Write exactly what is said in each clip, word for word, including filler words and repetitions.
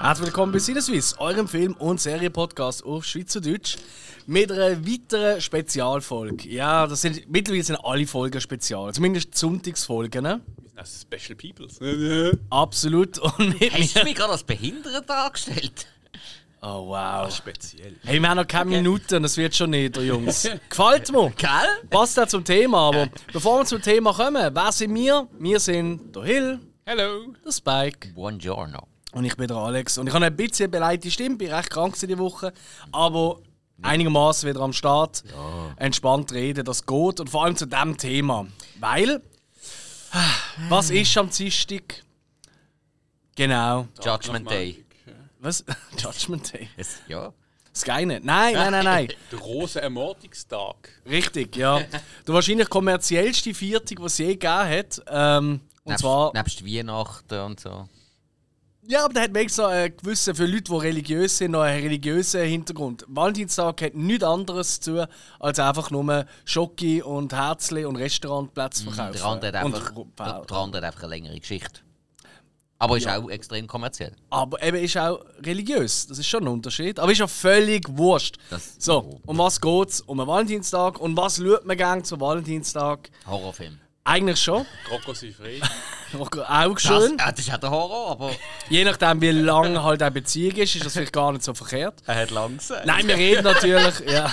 Herzlich willkommen bei Sinneswiss, eurem Film- und Serienpodcast auf Schweizerdeutsch mit einer weiteren Spezialfolge. Ja, das sind, mittlerweile sind alle Folgen spezial, zumindest die Sonntagsfolgen. Ne? Das sind Special Peoples. Absolut. Und mit Hast du mich gerade als behindert dargestellt? Oh wow. Speziell. Hey, wir haben noch keine okay. Minuten, das wird schon nicht, Jungs. Gefällt mir. Gell? Passt auch zum Thema, aber bevor wir zum Thema kommen, wer sind wir? Wir sind der Hill. Hello. Der Spike. Buongiorno. Und ich bin der Alex. Und ich habe ein bisschen beleidigte Stimme, bin recht krank diese Woche. Aber einigermaßen wieder am Start. Ja. Entspannt reden, das geht. Und vor allem zu diesem Thema. Weil, was ist am Dienstag? Genau. Judgment Day. Was? Judgment Day? Es, ja. Sky nicht? Nein, nein, nein, nein. Der große Ermordungstag. Richtig, ja. Der wahrscheinlich kommerziellste Viertag, den es je gegeben hat. Ähm, und nebst, zwar... Nebst Weihnachten und so. Ja, aber der hat wenigstens äh, gewisse, für Leute, die religiös sind, noch einen religiösen Hintergrund. Valentinstag hat nichts anderes zu tun, als einfach nur Schoki und Herzli und Restaurantplätze verkaufen. Der andere hat einfach, der, der andere hat einfach eine längere Geschichte. Aber ist ja auch extrem kommerziell. Aber eben ist auch religiös, das ist schon ein Unterschied. Aber ist ja völlig wurscht. Das so, um was geht es? Um einen Valentinstag. Und was schaut man gerne zum Valentinstag? Horrorfilm. Eigentlich schon. Rocco sei frei. Auch schön. Das, das ist ja der Horror, aber... Je nachdem, wie lang halt eine Beziehung ist, ist das vielleicht gar nicht so verkehrt. Er hat lang gesagt. Nein, wir reden natürlich... Ja.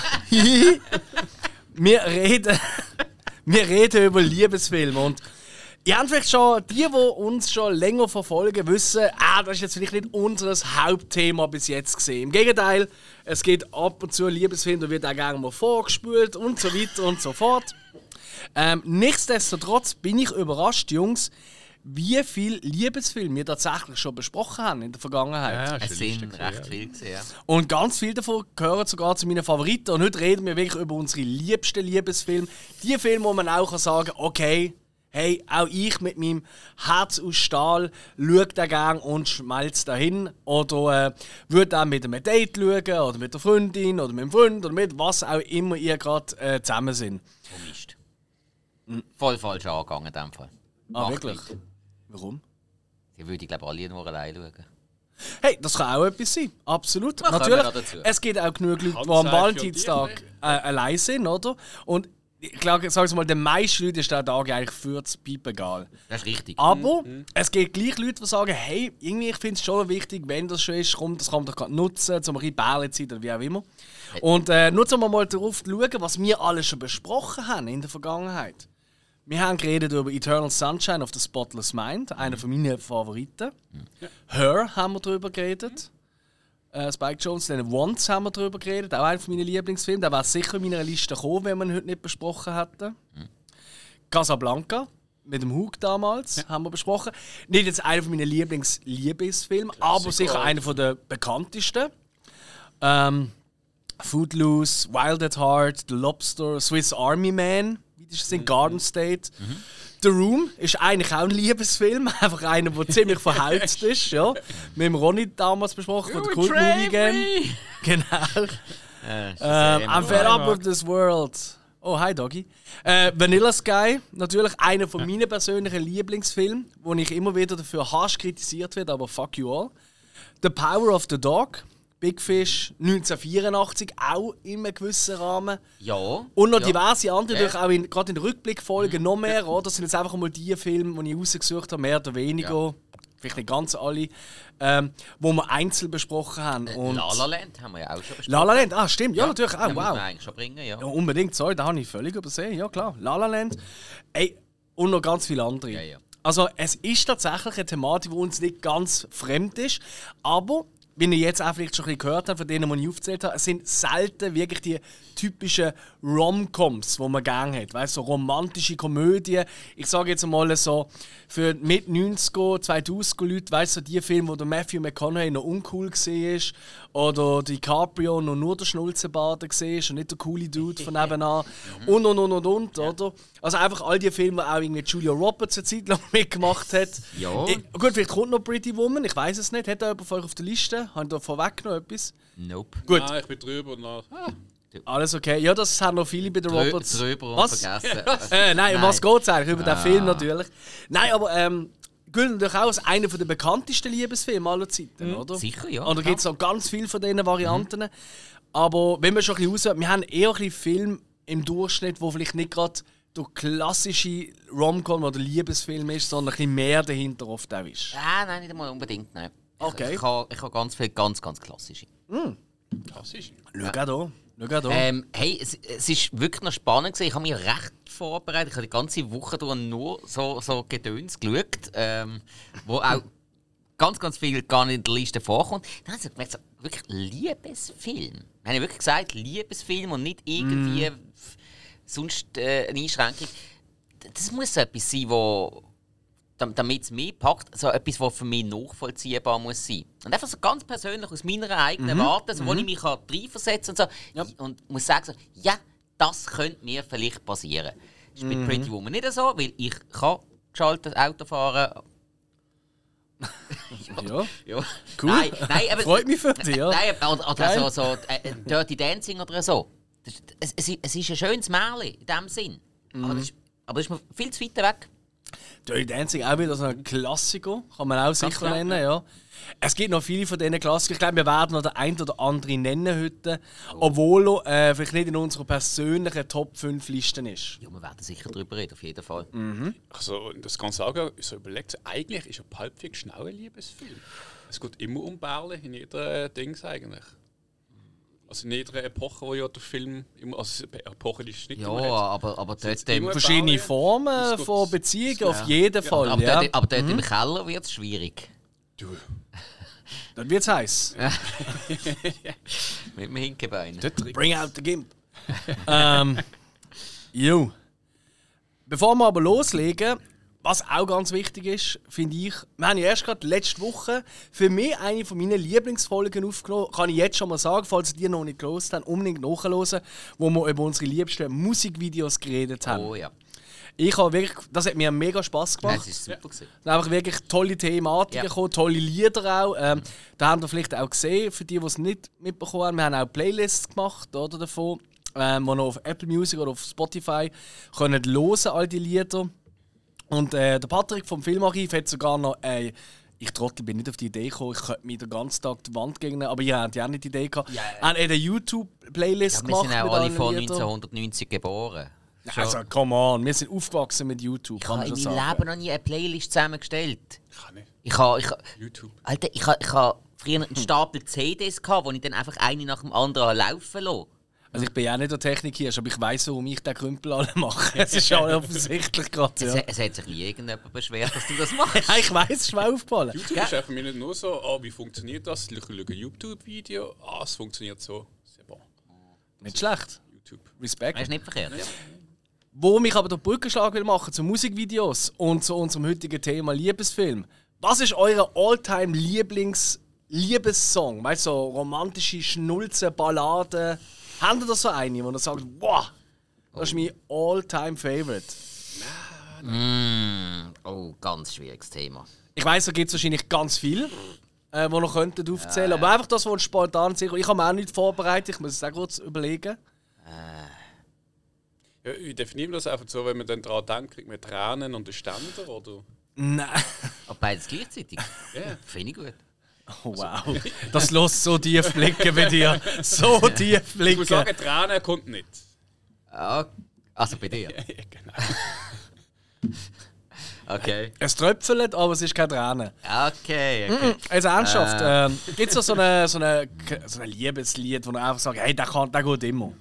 wir reden... wir reden über Liebesfilme und... Ihr habt vielleicht schon, die, die uns schon länger verfolgen, wissen, ah, das ist jetzt vielleicht nicht unser Hauptthema bis jetzt gesehen. Im Gegenteil, es geht ab und zu Liebesfilm, da wird auch gerne mal vorgespült und so weiter und so fort. Ähm, nichtsdestotrotz bin ich überrascht, Jungs, wie viele Liebesfilme wir tatsächlich schon besprochen haben in der Vergangenheit. Ja, es sind recht viel gesehen. Ja. Und ganz viele davon gehören sogar zu meinen Favoriten. Und heute reden wir wirklich über unsere liebsten Liebesfilme. Die Filme, wo man auch sagen kann, okay, hey, auch ich mit meinem Herz aus Stahl schaue da gerne und schmelze dahin. Oder äh, würde auch mit einem Date schauen, oder mit der Freundin, oder mit dem Freund, oder mit was auch immer ihr gerade äh, zusammen sind. Oh Mist. Mhm. Voll falsch angegangen in dem Fall. Ah, wirklich? Warum? Die würde ich glaube alle nur allein schauen. Hey, das kann auch etwas sein. Absolut. Man natürlich. Es gibt auch genug Leute, die am Valentinstag äh, allein sind, oder? Und ich glaube, sag mal, den meisten Leuten ist der Tag eigentlich für das Piep egal. Das ist richtig. Aber mhm. es gibt gleich Leute, die sagen, hey, irgendwie, ich finde es schon wichtig, wenn das schon ist, komm, das kann man doch gerade nutzen, zum ein Bärlezeit oder wie auch immer. Hey. Und äh, nur um mal darauf zu schauen, was wir alles schon besprochen haben in der Vergangenheit. Wir haben geredet über Eternal Sunshine of the Spotless Mind, einer von meinen Favoriten. Mhm. Her haben wir darüber geredet. Uh, Spike Jonze, dann Once haben wir darüber geredet, auch einer meiner Lieblingsfilme. Der wäre sicher in meiner Liste gekommen, wenn wir ihn heute nicht besprochen hätten. Mhm. Casablanca, mit dem Hug damals, ja. haben wir besprochen. Nicht jetzt einer meiner Lieblings-Liebesfilme, aber sicher einer der bekanntesten. Ähm, Footloose, Wild at Heart, The Lobster, Swiss Army Man, wie das ist in Garden State. Mhm. The Room ist eigentlich auch ein Liebesfilm, einfach einer, der ziemlich verheizt ist. Ja. Mit dem Ronny damals besprochen, von der Cult Movie Game. Genau. Ja, ähm, I'm fed up with this world. Oh, hi Doggy. Äh, Vanilla Sky, natürlich einer von meinen persönlichen Lieblingsfilmen, wo ich immer wieder dafür harsch kritisiert werde, aber fuck you all. The Power of the Dog. Big Fish, neunzehnhundertvierundachtzig, auch in einem gewissen Rahmen. Ja. Und noch ja. diverse andere, ja. auch in, gerade in den Rückblickfolgen mhm. noch mehr. Oder? Das sind jetzt einfach mal die Filme, die ich rausgesucht habe, mehr oder weniger. Ja. Vielleicht nicht ganz alle, ähm, wo wir einzeln besprochen haben. Und La La Land haben wir ja auch schon besprochen. La La Land, ah stimmt, ja, ja natürlich auch, wow. Muss man eigentlich schon bringen, ja. ja. Unbedingt, sorry, da habe ich völlig übersehen, ja klar. La La Land. Ey, und noch ganz viele andere. Ja, ja. Also es ist tatsächlich eine Thematik, die uns nicht ganz fremd ist, aber wie ihr jetzt auch vielleicht schon ein bisschen gehört habt, von denen, die ich aufgezählt habe, es sind selten wirklich die typischen Rom-Coms, die man gerne hat. Weißt, so romantische Komödien. Ich sage jetzt mal so, für mit neunziger, zweitausender Leute, weißt du, so die Filme, wo der Matthew McConaughey noch uncool war oder DiCaprio noch nur der Schnulzenbart war und nicht der coole Dude von nebenan und und und und und, oder? Also einfach all die Filme, die auch irgendwie Julia Roberts eine Zeit lang mitgemacht hat. Ja. Ich, gut, vielleicht kommt noch Pretty Woman, ich weiß es nicht. Hat da jemand von euch auf der Liste? Haben da vorweg noch etwas? Nope. Gut. Ah, ich bin drüber und nach. Ah. Alles okay. Ja, das haben noch viele bei den Drü Roberts. Drüber und was? vergessen. äh, nein, um was geht es eigentlich? Über ah. den Film natürlich. Nein, aber ähm, gilt natürlich auch als einer der bekanntesten Liebesfilme aller Zeiten, Mhm. oder? Sicher, ja. Und da gibt es auch ganz viele von diesen Varianten. Mhm. Aber wenn wir schon ein bisschen raus, wir haben eher ein bisschen Filme im Durchschnitt, wo vielleicht nicht gerade der klassische Rom-Com oder Liebesfilm ist, sondern ein bisschen mehr dahinter oft auch ist. Ah, nein, nicht einmal unbedingt, nein. Okay. Ich, ich habe ich hab ganz viele ganz, ganz klassische. Klassisch. Schau auch da. Schau auch da. Ähm, hey, es, es ist wirklich noch spannend gewesen. Ich habe mich recht vorbereitet. Ich habe die ganze Woche durch nur so, so Gedöns geschaut, ähm, wo auch ganz, ganz viel gar nicht in der Liste vorkommt. Dann habe ich gemerkt, so, wirklich Liebesfilm. Wir haben ja wirklich gesagt, Liebesfilm und nicht irgendwie mm. sonst äh, eine Einschränkung. Das muss so etwas sein, wo, damit es mich packt, so etwas, was für mich nachvollziehbar muss sein. Und einfach so ganz persönlich aus meiner eigenen mhm. Warte, so, wo mhm. ich mich reinversetzen kann und so. Ja. Und muss sagen, so, ja, das könnte mir vielleicht passieren. Das ist mit mhm. Pretty Woman nicht so, weil ich kann geschaltet Auto fahren. ja. ja. ja. Cool. Nein, nein, aber, freut mich für dich, ja. Nein, oder, oder so, so äh, Dirty Dancing oder so. Das, es, es, es ist ein schönes Märchen in dem Sinn. Mhm. Aber, das ist, aber das ist mir viel zu weit weg. Dirty Dancing auch wieder so ein Klassiker, kann man auch sicher nennen, ja. Es gibt noch viele von diesen Klassikern. Ich glaube, wir werden noch den einen oder anderen nennen heute, oh. obwohl er äh, vielleicht nicht in unserer persönlichen Top fünf Listen ist. Ja, wir werden sicher darüber reden, auf jeden Fall. Mhm. Also, das kann ich sagen, so überlegt, eigentlich ist ein Pulp Fiction auch ein Liebesfilm. Es geht immer um Bärle in jeder Dings eigentlich. Also in jeder Epoche, wo ja der Film immer, also Epoche ist nicht ja, immer aber, aber trotzdem verschiedene Formen von Beziehungen, ja. auf jeden Fall. Ja, aber ja. dort, aber dort mhm. im Keller wird es schwierig. Du. Dann wird es heiß. Mit dem Hinkebein. Bring out the Gimp. ähm, jo. Bevor wir aber loslegen, was auch ganz wichtig ist, finde ich, wir haben ja erst gerade letzte Woche für mich eine von meinen Lieblingsfolgen aufgenommen. Kann ich jetzt schon mal sagen, falls ihr die noch nicht gehört habt, unbedingt nachhören, wo wir über unsere liebsten Musikvideos geredet haben. Oh ja. Ich habe wirklich, das hat mir mega Spass gemacht. Das ist super gewesen. Da haben wirklich tolle Thematiken ja. gekommen, tolle Lieder auch. Ähm, da haben wir vielleicht auch gesehen, für die, die es nicht mitbekommen haben, wir haben auch Playlists gemacht oder, davon, ähm, die noch auf Apple Music oder auf Spotify können hören, all die Lieder. Und äh, der Patrick vom Filmarchiv hat sogar noch, äh, ich Trottel bin nicht auf die Idee gekommen, ich könnte mir den ganzen Tag die Wand gegen, aber ihr habt ja auch nicht die Idee gehabt. Ja, ja. Haben eine YouTube-Playlist ja, gemacht. Wir sind auch alle von neunzehnhundertneunzig geboren. Also, come on, wir sind aufgewachsen mit YouTube. Ich habe in meinem Leben noch nie eine Playlist zusammengestellt. Ich kann nicht. Ich habe, ich habe, YouTube. Alter, ich habe, ich habe früher einen Stapel C Ds gehabt, wo ich dann einfach eine nach dem anderen laufen lasse. Also ich bin ja nicht der Technik hier, aber ich weiss, warum ich den Krümpel alle mache. Es ist ja offensichtlich gerade. Ja. Es, es hat sich nie irgendjemand beschwert, dass du das machst. Ja, ich weiss, es ist mir aufgefallen. YouTube ja. ist einfach mir nicht nur so, ah, wie funktioniert das? Ich schaue ein YouTube-Video, ah, es funktioniert so. C'est bon. Nicht schlecht. YouTube. Respekt. Das ist nicht verkehrt. Ja. Wo mich aber der Brückenschlag will machen zu Musikvideos und zu unserem heutigen Thema Liebesfilm. Was ist euer Alltime Lieblings Liebessong? Weißt du, so romantische Schnulzen, Balladen. Habt ihr da so eine, wo ihr sagt, wow, das ist mein Alltime Favorite? Mm, oh, ganz schwieriges Thema. Ich weiss, da gibt es wahrscheinlich ganz viel, äh, die noch könnten aufzählen. Ja, ja. Aber einfach das, was spontan sicher. Ich habe mir auch nichts vorbereitet, ich muss es auch kurz überlegen. Äh. Ja, wie definieren wir das einfach so, wenn man dann daran denkt, kriegt man Tränen und einen Ständer, oder? Nein. Aber beides gleichzeitig? Ja. Yeah. Finde ich gut. Oh, wow. Das lässt so tief blicken bei dir. So tief blicken. Ich muss sagen, Tränen kommt nicht. Ah, also bei dir? Ja, genau. Okay. Es tröpfelt, aber es ist keine Tränen. Okay, okay. Also ernsthaft, äh. ähm, gibt es da so ein so eine, so eine Liebeslied, wo man einfach sagt, hey, der, kann, der geht immer?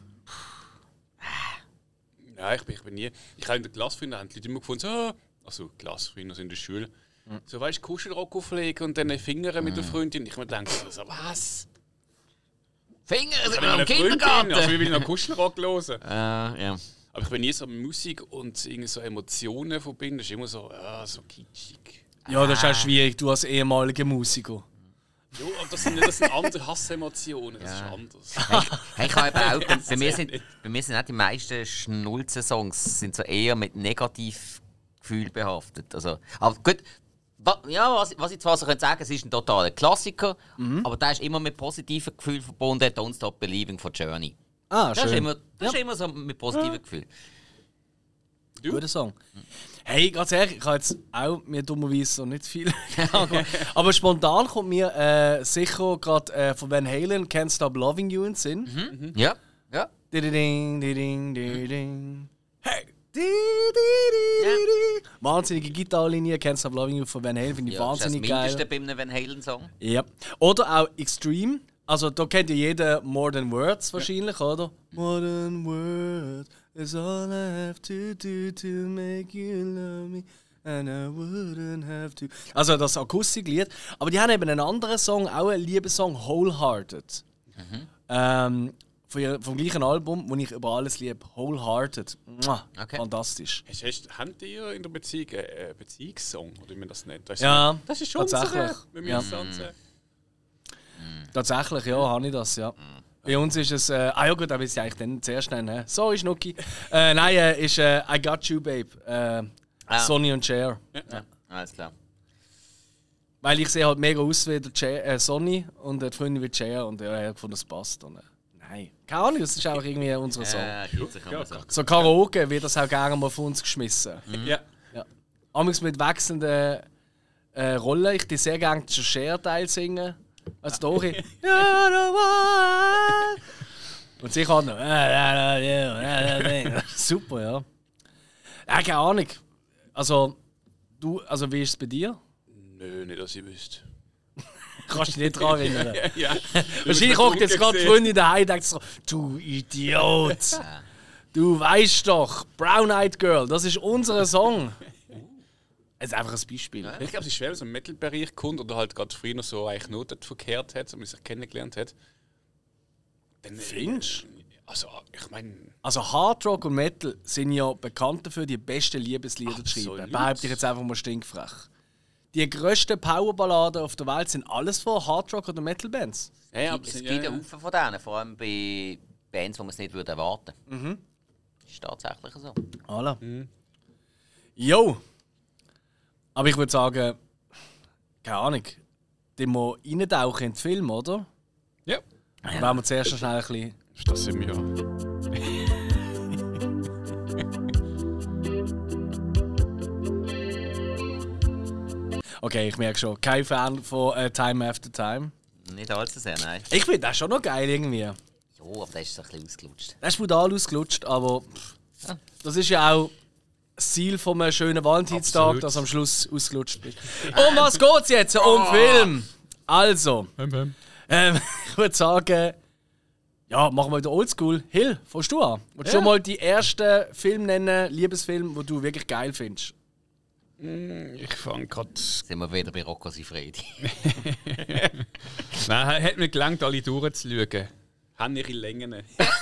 Ja, ich bin, ich bin nie. Ich habe in der Klassfreunde haben die Leute immer gefunden, so, also Klassfreunde in der Schule, mhm. so weißt du, Kuschelrock auflegen und dann Finger mit der Freundin. Ich mir denke, so, was? Finger sind wir im Kindergarten? Also, ich will noch Kuschelrock hören. Äh, ja. Aber ich bin nie so mit Musik und irgendwie so Emotionen verbinden. Das ist immer so, ja, so kitschig. Ja, das ist auch schwierig, du als ehemaliger Musiker. Ja, aber das sind, das sind andere Hassemotionen, das ja. ist anders. Hey, hey, ich habe eben auch, bei, bei, mir sind, bei mir sind auch die meisten Schnulzen-Songs sind so eher mit Negativgefühl behaftet. Also, aber gut, wa, ja, was, was ich zwar so könnte sagen, es ist ein totaler Klassiker, mhm. aber der ist immer mit positiven Gefühlen verbunden, Don't Stop Believing von Journey. Ah, das schön. Ist immer, das ja. ist immer so mit positiven ja. Gefühlen. Guter Song. Hey, ganz ehrlich, ich habe jetzt auch mir dummerweise so nicht viel aber spontan kommt mir äh, sicher gerade äh, von Van Halen Can't Stop Loving You in den Sinn. Mhm. Mhm. Ja, ja. Ding, ding, ding, ding. Hey! Di, di, di, Ja. di, di. Wahnsinnige Gitarrenlinie, Can't Stop Loving You von Van Halen, finde ich Ja, wahnsinnig das ist das Mindeste geil. bei einem Van Halen-Song. Ja. Oder auch Extreme. Also da kennt ja jeder More Than Words wahrscheinlich, oder? More than words is all I have to do to make you love me. And I wouldn't have to. Also das Akustiklied. Aber die haben eben einen anderen Song, auch einen Liebessong, Wholehearted. Mhm. Ähm, von ihr, vom gleichen Album, wo ich über alles liebe. Wholehearted. Mua, Okay. Fantastisch. Hast, hast, habt ihr in der Beziehung einen Beziehungssong, oder wie man das nennt? Das ist Ja, das ist schon tatsächlich. unsere. Wir Ja. müssen uns, äh, Tatsächlich, ja, habe ich das, ja. Bei uns ist es, äh, ah ja gut, aber ist ja eigentlich dann zuerst nennen. He? Sorry, Schnucki. äh, nein, äh, ist äh, I Got You, Babe. Äh, Ah. Sonny und Cher. Ja, alles klar. Weil ich sehe halt mega aus wie der Cher, äh, Sonny und äh, die Freundin wie Cher und ja, ich habe gefunden, das passt. Und, äh, nein, keine Ahnung, das ist einfach irgendwie unser Song. Ja, gibt sich immer so. So Karaoke wird das auch gerne mal von uns geschmissen. Ja. Ja. Amigs mit wechselnden äh, Rollen. Ich die sehr gerne den Cher-Teil singen. Als Dori. You're the one. Und sie kann noch. Super, ja. Ja, keine Ahnung. Also, du, also wie ist es bei dir? Nö, nicht, dass ich wüsste. Kannst du dich nicht dran erinnern? Ja. Wahrscheinlich guckt jetzt gerade die Freundin daheim und denkt so: Du Idiot! Du weißt doch, Brown Eyed Girl, das ist unser Song. Es ist einfach ein Beispiel. Ich glaube, es ist schwer, wenn es im Metal-Bereich kommt oder halt gerade früher noch so eigentlich nur dort verkehrt hat, so man sich kennengelernt hat. Dann, Findest du? Also, ich meine. Also Hard Rock und Metal sind ja bekannt dafür, die besten Liebeslieder zu Absolut. schreiben. Behaupte ich jetzt einfach mal stinkfrech. Die grössten Powerballaden auf der Welt sind alles von Hard Rock oder Metal-Bands. Ja, ja, aber Es es- gibt ja, einen ja. Haufen von denen, vor allem bei Bands, die man es nicht würde erwarten würde. Mhm. Das ist tatsächlich so. Voilà. Jo! Aber ich würde sagen, keine Ahnung, die mal reintauchen in den Film, oder? Ja, Ja. Wenn wir zuerst noch schnell ein bisschen. das sind wir ja. Okay, ich merke schon, kein Fan von äh, Time After Time. Nicht allzu sehr, nein. Ich finde das schon noch geil irgendwie. Ja, aber das ist so ein bisschen ausgelutscht. Das ist brutal ausgelutscht, aber pff, das ist ja auch das Ziel von einem schönen Valentinstag, Absolut. dass du am Schluss ausgelutscht bist. Um was geht's jetzt? Um Film! Also, ähm, ich würde sagen, ja, machen wir wieder Oldschool. Hill, fängst du an? Willst du Ja. mal die ersten Film nennen, Liebesfilm, den du wirklich geil findest? Ich fange gerade. Sind wir wieder bei Rocco Siffredi. Nein, hat mir gelangt, alle durchzuschauen. Haben ihre Längen.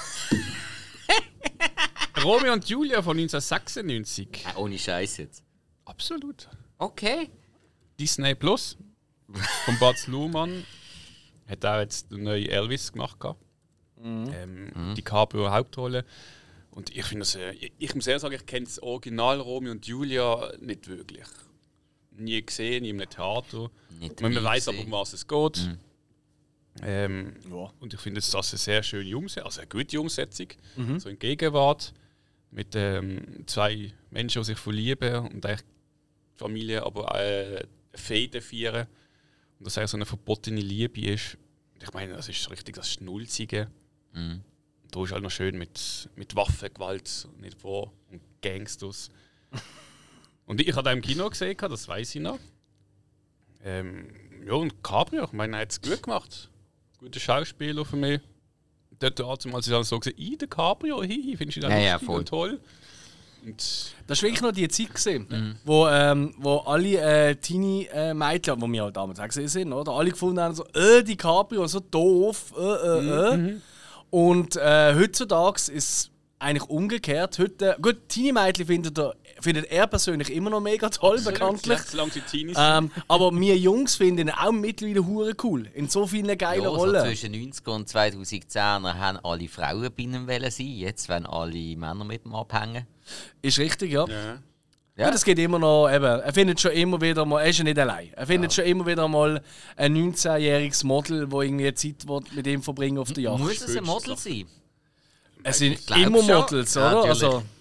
Romeo und Julia von neunzehnhundertsechsundneunzig. Äh, ohne Scheiß jetzt. Absolut. Okay. Disney Plus. Von Baz Luhrmann. Hat auch jetzt den neuen Elvis gemacht. gehabt. Ähm, DiCaprio Hauptrolle. Und ich finde das, äh, ich, ich muss ehrlich sagen, ich kenne das Original Romeo und Julia nicht wirklich. Nie gesehen, nie im Theater. Nicht Man nie weiß aber, gesehen. um was es geht. Ähm, Ja. Und ich finde, das ist eine sehr schöne Umsetzung, also eine gute Umsetzung. So in Gegenwart. Mit ähm, zwei Menschen, die sich verlieben und eigentlich die Familie aber äh, Fäden feiern. Und das eigentlich so eine verbotene Liebe ist. Und ich meine, das ist richtig das Schnulzige. Mhm. Da ist halt noch schön mit, mit Waffengewalt nicht vor und Gangsters. Und ich habe da im Kino gesehen, das weiß ich noch. Ähm, ja, und Cabrio, ich meine, er hat es gut gemacht. Guter Schauspieler für mich. Dort hat als ich dann so gesehen, i, der Cabrio, hihi, findest du das Ja, ja, lustig voll. und toll. Und Das war wirklich noch die Zeit, gewesen, wo, ähm, wo alle äh, Teenie-Mädchen, die wir halt damals auch gesehen sind, oder? Alle gefunden haben, so, äh, DiCaprio, so doof, äh, äh, äh. Und äh, heutzutage ist es eigentlich umgekehrt. Heute, gut, Teenie-Mädchen findet er, findet er persönlich immer noch mega toll, bekanntlich. solange sie Teenies Ähm, aber wir Jungs finden ihn auch mittlerweile hure cool. In so vielen geilen Ja, so Rollen. zwischen neunzig und zweitausendzehn haben alle Frauen bei ihm wollen sein. Jetzt wollen alle Männer mit ihm abhängen. Ist richtig, ja. Ja. Ja, das geht immer noch. Eben, er findet schon immer wieder mal. Er ist ja nicht allein. Er findet schon immer wieder mal ein neunzehnjähriges Model, das irgendwie Zeit will mit ihm verbringen auf der Jacht. Muss es ein Model sein? Es sind glaub immer schon. Models, Ja, oder? natürlich. Also,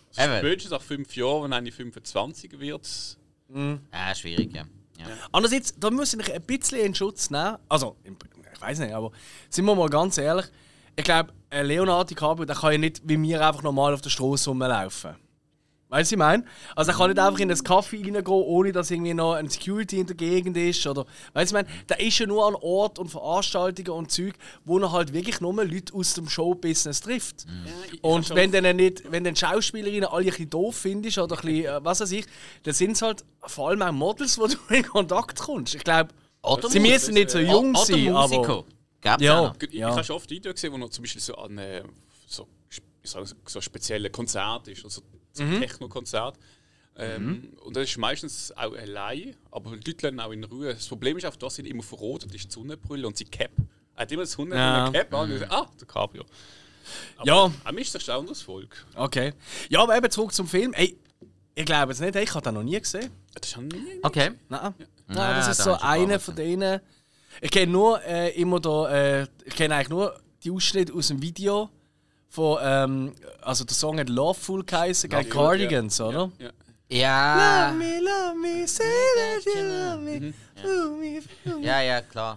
Also spätestens nach fünf Jahren, wenn eine fünfundzwanzig wird. Mhm. Ja, schwierig, ja. ja. Andererseits, da muss ich ein bisschen in Schutz nehmen. Also, ich weiß nicht, aber sind wir mal ganz ehrlich, ich glaube, Leonardo DiCaprio, der kann ja nicht wie wir einfach normal auf der Straße rumlaufen. Weißt du, ich meine? Also, er kann nicht einfach in einen Kaffee reingehen, ohne dass irgendwie noch ein Security in der Gegend ist. Oder, weißt du, ich meine, der ist ja nur an Ort und Veranstaltungen und Zeug, wo er halt wirklich nur Leute aus dem Showbusiness trifft. Mhm. Ja, ich, ich und wenn dann nicht, wenn dann Schauspielerinnen alle ein bisschen doof findest oder ein bisschen, äh, was weiß ich, dann sind es halt vor allem auch Models, wo du in Kontakt kommst. Ich glaube, sie müssen nicht so jung oder sein, aber... Gab's ja. Ich, ich habe schon oft Videos gesehen, wo noch zum Beispiel so an äh, so, so, so speziellen Konzert ist, also so ein mhm. Techno-Konzert. Ähm, mhm. Und das ist meistens auch allein, aber die Leute lernen auch in Ruhe. Das Problem ist auch, dass sie immer verrotet ist, die Sonnenbrille und sie Cap. Er hat immer das Hunde ja. eine Cap an und sagt, ah, der Cabrio. Aber ja. Er mischt sich auch das Volk. Okay. Ja, aber eben zurück zum Film. Ey, ich glaube es nicht, ich habe den noch nie gesehen. Das habe ich nie gesehen. Okay. Nein. Ja. Nein, das ist so einer von denen. Ich kenne nur äh, immer da, äh, ich kenne eigentlich nur die Ausschnitte aus dem Video von, ähm, also der Song hat Loveful geheißen, gegen Cardigans, ja. oder? Ja. Ja. Love me, love me, say that you love me, mhm. fool me, fool me. Ja, ja, klar.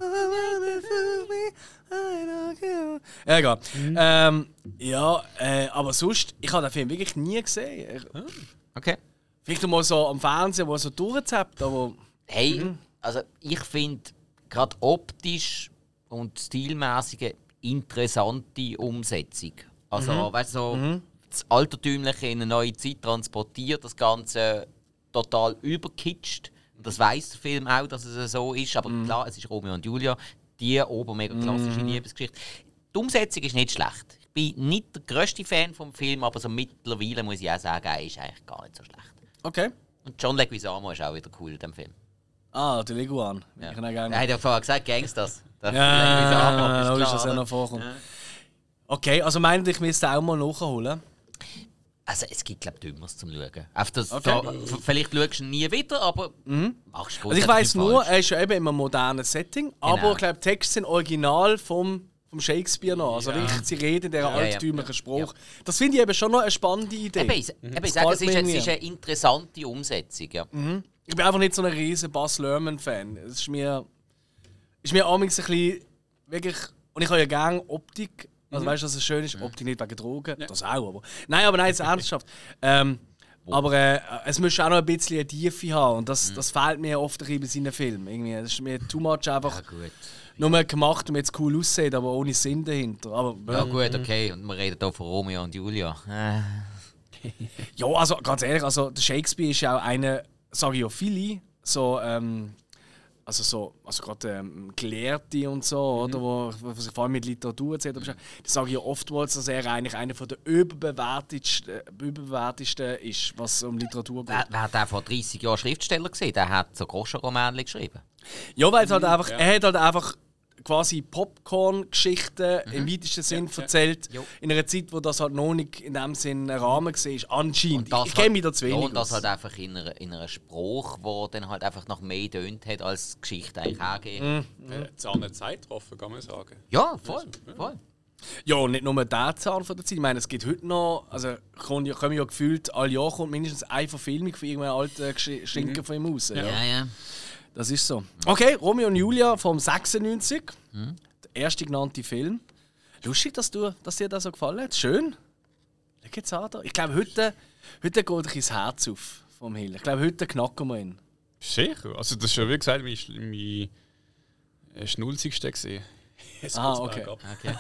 Ja, egal. Mhm. Ähm, ja, äh, aber sonst, ich habe den Film wirklich nie gesehen. Okay. Vielleicht mal so am Fernsehen, wo er so durchzappt, aber... Hey, mhm. also ich finde gerade optisch und stilmäßige interessante Umsetzung. Also, mhm. weißt du, so mhm. das Altertümliche in eine neue Zeit transportiert, das Ganze total überkitscht. Und das weiss der Film auch, dass es so ist. Aber mhm. klar, es ist Romeo und Julia, die ober mega klassische mhm. Liebesgeschichte. Die Umsetzung ist nicht schlecht. Ich bin nicht der grösste Fan vom Film, aber so mittlerweile muss ich auch sagen, er ist eigentlich gar nicht so schlecht. Okay. Und John Leguizamo ist auch wieder cool in dem Film. Ah, der Leguan. Ja. Er hat ja vorher gesagt, Gangsters. Ja, ja, ist das ja noch vorkommen. Ja. Okay, also meint ihr, ich müsste auch mal nachholen? Also es gibt, glaube ich, Dümmeres zum Schauen. Das, okay. da, vielleicht schaust du nie wieder, aber mhm. machst du gut. Also ich weiss nur, er ist ja eben in einem modernen Setting, genau. aber ich glaube, die Texte sind original vom, vom Shakespeare noch. Also ja. wirklich, sie reden in diesem ja, altertümlichen ja. Spruch. Ja. Das finde ich eben schon noch eine spannende Idee. Eben, ich, mhm. ich sage, es ist, es ist eine interessante Umsetzung. Ja. Mhm. Ich bin einfach nicht so ein riesen Baz Luhrmann-Fan. Es ist mir... ist mir amigs ein bisschen... wirklich... Und ich habe ja gerne Optik. Also mhm. weißt du, dass es schön ist? Optik nicht wegen Drogen. Ja. Das auch, aber... Nein, aber nein, jetzt ernsthaft. ähm, aber äh, es muss auch noch ein bisschen eine Tiefe haben. Und das, mhm. das fehlt mir oft ein bisschen bei seinen Filmen. Irgendwie. Das ist mir too much einfach... Ja, gut. Nur gemacht, damit es cool aussieht, aber ohne Sinn dahinter. Aber, ja gut, okay. Und wir reden hier von Romeo und Julia. Äh. Ja, also ganz ehrlich, also der Shakespeare ist ja auch einer... sage ich ja viele, so, ähm, also so, also gerade ähm, Gelehrte und so, mhm. oder, wo, wo sich vor allem mit Literatur erzählt, mhm. das sage ich ja oftmals, dass er eigentlich einer der überbewertetsten, überbewertetsten ist, was um Literatur geht. Wer, wer hat vor dreissig Jahren Schriftsteller gesehen? Der hat so Groschenromane geschrieben. Ja, weil es halt einfach, ja. er hat halt einfach quasi Popcorn-Geschichten mhm. im weitesten Sinn ja, erzählt, ja. in einer Zeit, wo das halt noch nicht in dem Sinn ein Rahmen war, anscheinend. Ich, ich kenne mich da zu wenig. Ja, und das halt einfach in einer, in einer Spruch, der dann halt einfach noch mehr tönt hat, als die Geschichte eigentlich angegeben. Mhm. Mhm. Äh, Zahn der Zeit getroffen, kann man sagen. Ja, voll. Ja. voll. Ja, und nicht nur der Zahn von der Zeit. Ich meine, es gibt heute noch, also kommen ja, kommen ja gefühlt, alle Jahre kommt mindestens eine Verfilmung von irgendeinem alten Schinken mhm. von ihm raus. Ja, ja. ja. Das ist so. Okay, Romeo und Julia vom sechsundneunzig. Mhm. Der erste genannte Film. Lustig, dass, du, dass dir das so gefallen hat. Schön. Schau jetzt an. Ich glaube, heute, heute geht ich ins Herz auf vom Hill. Ich glaube, heute knacken wir ihn. Sicher. Also das ist schon, wie gesagt, mein, mein Schnulzigste gesehen. Ah, okay. okay.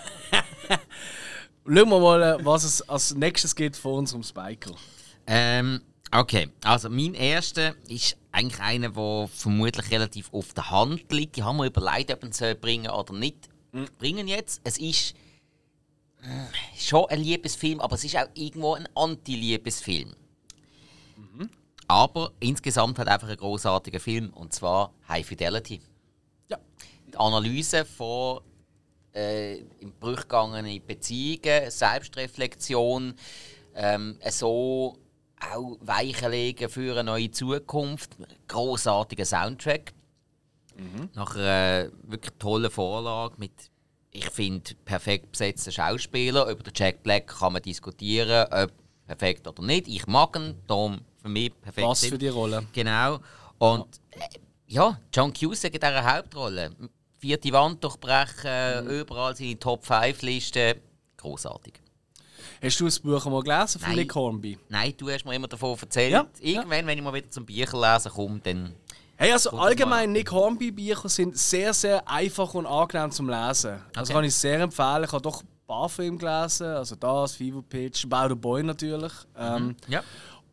Schauen wir mal, was es als nächstes gibt von unserem Spiker. Ähm, okay, also mein erster ist eigentlich einer, der vermutlich relativ auf der Hand liegt. Ich habe mir überlegt, ob ich ihn bringen oder nicht. Mhm. Bringen jetzt. Es ist äh, schon ein Liebesfilm, aber es ist auch irgendwo ein Anti-Liebesfilm. Mhm. Aber insgesamt hat einfach ein großartiger Film, und zwar High Fidelity. Ja. Die Analyse von äh, in Brüche gegangenen Beziehungen, Selbstreflexion, ähm, so auch Weichen legen für eine neue Zukunft. Grossartiger Soundtrack. Mhm. Nach einer wirklich tollen Vorlage mit, ich finde, perfekt besetzten Schauspielern. Über den Jack Black kann man diskutieren, ob perfekt oder nicht. Ich mag ihn, darum für mich perfekt. Was für die Rolle. Genau. Und ja, äh, ja John Cusack in dieser Hauptrolle. Vierte Wand durchbrechen, mhm. überall seine Top fünf Listen. Großartig. Hast du das Buch mal gelesen von Nein. Nick Hornby? Nein, du hast mir immer davon erzählt. Ja. Irgendwann, ja. wenn ich mal wieder zum Bücherlesen komme, dann... Hey, also allgemein, Nick Hornby Bücher sind sehr, sehr einfach und angenehm zum Lesen. Okay. Also kann ich sehr empfehlen. Ich habe doch ein paar Filme gelesen, also das, Fever Pitch, About the Boy natürlich. Mhm. Ähm, ja.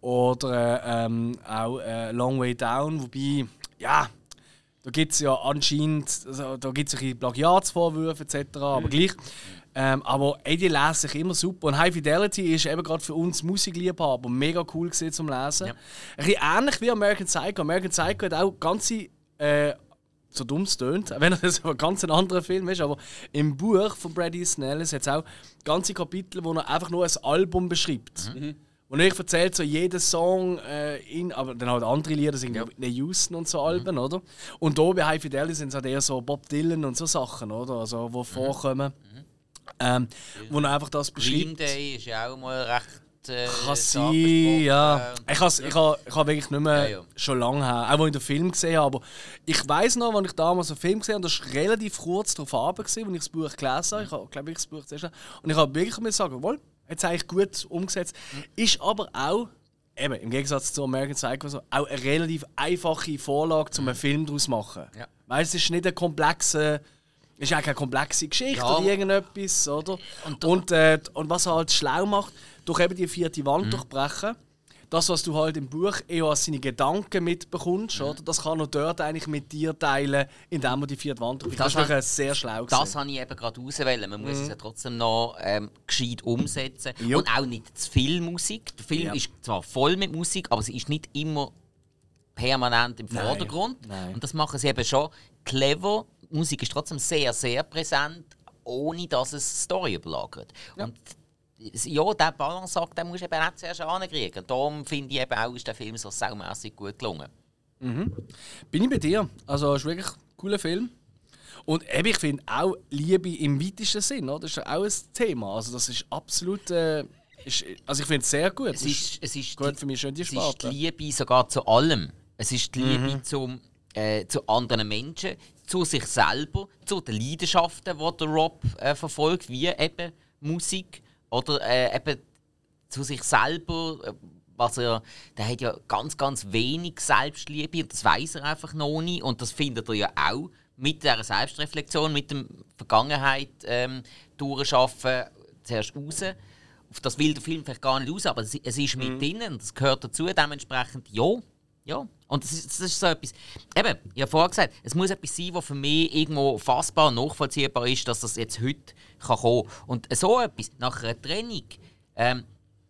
Oder äh, ähm, auch äh, Long Way Down, wobei, ja, da gibt es ja anscheinend, also, da gibt es ein Plagiatsvorwürfe et cetera, aber mhm. gleich. Ähm, aber ey, die lesen sich immer super. Und High Fidelity ist eben gerade für uns Musikliebhaber mega cool gewesen zum Lesen. Ja. Ein bisschen ähnlich wie American Psycho. American Psycho hat auch ganze, äh, so dumm es tönt, wenn das ein ganz anderer Film ist, aber im Buch von Bret Easton Ellis hat es auch ganze Kapitel, wo er einfach nur ein Album beschreibt. Mhm. Und ich erzählt so jeden Song, äh, in, aber dann halt andere Lieder, sind ja Whitney Houston und so Alben, mhm. oder? Und hier bei High Fidelity sind es halt eher so Bob Dylan und so Sachen, oder? Also, die mhm. vorkommen. Mhm. Ähm, wo er einfach das beschreibt. Green Day ist ja auch mal recht. Äh, kann sein, ja. Ich habe ich ha, ich ha wirklich nicht mehr ja, ja. schon lange her, auch als ich den Film gesehen habe. Aber ich weiss noch, als ich damals einen Film gesehen habe, das war relativ kurz darauf ab, als ich das Buch gelesen habe. Ich habe, glaube ich, das Buch zuerst. Und ich habe wirklich mir sagen, wohl, jetzt eigentlich gut umgesetzt. Mhm. Ist aber auch, eben, im Gegensatz zu American Psycho, so, auch eine relativ einfache Vorlage, um einen Film daraus zu machen. Ja. Weil es ist nicht ein komplexer. Es ist auch keine komplexe Geschichte ja. oder irgendetwas, oder? Und, und, äh, und was er halt schlau macht, durch eben die vierte Wand mhm. durchbrechen, das, was du halt im Buch eher als seine Gedanken mitbekommst, mhm. oder? Das kann er dort eigentlich mit dir teilen, indem er die vierte Wand durchbricht. Das, das ist wirklich sehr schlau gewesen. Das habe ich eben gerade auswählen. Man muss mhm. es ja trotzdem noch ähm, gescheit umsetzen. Jo. Und auch nicht zu viel Musik. Der Film ja. ist zwar voll mit Musik, aber sie ist nicht immer permanent im Vordergrund. Nein. Nein. Und das machen sie eben schon clever. Musik ist trotzdem sehr, sehr präsent, ohne dass es Story überlagert. Ja. Und ja, diesen Balanceakt musst du eben nicht zuerst ankriegen. Darum finde ich eben auch, ist der Film so saumässig gut gelungen. Mhm. Bin ich bei dir. Also, es ist wirklich ein cooler Film. Und eben, ich finde auch Liebe im weitesten Sinn, oder? Das ist ja auch ein Thema. Also, das ist absolut. Äh, ist, also, ich finde es sehr gut. Es ist, es ist gut die, für mich schon die Es ist die Liebe sogar zu allem. Es ist die Liebe mhm. zum, äh, zu anderen Menschen, zu sich selber, zu den Leidenschaften, die der Rob äh, verfolgt, wie eben Musik oder äh, eben zu sich selber. Äh, was er, der hat ja ganz, ganz wenig Selbstliebe und das weiß er einfach noch nicht und das findet er ja auch mit dieser Selbstreflexion, mit der Vergangenheit ähm, durchschaffen, zuerst raus. Auf das will der Film vielleicht gar nicht raus, aber es, es ist mit mhm. drin und das gehört dazu, dementsprechend ja. Ja, und das ist, das ist so etwas. Eben, ich habe vorher gesagt, es muss etwas sein, was für mich irgendwo fassbar und nachvollziehbar ist, dass das jetzt heute kann kommen kann. Und so etwas, nach einer Trennung, ähm,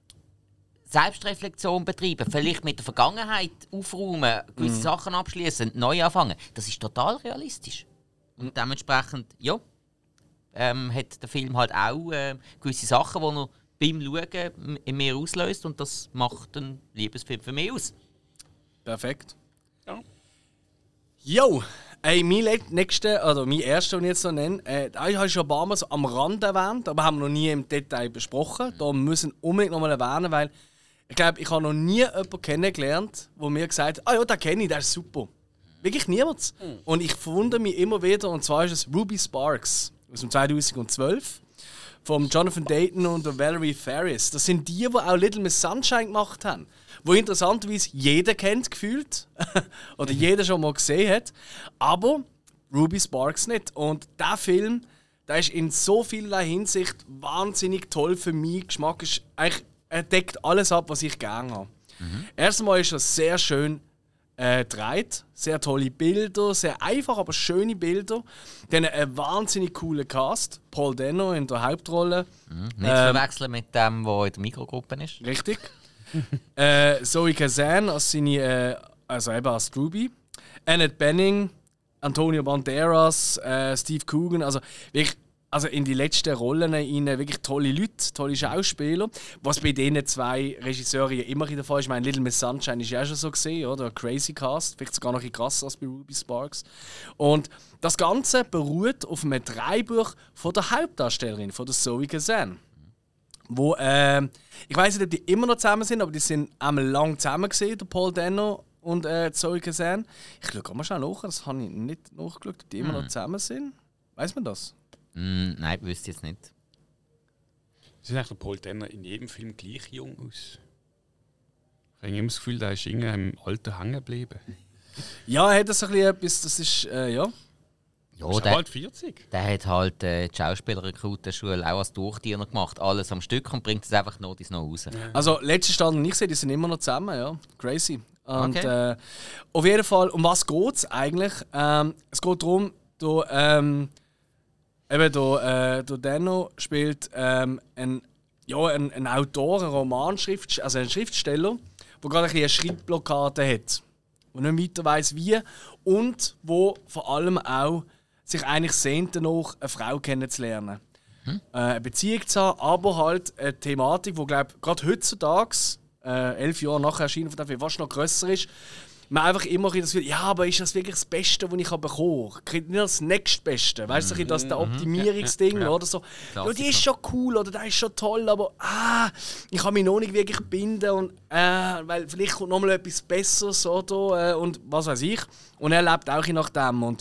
Selbstreflexion betreiben, vielleicht mit der Vergangenheit aufräumen, gewisse mm. Sachen abschließen, neu anfangen, das ist total realistisch. Und dementsprechend, ja, ähm, hat der Film halt auch äh, gewisse Sachen, die er beim Schauen in mir auslöst und das macht einen Liebesfilm für mich aus. Perfekt. Ja. Jo, ey, mein nächster, oder mein erster, den ich jetzt noch nenne, äh, den habe ich schon ein paar Mal so am Rand erwähnt, aber haben wir noch nie im Detail besprochen. Da müssen wir unbedingt noch mal erwähnen, weil ich glaube, ich habe noch nie jemanden kennengelernt, der mir gesagt hat, ah ja, den kenne ich, der ist super. Wirklich niemand. Mhm. Und ich verwundere mich immer wieder, und zwar ist es Ruby Sparks aus dem zweitausendzwölf. Von Jonathan Dayton und Valerie Faris. Das sind die, die auch Little Miss Sunshine gemacht haben. Wo interessanterweise jeder kennt, gefühlt. Oder jeder schon mal gesehen hat. Aber Ruby Sparks nicht. Und der Film, der ist in so vieler Hinsicht wahnsinnig toll für mich. Geschmack ist eigentlich, er deckt alles ab, was ich gerne habe. Mhm. Erstmal ist er sehr schön äh, gedreht. Sehr tolle Bilder, sehr einfach, aber schöne Bilder. Dann ein wahnsinnig cooler Cast. Paul Dano in der Hauptrolle. Mhm. Nicht ähm, verwechseln mit dem, der in der Mikrogruppe ist. Richtig. äh, Zoe Kazan als seine, äh, also eben als Ruby. Annette Bening, Antonio Banderas, äh, Steve Coogan. Also wirklich, also in die letzten Rollen rein wirklich tolle Leute, tolle Schauspieler. Was bei diesen zwei Regisseuren ja immer der Fall ist. Ich meine, Little Miss Sunshine ist ja auch schon so gesehen, oder? Crazy Cast, vielleicht sogar noch ein bisschen krasser als bei Ruby Sparks. Und das Ganze beruht auf einem Drehbuch von der Hauptdarstellerin, von der Zoe Kazan. Wo, äh, ich weiß nicht, ob die immer noch zusammen sind, aber die sind einmal lang zusammen gesehen, der Paul Dano und äh, Zoe Kazan. Ich schaue mal schnell nach, das habe ich nicht nachgeschaut, ob die immer hm. noch zusammen sind. Weiß man das? Mm, nein, wüsste ich jetzt nicht. Sieht eigentlich der Paul Dano in jedem Film gleich jung aus? Ich habe immer das Gefühl, der ist irgendwie im Alter hängen geblieben. Ja, er hat das ein bisschen etwas, das ist, äh, ja. Ja, Ist der, halt vierzig. der hat halt äh, die Schauspielerrekrutenschule auch als Durchdiener gemacht, alles am Stück und bringt es einfach noch dies noch raus. Ja. Also, letzte Stand, den ich sehe, die sind immer noch zusammen, ja. Crazy. Und Okay. äh, auf jeden Fall, um was geht es eigentlich? Ähm, es geht darum, du, ähm, eben, der, äh, der Dano spielt ähm, ein, ja, ein, ein Autor, ein Romanschriftsteller, also ein Schriftsteller, der gerade ein bisschen eine Schreibblockade hat. Und nicht weiter weiss wie. Und wo vor allem auch sich eigentlich sehnt danach, eine Frau kennenzulernen. Hm? Äh, eine Beziehung zu haben, aber halt eine Thematik, die, glaube ich, gerade heutzutage, äh, elf Jahre nach Erscheinen von dem Film, fast noch grösser ist. Man einfach immer das Gefühl, ja, aber ist das wirklich das Beste, was ich bekommen kann? Nicht das Nächstbeste. Weißt du, das der Optimierungsding Ja, ja. oder so. Ja, die ist Klassiker. schon cool oder der ist schon toll, aber ah, ich kann mich noch nicht wirklich binden. Und, äh, weil vielleicht kommt noch mal etwas Besseres oder, äh, und was weiß ich. Und er lebt auch nach dem. Und,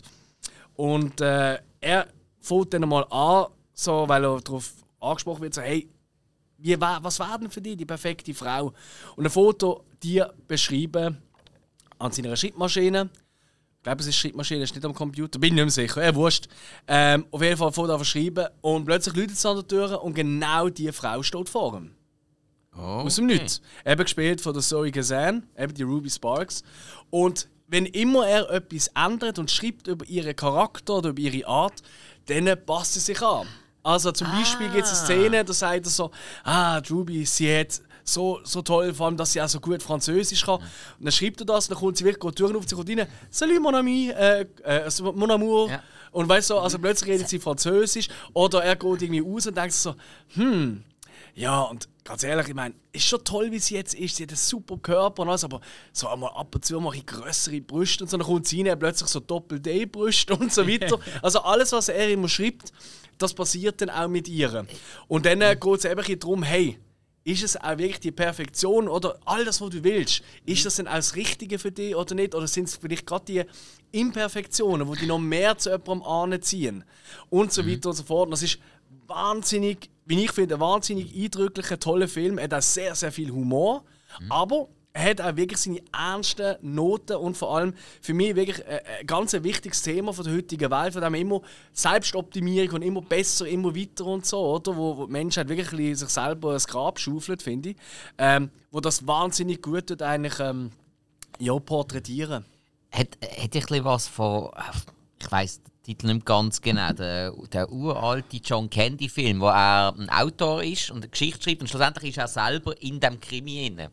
und äh, er fängt dann mal an, so, weil er darauf angesprochen wird, so, hey, wie, was wäre denn für dich die perfekte Frau? Und ein Foto dir beschreiben an seiner Schreibmaschine. Ich glaube, es ist Schreibmaschine, es ist nicht am Computer. Bin ich nicht mehr sicher. Ja, wurscht. Ähm, auf jeden Fall ein Foto verschreiben und plötzlich läutet es an der Tür und genau diese Frau steht vor ihm. Oh, Aus dem Nichts. Eben gespielt von der Zoe Kazan, eben die Ruby Sparks. Und wenn immer er etwas ändert und schreibt über ihren Charakter oder über ihre Art, dann passt sie sich an. Also zum Beispiel gibt es eine Szene, da sagt er so, ah, die Ruby, sie hat so, so toll, vor allem, dass sie auch so gut Französisch kann. Und dann schreibt er das, dann kommt sie wirklich, geht die Tür auf, sie kommt rein, «Salut, mon ami», äh, äh, «Mon amour». Ja. Und weißt du, also plötzlich redet sie Französisch. Oder er geht irgendwie raus und denkt so, hm, ja, und ganz ehrlich, ich meine, ist schon toll, wie sie jetzt ist. Sie hat einen super Körper und alles, aber so einmal ab und zu mal ein grössere Brüste und so. Dann kommt sie rein, plötzlich so Doppel-D-Brüste und so weiter. Also alles, was er immer schreibt, das passiert dann auch mit ihr. Und dann äh, geht es eben ein bisschen darum, hey, ist es auch wirklich die Perfektion oder all das, was du willst, ist das denn auch das Richtige für dich oder nicht? Oder sind es vielleicht gerade die Imperfektionen, die dich noch mehr zu jemandem anziehen? Und so weiter und so fort. Und das ist wahnsinnig, wie ich finde, ein wahnsinnig eindrücklicher, toller Film. Er hat auch sehr, sehr viel Humor, aber er hat auch wirklich seine ernsten Noten und vor allem für mich wirklich ein, ein ganz wichtiges Thema von der heutigen Welt, von dem immer Selbstoptimierung und immer besser, immer weiter und so, oder? Wo, wo die Menschheit wirklich ein bisschen sich selber ein Grab schaufelt, finde ich. Ähm, wo das wahnsinnig gut tut, eigentlich ähm, ja, porträtieren. Hat, hat ein bisschen was von, ich weiss den Titel nicht ganz genau, der, der uralte John Candy-Film, wo er ein Autor ist und eine Geschichte schreibt und schlussendlich ist er selber in dem Krimi drin.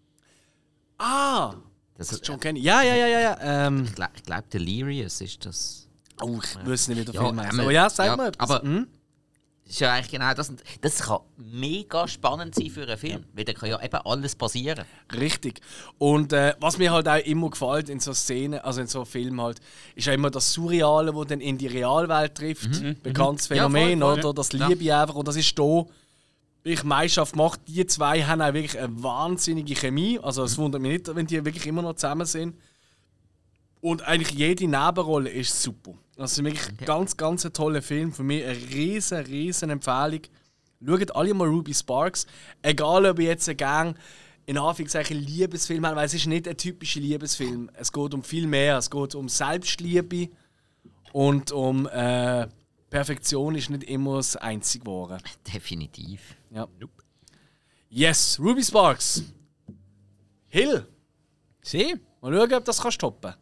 Ah! Das Das ist John Candy. Ja, ja, ja, ja. ja. Ähm, Ich glaube, glaub, Delirious ist das. oh, ich wüsste nicht, wie der Ja, Film heißt. ähm, Aber ja, sag ja, mal etwas. aber- Hm? Das ist ja eigentlich genau das. Und das kann mega spannend sein für einen Film, weil da kann ja eben alles passieren. Richtig. Und äh, was mir halt auch immer gefällt in so Szenen, also in so Filmen halt, ist ja immer das Surreale, das dann in die Realwelt trifft. Bekanntes Ja, voll, Phänomen, voll, oder? ja. Das Ja. liebe ich einfach. Und das ist hier wirklich Meisterschaft gemacht. Die zwei haben auch wirklich eine wahnsinnige Chemie. Also es wundert mich nicht, wenn die wirklich immer noch zusammen sind. Und eigentlich jede Nebenrolle ist super. Das ist wirklich ein ganz, ganz ein toller Film. Für mich eine riesen, riesen Empfehlung. Schaut alle mal Ruby Sparks. Egal, ob ihr jetzt einen Gang in Anführungszeichen Liebesfilm habt, weil es ist nicht ein typischer Liebesfilm. Es geht um viel mehr. Es geht um Selbstliebe und um äh, Perfektion ist nicht immer das einzige Wahre. Definitiv. Ja. Yes, Ruby Sparks. Hill. Sie? Mal schauen, ob das kannst toppen.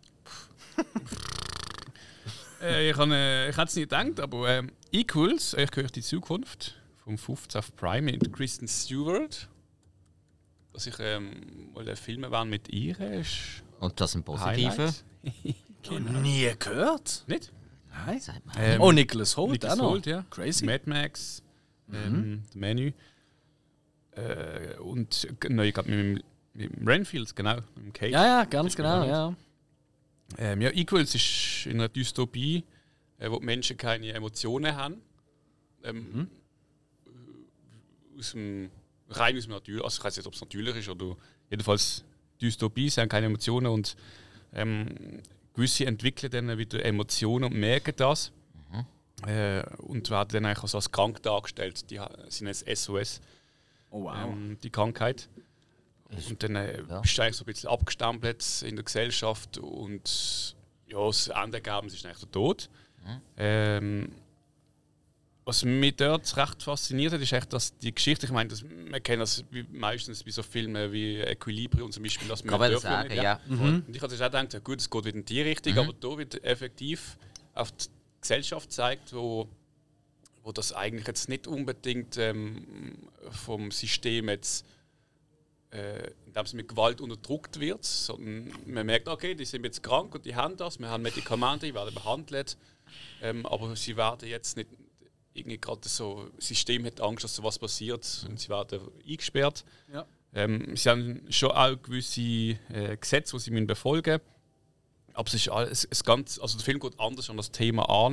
Äh, ich habe äh, ich hätte es nicht gedacht, aber ähm, Equals, euch gehört die Zukunft vom fünfzehn auf Prime mit Kristen Stewart. Dass ich ähm, mal einen Film erwähne mit ihr ist. Und das sind positive. Highlight. Nie gehört. Nicht? Nein. Sagt man. Ähm, Oh, Nicholas Holt Nicholas auch noch. Hoult, ja. Crazy. Mad Max, ähm, das Menü. Äh, und g- neu gerade mit, dem- mit dem Renfield, genau, mit dem Cage. Ja, ja, ganz Das ist genau, mir ja. Ähm, ja, Equals ist in einer Dystopie, äh, wo die Menschen keine Emotionen haben. Ähm, aus dem, rein aus dem Natürlich, also ich weiß nicht, ob es natürlich ist oder jedenfalls Dystopie, sie haben keine Emotionen und ähm, gewisse entwickeln dann wieder Emotionen und merken das mhm. äh, und werden dann eigentlich also als krank dargestellt. Die sind als S O S, oh, wow. ähm, die Krankheit. Und dann äh, ja. bist du eigentlich so ein bisschen abgestempelt in der Gesellschaft und ja, das Endergebnis ist eigentlich der Tod. Mhm. Ähm, was mich dort recht fasziniert hat, ist echt, dass die Geschichte, ich meine, das, wir kennen das wie, meistens bei so Filmen wie Equilibrium zum Beispiel, dass man das sagen, ja. ja. Mhm. Und ich hatte auch gedacht, ja gut, es geht wieder in die Richtung, mhm. aber da wird effektiv auf die Gesellschaft gezeigt, wo, wo das eigentlich jetzt nicht unbedingt ähm, vom System jetzt Äh, indem es mit Gewalt unterdrückt wird, sondern man merkt, okay, die sind jetzt krank und die haben das, wir haben Medikamente, die werden behandelt, ähm, aber sie werden jetzt nicht, irgendwie gerade so, das System hat Angst, dass so was passiert und sie werden eingesperrt. Ja. Ähm, sie haben schon auch gewisse äh, Gesetze, die sie müssen befolgen müssen, aber es ist alles, es ganz, also der Film geht anders an das Thema an.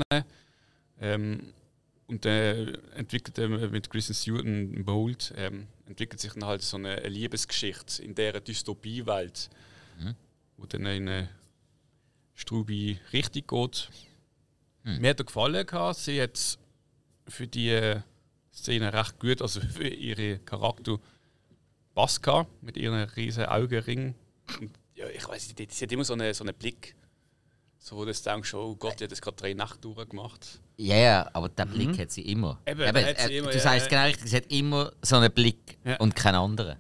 Ähm, Und äh, entwickelt äh, mit Kristen Stewart und Bold ähm, entwickelt sich dann halt so eine, eine Liebesgeschichte in dieser Dystopiewelt, mhm. wo dann in eine strube Richtung geht. Mhm. Mir hat ihr gefallen gehabt. Sie hat für die Szene recht gut, also für ihren Charakter Pass gehabt, mit ihren riesen Augenringen. Und, ja, ich weiß nicht, sie hat immer so einen so eine Blick. So, wo du denkst, oh Gott, die hat das gerade drei Nächte durchgemacht. Ja, yeah, aber den Blick mhm. hat sie immer. Eben, Eben, hat sie äh, immer du ja, sagst ja. genau richtig, sie hat immer so einen Blick ja. und keinen anderen.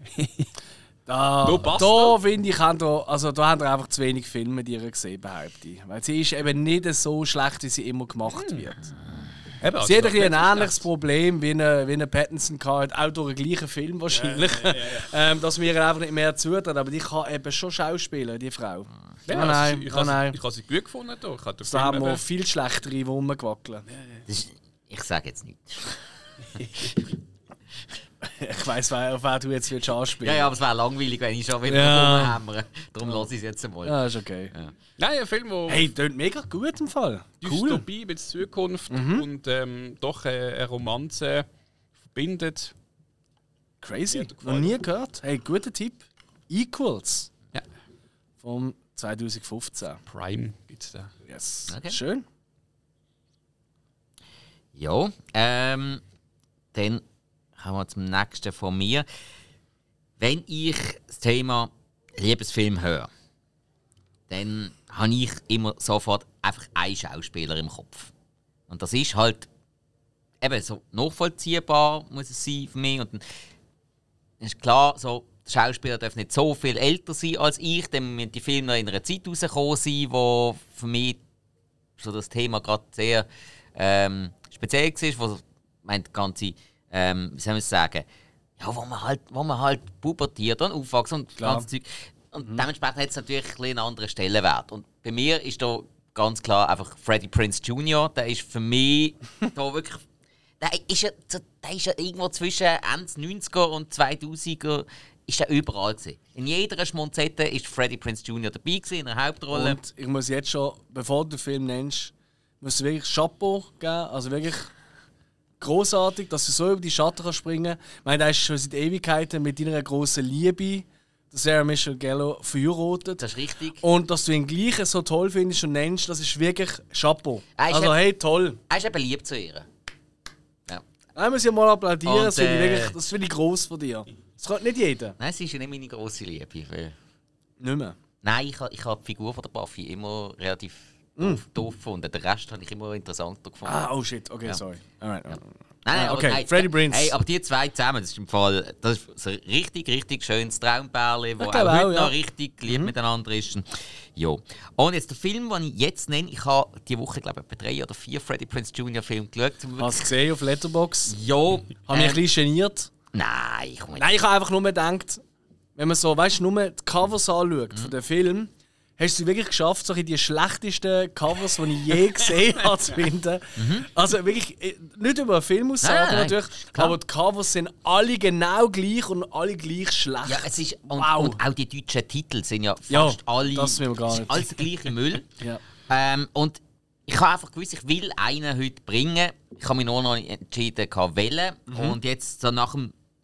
Da, da, da finde ich, haben da, also da haben wir einfach zu wenig Filme mit ihr gesehen, behaupte ich. Weil sie ist eben nicht so schlecht, wie sie immer gemacht hm. wird. Eben, sie also hat ein, ein ähnliches Problem wie eine, wie eine Pattinson gehabt, auch durch den gleichen Film wahrscheinlich, ja, ja, ja, ja. ähm, dass mir einfach nicht mehr zutraut. Aber die kann eben schon schauspielen, die Frau. Ja, oh nein, also, ich oh nein. Ich habe sie gut gefunden. Da, ich da haben wir viel schlechtere, die rumgewackelt. Ich sage jetzt nicht. Ich weiss, auf wen du jetzt willst anspielen. Ja, ja, aber es wäre langweilig, wenn ich schon wieder ja. rumhämmere. Darum lasse ich es jetzt einmal. Ja, ist okay. Ja. Nein, ein Film, wo hey, klingt mega gut im Fall. Dystopie cool. mit Zukunft mhm. und ähm, doch äh, eine Romanze verbindet. Crazy. Noch nie gehört. Hey, guter Tipp. Equals. Ja. Vom zwanzig fünfzehn. Prime gibt's da. Yes. Okay. Schön. Ja, ähm, dann kommen wir zum nächsten von mir. Wenn ich das Thema Liebesfilm höre, dann habe ich immer sofort einfach einen Schauspieler im Kopf. Und das ist halt eben so nachvollziehbar, muss es sein für mich. Und dann ist klar, so, der Schauspieler darf nicht so viel älter sein als ich, dann müssen die Filme noch in einer Zeit rausgekommen sein, wo für mich so das Thema gerade sehr ähm, speziell war, wo mein ganze, ähm, wie soll man sagen, ja, wo man halt, wo man halt pubertiert und aufwächst und das ganze Zeug. Und mhm. dementsprechend hat es natürlich ein einen anderen Stellenwert. Und bei mir ist da ganz klar einfach Freddie Prinze Junior Der ist für mich da wirklich. Der ist, ja, der ist ja irgendwo zwischen Ende neunziger und zweitausender ist er überall gewesen. In jeder Schmonzette ist Freddie Prinze Junior dabei gewesen, in der Hauptrolle. Und ich muss jetzt schon, bevor du den Film nennst, muss wirklich Chapeau geben. Also wirklich großartig, dass du so über die Schatten kannst springen. Ich meine, der ist schon seit Ewigkeiten mit deiner grossen Liebe, Sarah Michelle Gellar, verheiratet. Das ist richtig. Und dass du ihn gleich so toll findest und nennst, das ist wirklich Chapeau. Ist also hey, toll. Er ist eben lieb zu ihr. Ja. Ich muss ja mal applaudieren, und, das finde ich, äh, wirklich, das finde ich gross von dir. Das kann nicht jeder. Nein, sie ist ja nicht meine grosse Liebe. Weil... Nicht mehr? Nein, ich habe ich ha die Figur von der Buffy immer relativ doof, mm. doof gefunden. Den Rest habe ich immer interessanter gefunden. Ah, oh shit, okay, ja. sorry. Alright. Ja. Nein, nein, ah, okay, aber, nein, Freddie Prinze. Hey, aber die zwei zusammen, das ist im Fall das ist ein richtig, richtig schönes Traumpärchen, das auch, auch heute ja. noch richtig lieb mhm. miteinander ist. Ja. Und jetzt der Film, den ich jetzt nenne, ich habe diese Woche, glaube ich, etwa drei oder vier Freddie Prinze Junior Filme geschaut. Hast du gesehen auf Letterboxd? Ja. Habe mich ähm, ein bisschen geniert. Nein, ich Nein, ich habe einfach nur gedacht, wenn man so, weißt du, nur die Covers anschaut mhm. von dem Film, hast du es wirklich geschafft, so die schlechtesten Covers, die ich je gesehen habe, zu finden. Mhm. Also wirklich, nicht über einen Film aussagen nein, natürlich, klar. aber die Covers sind alle genau gleich und alle gleich schlecht. Ja, es ist, und, wow. und auch die deutschen Titel sind ja fast ja, alle das will man gar nicht. alles der gleiche Müll. ja. ähm, und ich habe einfach gewusst, ich will einen heute bringen. Ich habe mich nur noch entschieden, wählen. Mhm. Und jetzt so nach dem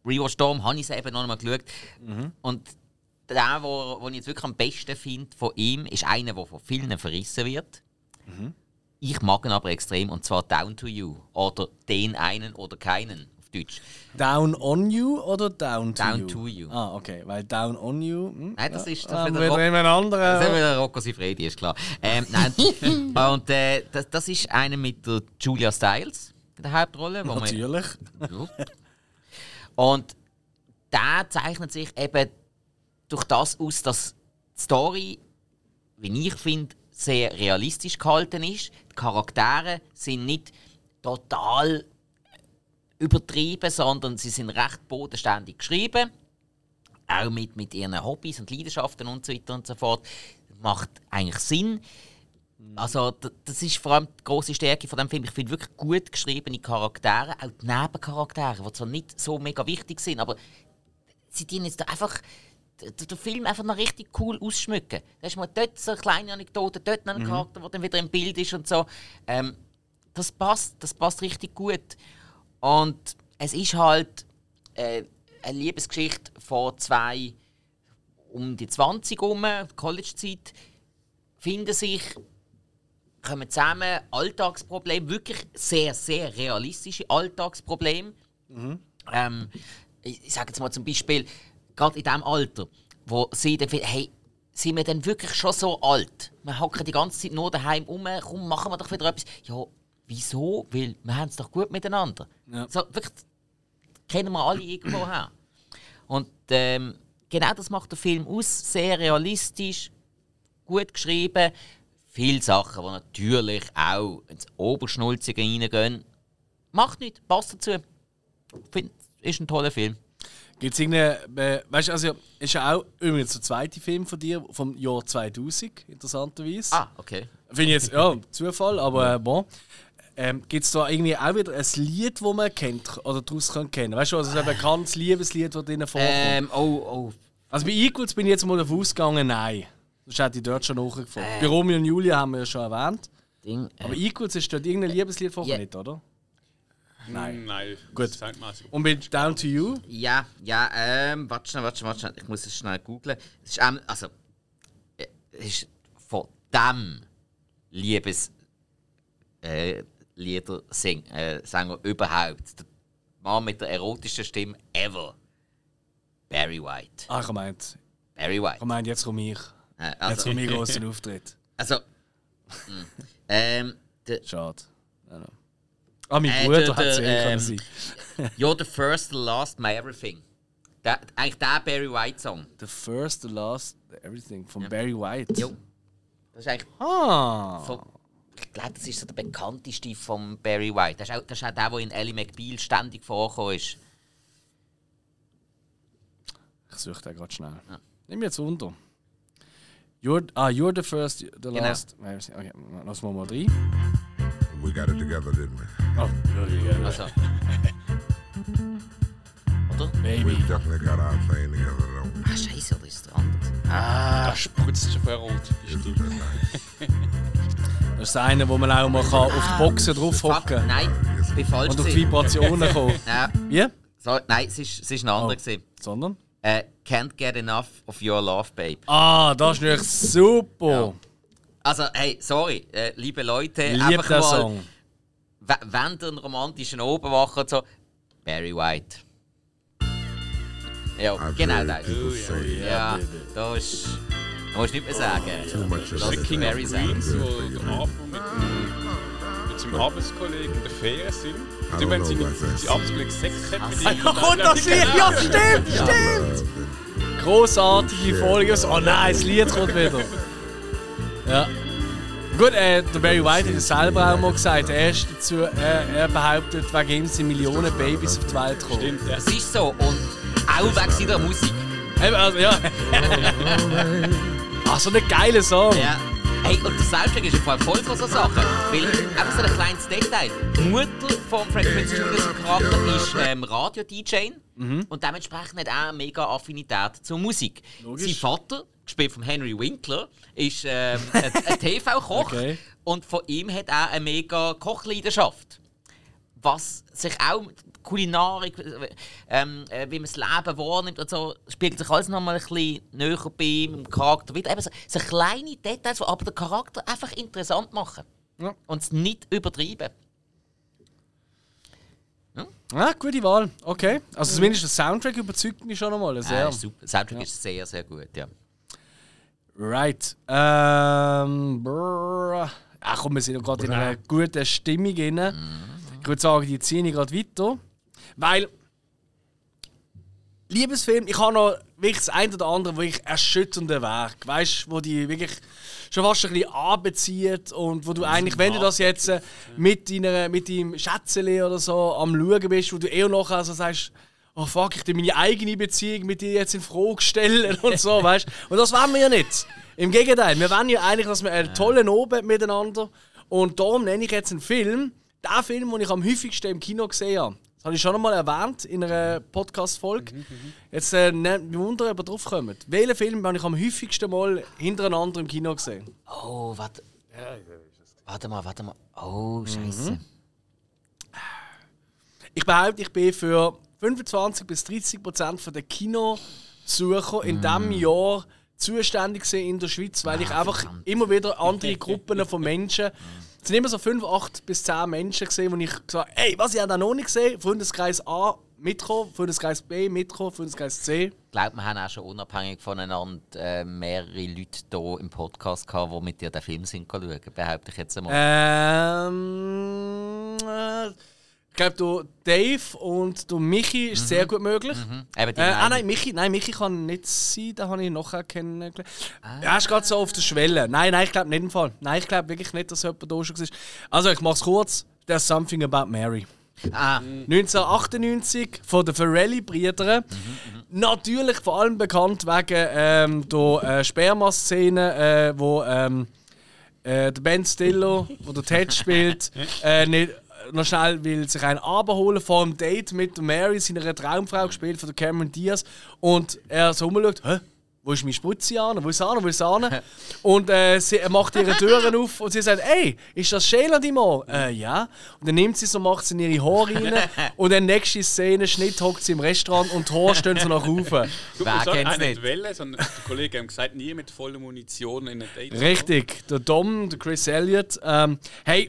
Rewatch Storm habe ich es eben noch einmal geschaut. Mhm. Und der, den ich jetzt wirklich am besten finde von ihm, ist einer, der von vielen verrissen wird. Mhm. Ich mag ihn aber extrem, und zwar Down to You. Oder Den einen oder keinen auf Deutsch. Down on You oder Down to Down You? to You. Ah, okay, weil Down on You... Hm, Nein, das ja, ist das ah, wieder wieder Rock- jemand anderer. Das ist wieder Rocco Siffredi, ist klar. Ähm, nein, und äh, das, das ist einer mit der Julia Stiles in der Hauptrolle. Wo Natürlich. Man, ja. Und der zeichnet sich eben durch das aus, dass die Story, wie ich finde, sehr realistisch gehalten ist. Die Charaktere sind nicht total übertrieben, sondern sie sind recht bodenständig geschrieben. Auch mit, mit ihren Hobbys und Leidenschaften und so weiter und so fort. Macht eigentlich Sinn. Also, d- das ist vor allem die grosse Stärke von dem Film. Ich finde wirklich gut geschriebene Charaktere, auch die Nebencharaktere, die zwar nicht so mega wichtig sind, aber sie dienen jetzt da einfach d- den Film einfach noch richtig cool ausschmücken. Da ist mal dort so eine kleine Anekdote, dort noch ein Charakter, der dann wieder im Bild ist und so. Ähm, das passt, das passt richtig gut. Und es ist halt äh, eine Liebesgeschichte von zwei um die zwanzig herum, College-Zeit, finden sich, kommen zusammen, Alltagsprobleme, wirklich sehr, sehr realistische Alltagsprobleme. Mhm. Ähm, ich ich sage jetzt mal zum Beispiel, gerade in diesem Alter, wo sie dann finden, hey, sind wir denn wirklich schon so alt? Wir hocken die ganze Zeit nur daheim rum, komm, machen wir doch wieder etwas. Ja, wieso? Weil wir haben es doch gut miteinander. Ja. So, wirklich, kennen wir alle irgendwo her. Und ähm, genau das macht der Film aus, sehr realistisch, gut geschrieben. Viele Sachen, die natürlich auch ins Oberschnulzige reingehen. Macht nichts, passt dazu. Ich finde, ist ein toller Film. Gibt es irgendeine. Äh, weißt du, also ist ja auch übrigens der zweite Film von dir vom Jahr zweitausend, interessanterweise. Ah, okay. Finde ich jetzt, ja, Zufall, aber äh, bon. Ähm, Gibt es da irgendwie auch wieder ein Lied, das man kennt oder daraus kann kennen? Weißt du, also ein bekanntes Liebeslied, das drinnen vorkommt? Ähm, oh, oh. Also bei Equals bin ich jetzt mal davon ausgegangen, nein. Das hätte ich dort schon nachgefragt. Äh. Bei Romeo und Julia haben wir ja schon erwähnt. Ding, äh, Aber Equals ist dort irgendein Liebeslied vorkommen, Ja. nicht, oder? Nein. Nein. Gut. Das sagt man so. Und bei Down to You? Ja, ja, ähm, warte schnell, warte schnell, warte schnell. Ich muss es schnell googlen. Es ist, ähm, also, äh, es ist von dem Liebes äh, Lieder sing, äh, Sänger überhaupt. Der Mann mit der erotischsten Stimme ever. Barry White. Ah, ich meinte, Barry White. ich meinte jetzt komme ich. Äh, Jetzt also, komme ich großen Auftritt. also mh. ähm, der, Schade. Ja, no. Ah, mein Äh, Bruder der- hat es der, eh können ähm, sein. You're the first, the last, my everything. Der, eigentlich der Barry White Song. The First, The Last, the Everything von Barry White. Jo. Das ist eigentlich Ah. von, ich glaube, das ist so der bekannteste von Barry White. Das ist auch, das ist auch der, der in Ally McBeal ständig vorgekommen ist. Ich suche den gerade schnell. Ja. Nimm mir jetzt unter. You're, ah, you're the first, the Genau. last. Okay, lass mal mal rein. We got it together, didn't we? Oh, ja, ja, Also. Oder? Baby. We've definitely got our thing together, though. Ah, Scheiße, oder ist der andere? Da spritzt schon verrot. Isn't that nice? Das ist einer, wo man auch mal kann auf die Boxen draufhocken Fuck, nein, ich bin falsch und auf die gewesen. Vibrationen kommen. Ja, Wie? so, nein, es ist, es ist ein anderer. Oh. gewesen. Sondern? Äh, Can't get enough of your love, babe. Ah, das ist natürlich super. Ja. Also, hey, sorry, äh, liebe Leute, Lieb einfach den mal, Song. w- während einen romantischen Oben wachen und so, Barry White. Ja, I've genau heard das. people say Ja, da ist. Da musst du nicht mehr sagen. too much of Das that. ist King of Barry sein. Queens, wo der Anfang mit, dem- mit seinem Arbeitskollegen in der Ferien sind. I Und don't wenn know seine, about that. sein Arbeitskollege Sex hat mit ihm. Ja, kommt das Lied? Ja, stimmt, stimmt. Grossartige Folge. Oh nein, das Lied kommt wieder. Ja. Gut, äh, der Barry White hat es selber auch mal gesagt. Er, ist dazu, er, er behauptet, wegen ihm sind Millionen Babys auf die Welt gekommen. Stimmt, ja. Das ist so. Und auch wegen seiner Musik. Eben, also, ja. Ah, so ein geiler Song. Ja. Hey, und der Soundtrack ist im Fall voll von so Sachen. Weil, einfach so ein kleines Detail. Die Mutter von Frank Prince Juniors Charakter ist ähm, Radio-D J Mhm. und dementsprechend hat er eine mega Affinität zur Musik. Logisch. Sein Vater, gespielt von Henry Winkler, ist ähm, ein, ein T V-Koch Okay. und von ihm hat er eine mega Kochleidenschaft. Was sich auch Kulinarik, ähm, äh, wie man das Leben wahrnimmt und so, spiegelt sich alles nochmal ein bisschen näher bei ihm, im Charakter wieder. Eben so, so kleine Details, die aber den Charakter einfach interessant machen. Ja. Und es nicht übertreiben. Ja, gute Wahl. Okay. Also zumindest der Soundtrack überzeugt mich schon einmal sehr. Äh, super. Soundtrack ja. ist sehr, sehr gut, ja. Right. Ähm. Brrr. Ach komm, wir sind ja gerade in einer guten Stimmung drin. Mhm. Ich würde sagen, die ziehe ich gerade weiter. Weil. Liebesfilm, ich habe noch wirklich das eine oder andere, wo ich erschütternde Werk, weißt, wo die wirklich schon fast ein bisschen anbezieht und wo du eigentlich, wenn du das jetzt äh, mit deiner, mit deinem Schätzchen oder so am Schauen bist, wo du eher noch also sagst, oh fuck, ich tu meine eigene Beziehung mit dir jetzt in Frage stellen und so, weißt. Und das wollen wir ja nicht. Im Gegenteil, wir wollen ja eigentlich, dass wir einen tollen Abend miteinander und darum nenne ich jetzt einen Film, den Film, den ich am häufigsten im Kino gesehen habe. Das habe ich schon einmal erwähnt in einer Podcast-Folge. Mhm, Jetzt äh, ne, wundern, ob ihr drauf kommt. Welchen Film habe ich am häufigsten Mal hintereinander im Kino gesehen? Oh, warte. Warte mal, warte mal. Oh, Scheiße. Mhm. Ich behaupte, ich bin für fünfundzwanzig bis dreißig Prozent der Kinobesucher in diesem mm. Jahr zuständig in der Schweiz, weil ah, ich einfach verdammt. immer wieder andere Gruppen von Menschen. Es sind immer so fünf, acht bis zehn Menschen gesehen, wo ich gesagt habe, ey, was ich habe noch nicht gesehen, Freundeskreis A mitkommen, Freundeskreis B mitkommen, Freundeskreis C. Ich glaube, wir haben auch schon unabhängig voneinander äh, mehrere Leute hier im Podcast gehabt, die mit dir den Film sind schauen, behaupte ich jetzt einmal. Ähm, äh, ich glaube, du Dave und du Michi ist mhm. sehr gut möglich. Mhm. Eben die äh, ah, nein, Michi, nein, Michi kann nicht sein, den habe ich nachher kennengelernt. Ah. Er ist gerade so auf der Schwelle. Nein, nein, ich glaube nicht im Fall. Nein, ich glaube wirklich nicht, dass jemand da schon war. Also, ich mache es kurz. There's Something About Mary. Ah. neunzehnhundertachtundneunzig von den Farrelly-Brüdern. Mhm, Natürlich vor allem bekannt wegen ähm, der äh, Sperma-Szene, äh, wo ähm, äh, der Ben Stiller, wo der Ted spielt, äh, nicht noch schnell will sich einen abholen vor einem Date mit Mary, seiner Traumfrau, gespielt von Cameron Diaz. Und er so rumschaut, hä? Wo ist mein Sputzi an? Wo ist er? Wo ist er? Und äh, sie, er macht ihre Türen auf und sie sagt, ey, ist das Sheila die Mann? Äh, ja. Und dann nimmt sie so, macht sie in ihre Haare rein und dann nächste Szene, Schnitt, hockt sie im Restaurant und die Haare stehen so nach oben. Wer kennt's nicht? Welle, sondern der Kollege hat gesagt, nie mit voller Munition in ein Date. Richtig. Der Dom, der Chris Elliott. Ähm, hey,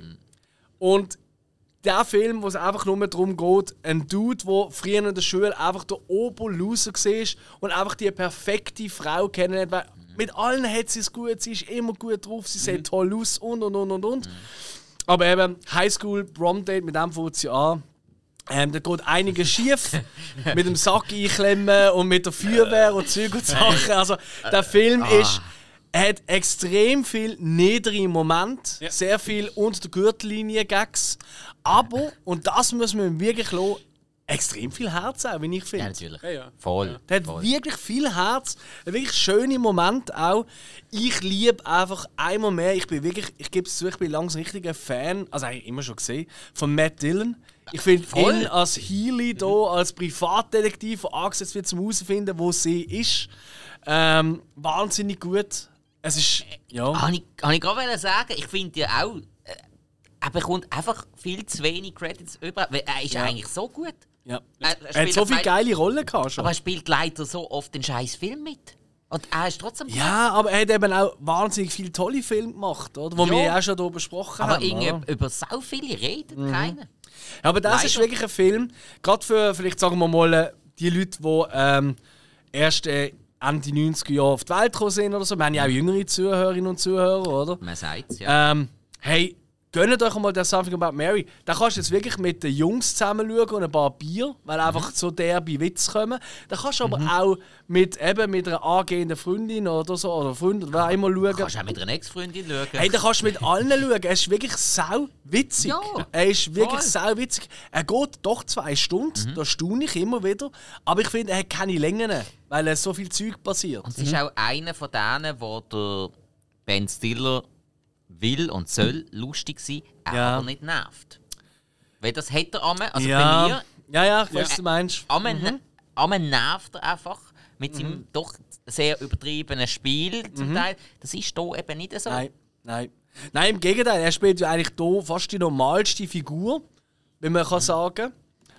und der Film, wo es einfach nur darum geht, ein Dude, der früher in der Schule einfach der Oberloser war und einfach die perfekte Frau kennenlernt, weil mit allen hat sie es gut, sie ist immer gut drauf, sie sieht toll aus und und und und und. Aber eben, Highschool Prom Date, mit dem fängt sie an. Ähm, da geht einiges schief, mit dem Sack einklemmen und mit der Feuerwehr und Zeug und Sachen. Also, der Film ist... Er hat extrem viel niedrige Momente, ja. sehr viel unter der Gürtellinie Gags, aber, und das muss man wirklich lassen, extrem viel Herz auch, wie ich finde. Ja, natürlich. Ja, ja. Voll. Der hat Voll. wirklich viel Herz, wirklich schöne Momente auch. Ich liebe einfach einmal mehr, ich bin wirklich, ich gebe es zu, ich bin langsam richtig ein Fan, also eigentlich immer schon gesehen, von Matt Dillon. Ich finde ihn als Healy hier, als Privatdetektiv, der angesetzt wird, zum herauszufinden, wo sie ist, ähm, wahnsinnig gut. Es ist, ja. Habe ich, habe ich gerade sagen, ich finde ja auch, äh, er bekommt einfach viel zu wenig Credits über, weil er ist ja. eigentlich so gut. Ja. Er, er, er hat so viele geile Rollen gehabt schon. Aber er spielt leider so oft den scheiß Film mit. Und er ist trotzdem gut. Ja, aber er hat eben auch wahnsinnig viele tolle Filme gemacht, oder? Die ja. wir ja auch schon hier besprochen aber haben. Aber über so viele redet mhm. keiner. Ja, aber das leider. Ist wirklich ein Film, gerade für, vielleicht sagen wir mal, die Leute, die ähm, erst äh, Ende neunziger Jahre auf die Welt gekommen sind oder so. Wir haben ja auch jüngere Zuhörerinnen und Zuhörer, oder? Man sagt es, ja. Ähm, hey, gönnt euch mal den Something About Mary. Da kannst du jetzt wirklich mit den Jungs zusammen schauen und ein paar Bier, weil mhm. einfach so derbe Witze kommen. Da kannst du aber mhm. auch mit, eben mit einer angehenden Freundin oder so, oder Freund oder wer auch immer schauen. Du kannst auch mit einer Ex-Freundin schauen. Hey, da kannst du mit allen schauen. Er ist wirklich sau witzig. Ja, er ist wirklich voll. sau witzig. Er geht doch zwei Stunden, mhm. da staune ich immer wieder. Aber ich finde, er hat keine Längen, weil er so viel Zeug passiert. Und es ist mhm. auch einer von denen, wo der Ben Stiller will und soll lustig sein, er ja. aber nicht nervt. Weil das hat er einmal, also ja. bei mir... Ja, ja, ich weiß, was du meinst. Einmal mhm. nervt er einfach mit mhm. seinem doch sehr übertriebenen Spiel zum mhm. Teil. Das ist hier eben nicht so. Nein, nein. Nein, im Gegenteil, er spielt ja eigentlich hier fast die normalste Figur, wie man kann sagen.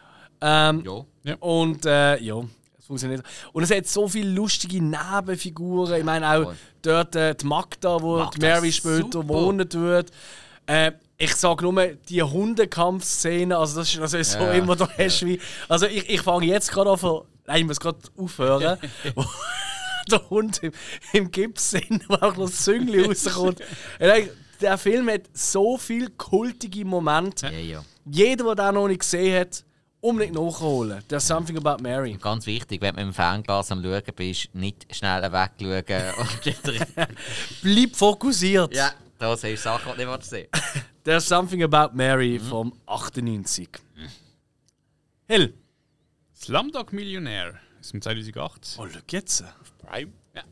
Ähm, Ja. Ja. Und äh, ja, es funktioniert. Und es hat so viele lustige Nebenfiguren. Ich meine auch Voll. dort äh, die Magda, wo Magda die Mary ist später super. wohnen tut. Äh, ich sage nur, die Hundekampfszene, also das ist, das ist so Ja. immer, da hast du wie... Also ich, ich fange jetzt gerade an, von, nein, ich muss gerade aufhören, wo der Hund im, im Gips sind, wo auch noch das Züngli rauskommt. Äh, Der Film hat so viele kultige Momente. Ja, ja. Jeder, der den noch nicht gesehen hat, unbedingt nachholen. There's Something About Mary. Ganz wichtig, wenn du mit dem Fernglas am Schauen bist, nicht schnell wegschauen. und Bleib fokussiert. ja, da siehst du Sachen, die du nicht sehen. There's Something About Mary vom achtundneunzig. Hill. Slumdog Millionär aus dem zweitausendacht. Oh, schau jetzt. Prime. Ja.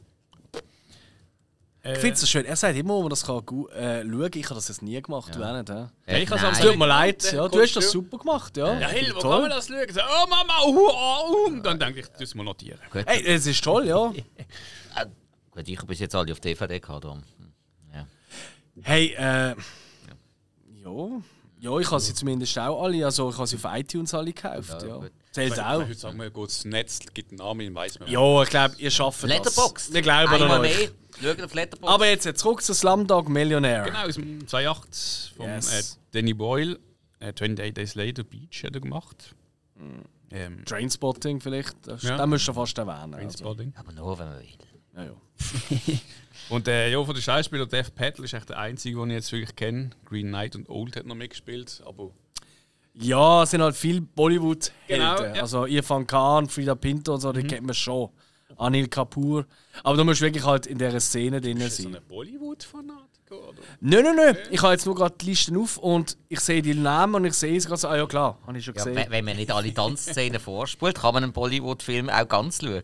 Ich finde es so schön. Er sagt immer, wo man das kann, gu- äh, schauen kann. Ich habe das jetzt nie gemacht. Du auch nicht, hä? Äh, ich hab's nein. am Tut mir Ja, leid. der Ja, du kommt hast das schon. super gemacht. Ja, Ja, Hill, wo toll. kann man das schauen? So, oh Mama, oh, oh, und dann denke ich, das mal notieren. Gut, Hey, es ist toll, ja. äh, gut, ich habe bis jetzt alle auf D V D gehabt. darum. Ja. Hey, äh. Ja. Ja, ich habe sie zumindest auch alle. Also, ich habe sie auf iTunes alle gekauft. Ja, Ja. gut. Zählt auch. Heute sagen wir, geht das Netz, gibt einen Namen, weiß man. Ja, ich glaube, ihr schafft das. Letterboxd. Wir glauben an Einmal euch. mehr. Schaut auf Letterboxd. Aber jetzt zurück zu Slumdog Millionaire. Genau, aus dem zweitausendacht von Yes. äh, Danny Boyle. Äh, twenty-eight Days Later Beach hat er gemacht. Ähm, Trainspotting vielleicht. Das, Ja. Den müsst ihr fast erwähnen. Also. Trainspotting. Aber nur, wenn man will. Ja, ja. Und äh, ja, von den Schauspielern, Dev Patel ist echt der einzige, den ich jetzt wirklich kenne. Green Knight und Old hat noch mitgespielt, aber Ja, es sind halt viele Bollywood-Helden. Genau, ja. Mhm. Also Irfan Khan, Frida Pinto und so, die kennt man schon. Anil Kapoor. Aber du musst wirklich halt in dieser Szene drin ist das so sein. ein Bollywood-Fanatiker? Oder? Nein, nein, nein. Ich habe jetzt nur gerade die Listen auf und ich sehe die Namen und ich sehe es gerade so, ah ja klar, habe ich schon Ja, gesehen. wenn wenn man nicht alle Tanzszenen vorspult, kann man einen Bollywood-Film auch ganz schauen.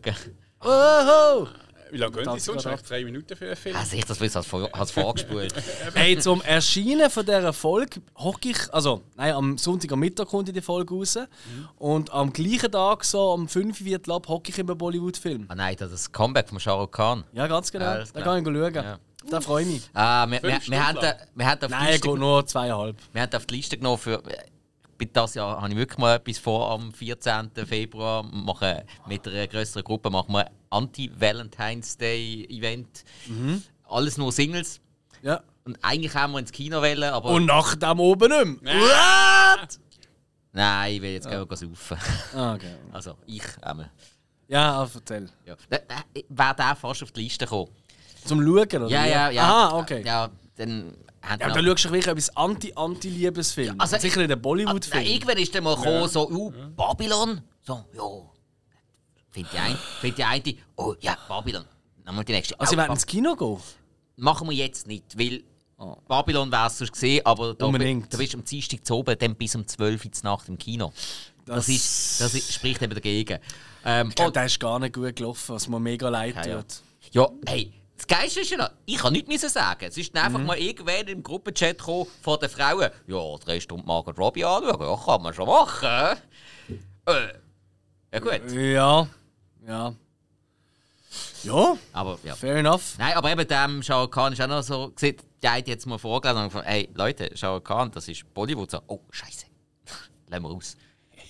Oho! Wie lange gehen die Das sonst? geht Eigentlich drei Minuten für einen Film? Also ich das wusste, als vorgespult. Hey, zum Erscheinen von dieser Folge hocke ich, also nein, am Sonntag am Mittag kommt die Folge raus und am gleichen Tag, so am fünf Viertel ab, hocke ich immer Bollywood-Film. Ah nein, das ist das Comeback von Shah Rukh Khan. Ja, ganz genau. Alles Da klar. kann ich schauen. Ja. Da freue ich mich. Ah, wir, wir, Fünf wir, haben, Stunden da- wir haben auf die Nein, er Liste, geht nur zweieinhalb. wir haben auf die Liste genommen für... Bei das Jahr habe ich wirklich mal etwas vor. Am vierzehnten Februar machen mit einer größeren Gruppe machen wir ein Anti-Valentine's Day Event. Alles nur Singles. Ja. Und eigentlich haben wir ins Kino wollen, aber... Und nach dem oben nicht mehr. What? Nein, ich will jetzt gerne saufen. Ah, okay. Also, ich einmal. Ja, ah, erzähl. Ja. Da- da- Wäre der fast auf die Liste gekommen. Zum Schauen, oder? Ja, wie? ja, ja. Aha, okay. Ja, dann haben Ja, wir aber dann schaust du wirklich etwas Anti-Anti-Liebesfilm. Also, Sicher nicht ein Ah, Bollywood-Film. nein, irgendwann ist dann mal gekommen, so, uh, Babylon. So, ja. Findet die eine, findet die eine, oh ja, Babylon. Dann mal die nächste. Also, sie Oh, werden Bab- ins Kino gehen? Machen wir jetzt nicht, weil Oh. Babylon wärst du gesehen, aber da, Unbedingt. da bist du am Dienstag zu oben, dann bis um zwölf Uhr Nacht im Kino. Das, Das- ist, das ist, spricht eben dagegen. Ähm, Ich glaube, der ist gar nicht gut gelaufen, was mir mega leid Ja, ja. tut. Ja, hey, das Geilste ist ja noch, ich kann nichts müssen sagen. Es ist dann einfach mal irgendwann im Gruppenchat gekommen von den Frauen. Ja, drei Stunden Margot Robbie anschauen, ja, kann man schon machen. Äh, ja gut, Ja. Ja. Ja, aber ja. fair enough. Nein, aber eben dem Shah Rukh Khan ist auch noch so gesehen, der hat jetzt mal vorgelesen und gesagt, hey Leute, Shah Rukh Khan, das ist Bollywood. So, oh, Scheiße. Lassen wir raus.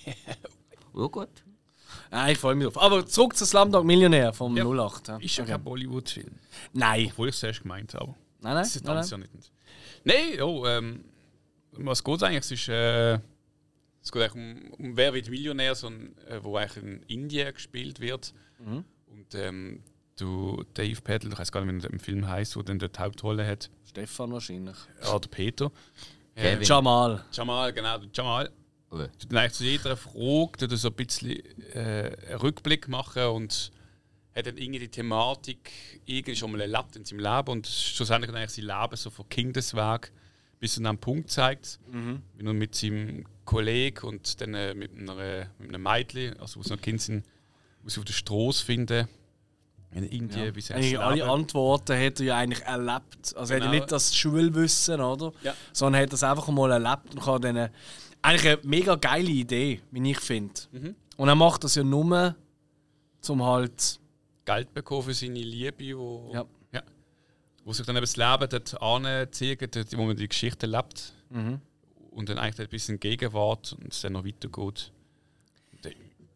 Ja gut. Nein, ich freue mich drauf. Aber zurück zu Slumdog Millionär vom Ja. null acht. Ja. Ist ja Okay. kein Bollywood-Film. Nein. Obwohl ich es zuerst gemeint habe. Nein, nein. Das ist nein, alles nein. ja nicht. Nein, oh, ähm, um was geht es eigentlich? Es ist, äh, es geht eigentlich um, um Wer wird Millionär, so ein, äh, wo eigentlich in Indien gespielt wird. Mhm. Und ähm, du, Dave Patel, ich weiß gar nicht, wie der im Film heißt, wo dann dort die Hauptrolle hat. Stefan wahrscheinlich. Ja, der Peter. Kevin. Jamal. Jamal, genau, der Jamal. Oh. Du dann eigentlich zu jeder Frage tut er so ein bisschen äh, einen Rückblick machen und hat dann irgendwie die Thematik irgendwie schon mal erlebt in seinem Leben und schlussendlich dann eigentlich sein Leben so von Kindesweg bis zu einem Punkt zeigt, Mhm. wie er mit seinem Kollegen und dann äh, mit, einer, mit einem Mädchen, also wo sie noch Kind sind, wo sie auf der Straße finden in Indien, Ja. wie sie Eigentlich das alle leben. Antworten hat er ja eigentlich erlebt. Also er hat Genau. ja nicht das Schulwissen, oder? Ja. Sondern hat das einfach mal erlebt und kann dann eigentlich eine mega geile Idee, wie ich finde. Mhm. Und er macht das ja nur, zum halt. Geld bekommen für seine Liebe, wo, Ja. Ja, wo sich dann eben das Leben dort anzieht, dort, wo man die Geschichte lebt Mhm. und dann eigentlich ein bisschen Gegenwart und es dann noch weitergeht.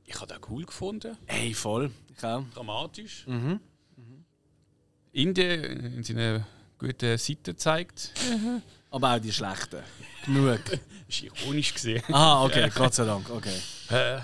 Ich habe den cool gefunden. Ey, voll. Ich auch. Dramatisch. Mhm. Indien in seiner guten Seite zeigt. Aber auch die schlechten. Genug. Das war ironisch gesehen. Ah, okay, Gott sei Dank. Okay. Äh,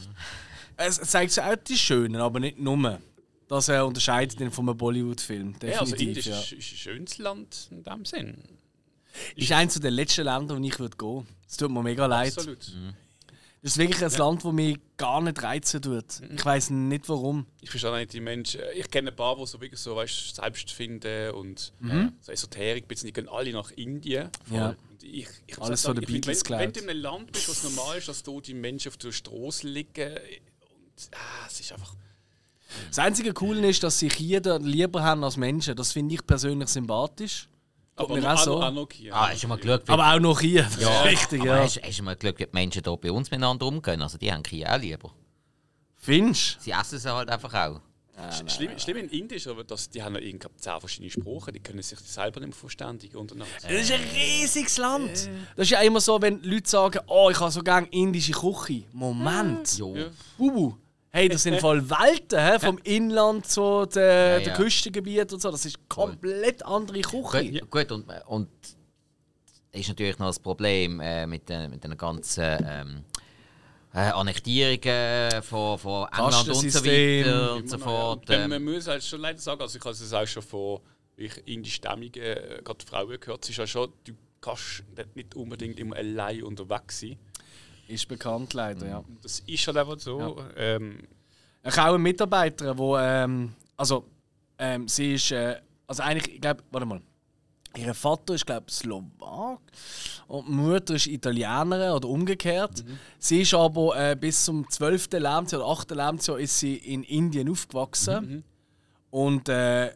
Es zeigt auch die Schönen, aber nicht nur. Das äh, unterscheidet ihn von einem Bollywood-Film. ja, also Definitiv. Indien Ja. ist, ist ein schönes Land in dem Sinn. Ist eines der letzten Länder, wo ich würde gehen würde. Es tut mir mega leid. Absolut. Das ist wirklich ein Land, das mich gar nicht reizen tut. Ich weiß nicht warum. Ich verstehe auch nicht die Menschen. Ich kenne ein paar, die so wirklich so weißt, selbst finden und äh, so Esoterik, die gehen alle nach Indien. Ja. Und ich, ich muss Alles sagen, von den ich find, Beatles wenn, wenn geklaut. du in einem Land bist, wo es normal ist, dass da die Menschen auf der Straße liegen. Und ah, es ist einfach. Das einzige Coole ist, dass sich jeder lieber haben als Menschen. Das finde ich persönlich sympathisch. Tut Aber mir noch, auch so. auch noch hier. Ah, hast du mal geschaut, wie, Aber auch noch hier. Das ja, ist richtig, aber ja. hast, hast du mal geschaut, wie die Menschen hier bei uns miteinander umgehen? Also die haben Krieg auch lieber. Findest Sie essen sie halt einfach auch. Sch- Schlimm, schlimm in Indien ist aber, dass die haben ja irgendwie zehn verschiedene Sprachen, die können sich selber nicht mehr verständigen untereinander. du? Das ist ein riesiges Land. Das ist ja immer so, wenn Leute sagen, oh, ich habe so gerne indische Küche. Moment. Jo. Ja. Bubu. Hey, das sind voll Welten, he? Vom Inland zu den Ja, den ja. Küstengebieten und so. Das ist komplett andere Küche. Gut, gut und, und ist natürlich noch das Problem äh, mit, den, mit den ganzen ähm, äh, Annektierungen von, von England und so Kastensystem. weiter und Immer so noch, fort. ja. Und Ähm, Man muss halt schon leider sagen, also ich habe es auch schon von indischstämmigen äh, gerade Frauen gehört, es ist ja schon, du kannst nicht unbedingt immer allein unterwegs sein. Ist bekannt leider, ja. Das ist halt einfach so. Ähm, Ich habe auch eine Mitarbeiterin, die, ähm, also, ähm, sie ist, äh, also eigentlich, ich glaube, warte mal, ihr Vater ist, glaube ich, Slowak und die Mutter ist Italienerin oder umgekehrt. Mhm. Sie ist aber äh, bis zum zwölften Lebensjahr oder achten Lebensjahr ist sie in Indien aufgewachsen. Mhm. Und äh,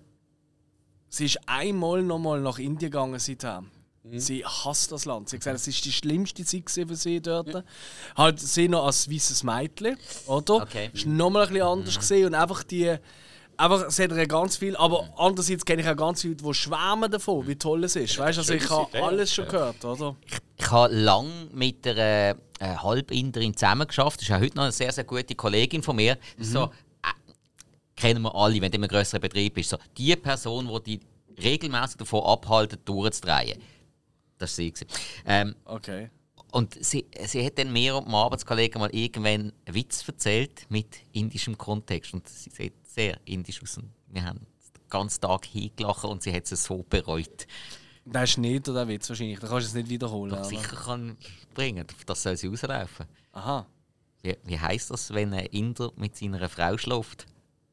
sie ist einmal noch mal nach Indien gegangen seitdem. Mhm. Sie hasst das Land. Sie hat gesagt, es war die schlimmste Zeit gewesen für sie dort. Ja. Halt sie noch als weißes Mädchen, oder? Okay. Ist noch mal ein bisschen anders gesehen und einfach die. Einfach, sie hat ja ganz viel, aber andererseits kenne ich auch ganz viele, die schwärmen davon, wie toll es ist. Weißt du, also ich schöne habe Idee, alles schon ja. gehört, oder? Ich habe lange mit einer äh, Halbinderin zusammengearbeitet. Das ist auch heute noch eine sehr, sehr gute Kollegin von mir. Das ist so, äh, kennen wir alle, wenn du in einem größeren Betrieb bist. So, die Person, die dich regelmäßig davon abhalten, durchzudrehen. Das war sie. Ähm, Okay. und sie, sie hat dann mir und meinem Arbeitskollegen mal irgendwann einen Witz erzählt mit indischem Kontext. Und sie sieht sehr indisch aus. Und wir haben den ganzen Tag hingelacht und sie hat es so bereut. Das ist nicht der Witz wahrscheinlich, da kannst du es nicht wiederholen. Doch aber- sicher kann bringen, auf das soll sie rauslaufen. Aha. Wie, wie heisst das, wenn ein Inder mit seiner Frau schläft?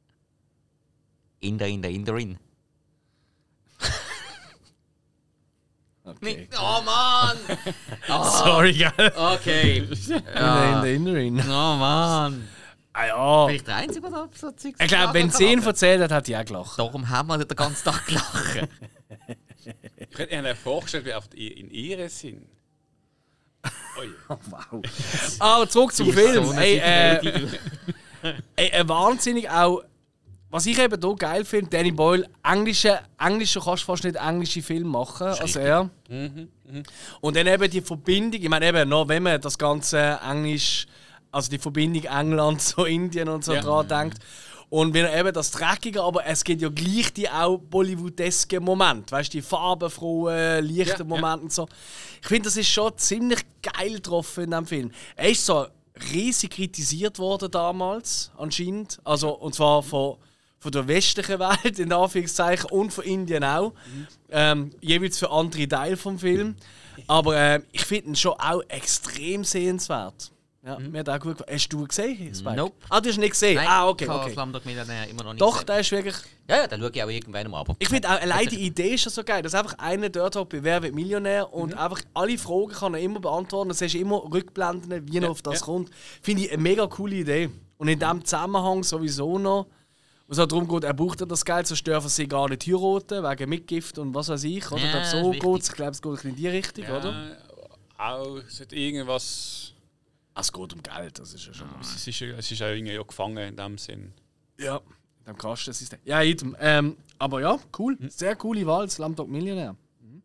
Inder, Inder, Inderin. Okay. Oh Mann! Sorry, gell? Okay. In der Inneren. Oh Mann! Ah ja. Bin ich der Einzige, der so Zeug Ich glaube, wenn sie ihn erzählt hat, hat die auch gelacht. Darum haben wir den ganzen Tag gelacht. ich hätte mir vorgestellt, wie oft ihr in Ehre sind. Oh ja. Wow. Aber zurück zum Film. So eine Ey, äh, Seite- ey, äh, wahnsinnig auch. Was ich eben hier geil finde, Danny Boyle, englische, englische kannst du fast nicht englische Filme machen als er. Und dann eben die Verbindung, ich meine eben, noch wenn man das ganze Englisch, also die Verbindung England zu Indien und so Ja. dran denkt. Und wenn er eben das Dreckige, aber es gibt ja gleich die auch Bollywoodeske Momente, weißt du, die farbenfrohen, leichten Ja, ja. Momente und so. Ich finde, das ist schon ziemlich geil getroffen in diesem Film. Er ist so riesig kritisiert worden damals, anscheinend. Also, und zwar von, von der westlichen Welt, in Anführungszeichen, und von Indien auch. Ähm, jeweils für andere Teile vom Film. Aber äh, ich finde ihn schon auch extrem sehenswert. Ja, mir hat auch gut gefallen. Hast du ihn gesehen, Spike? Nope. Ah, du hast ihn nicht gesehen? Nein, ah, okay, ich habe okay. Slumdog Millionär immer noch nicht Doch, gesehen. der ist wirklich... Ja, ja, dann schaue ich auch irgendwann mal. Aber Ich finde auch allein die Idee ist schon so geil, dass einfach einer dort hat bei «Wer wird Millionär» und einfach alle Fragen kann er immer beantworten. Das ist immer Rückblenden, wie er auf das ja. kommt. Finde ich eine mega coole Idee. Und in diesem Zusammenhang sowieso noch, wo es halt darum geht, er braucht ja das Geld, sonst dürfen sie gar nicht heiraten, wegen Mitgift und was weiß ich. Oder? Ja, ich glaube, das so ist wichtig. geht es. Ich glaube, es geht ein bisschen in die Richtung, oder? Ja, auch, es hat irgendwas. Ah, es geht um Geld, das ist ja schon was. Es ist, es ist auch irgendwie ja gefangen in dem Sinn. Ja, in dem Kastensystem. Ja, jedem. Ähm, aber ja, cool. Sehr coole Wahl, Slumdog Millionär. Mhm.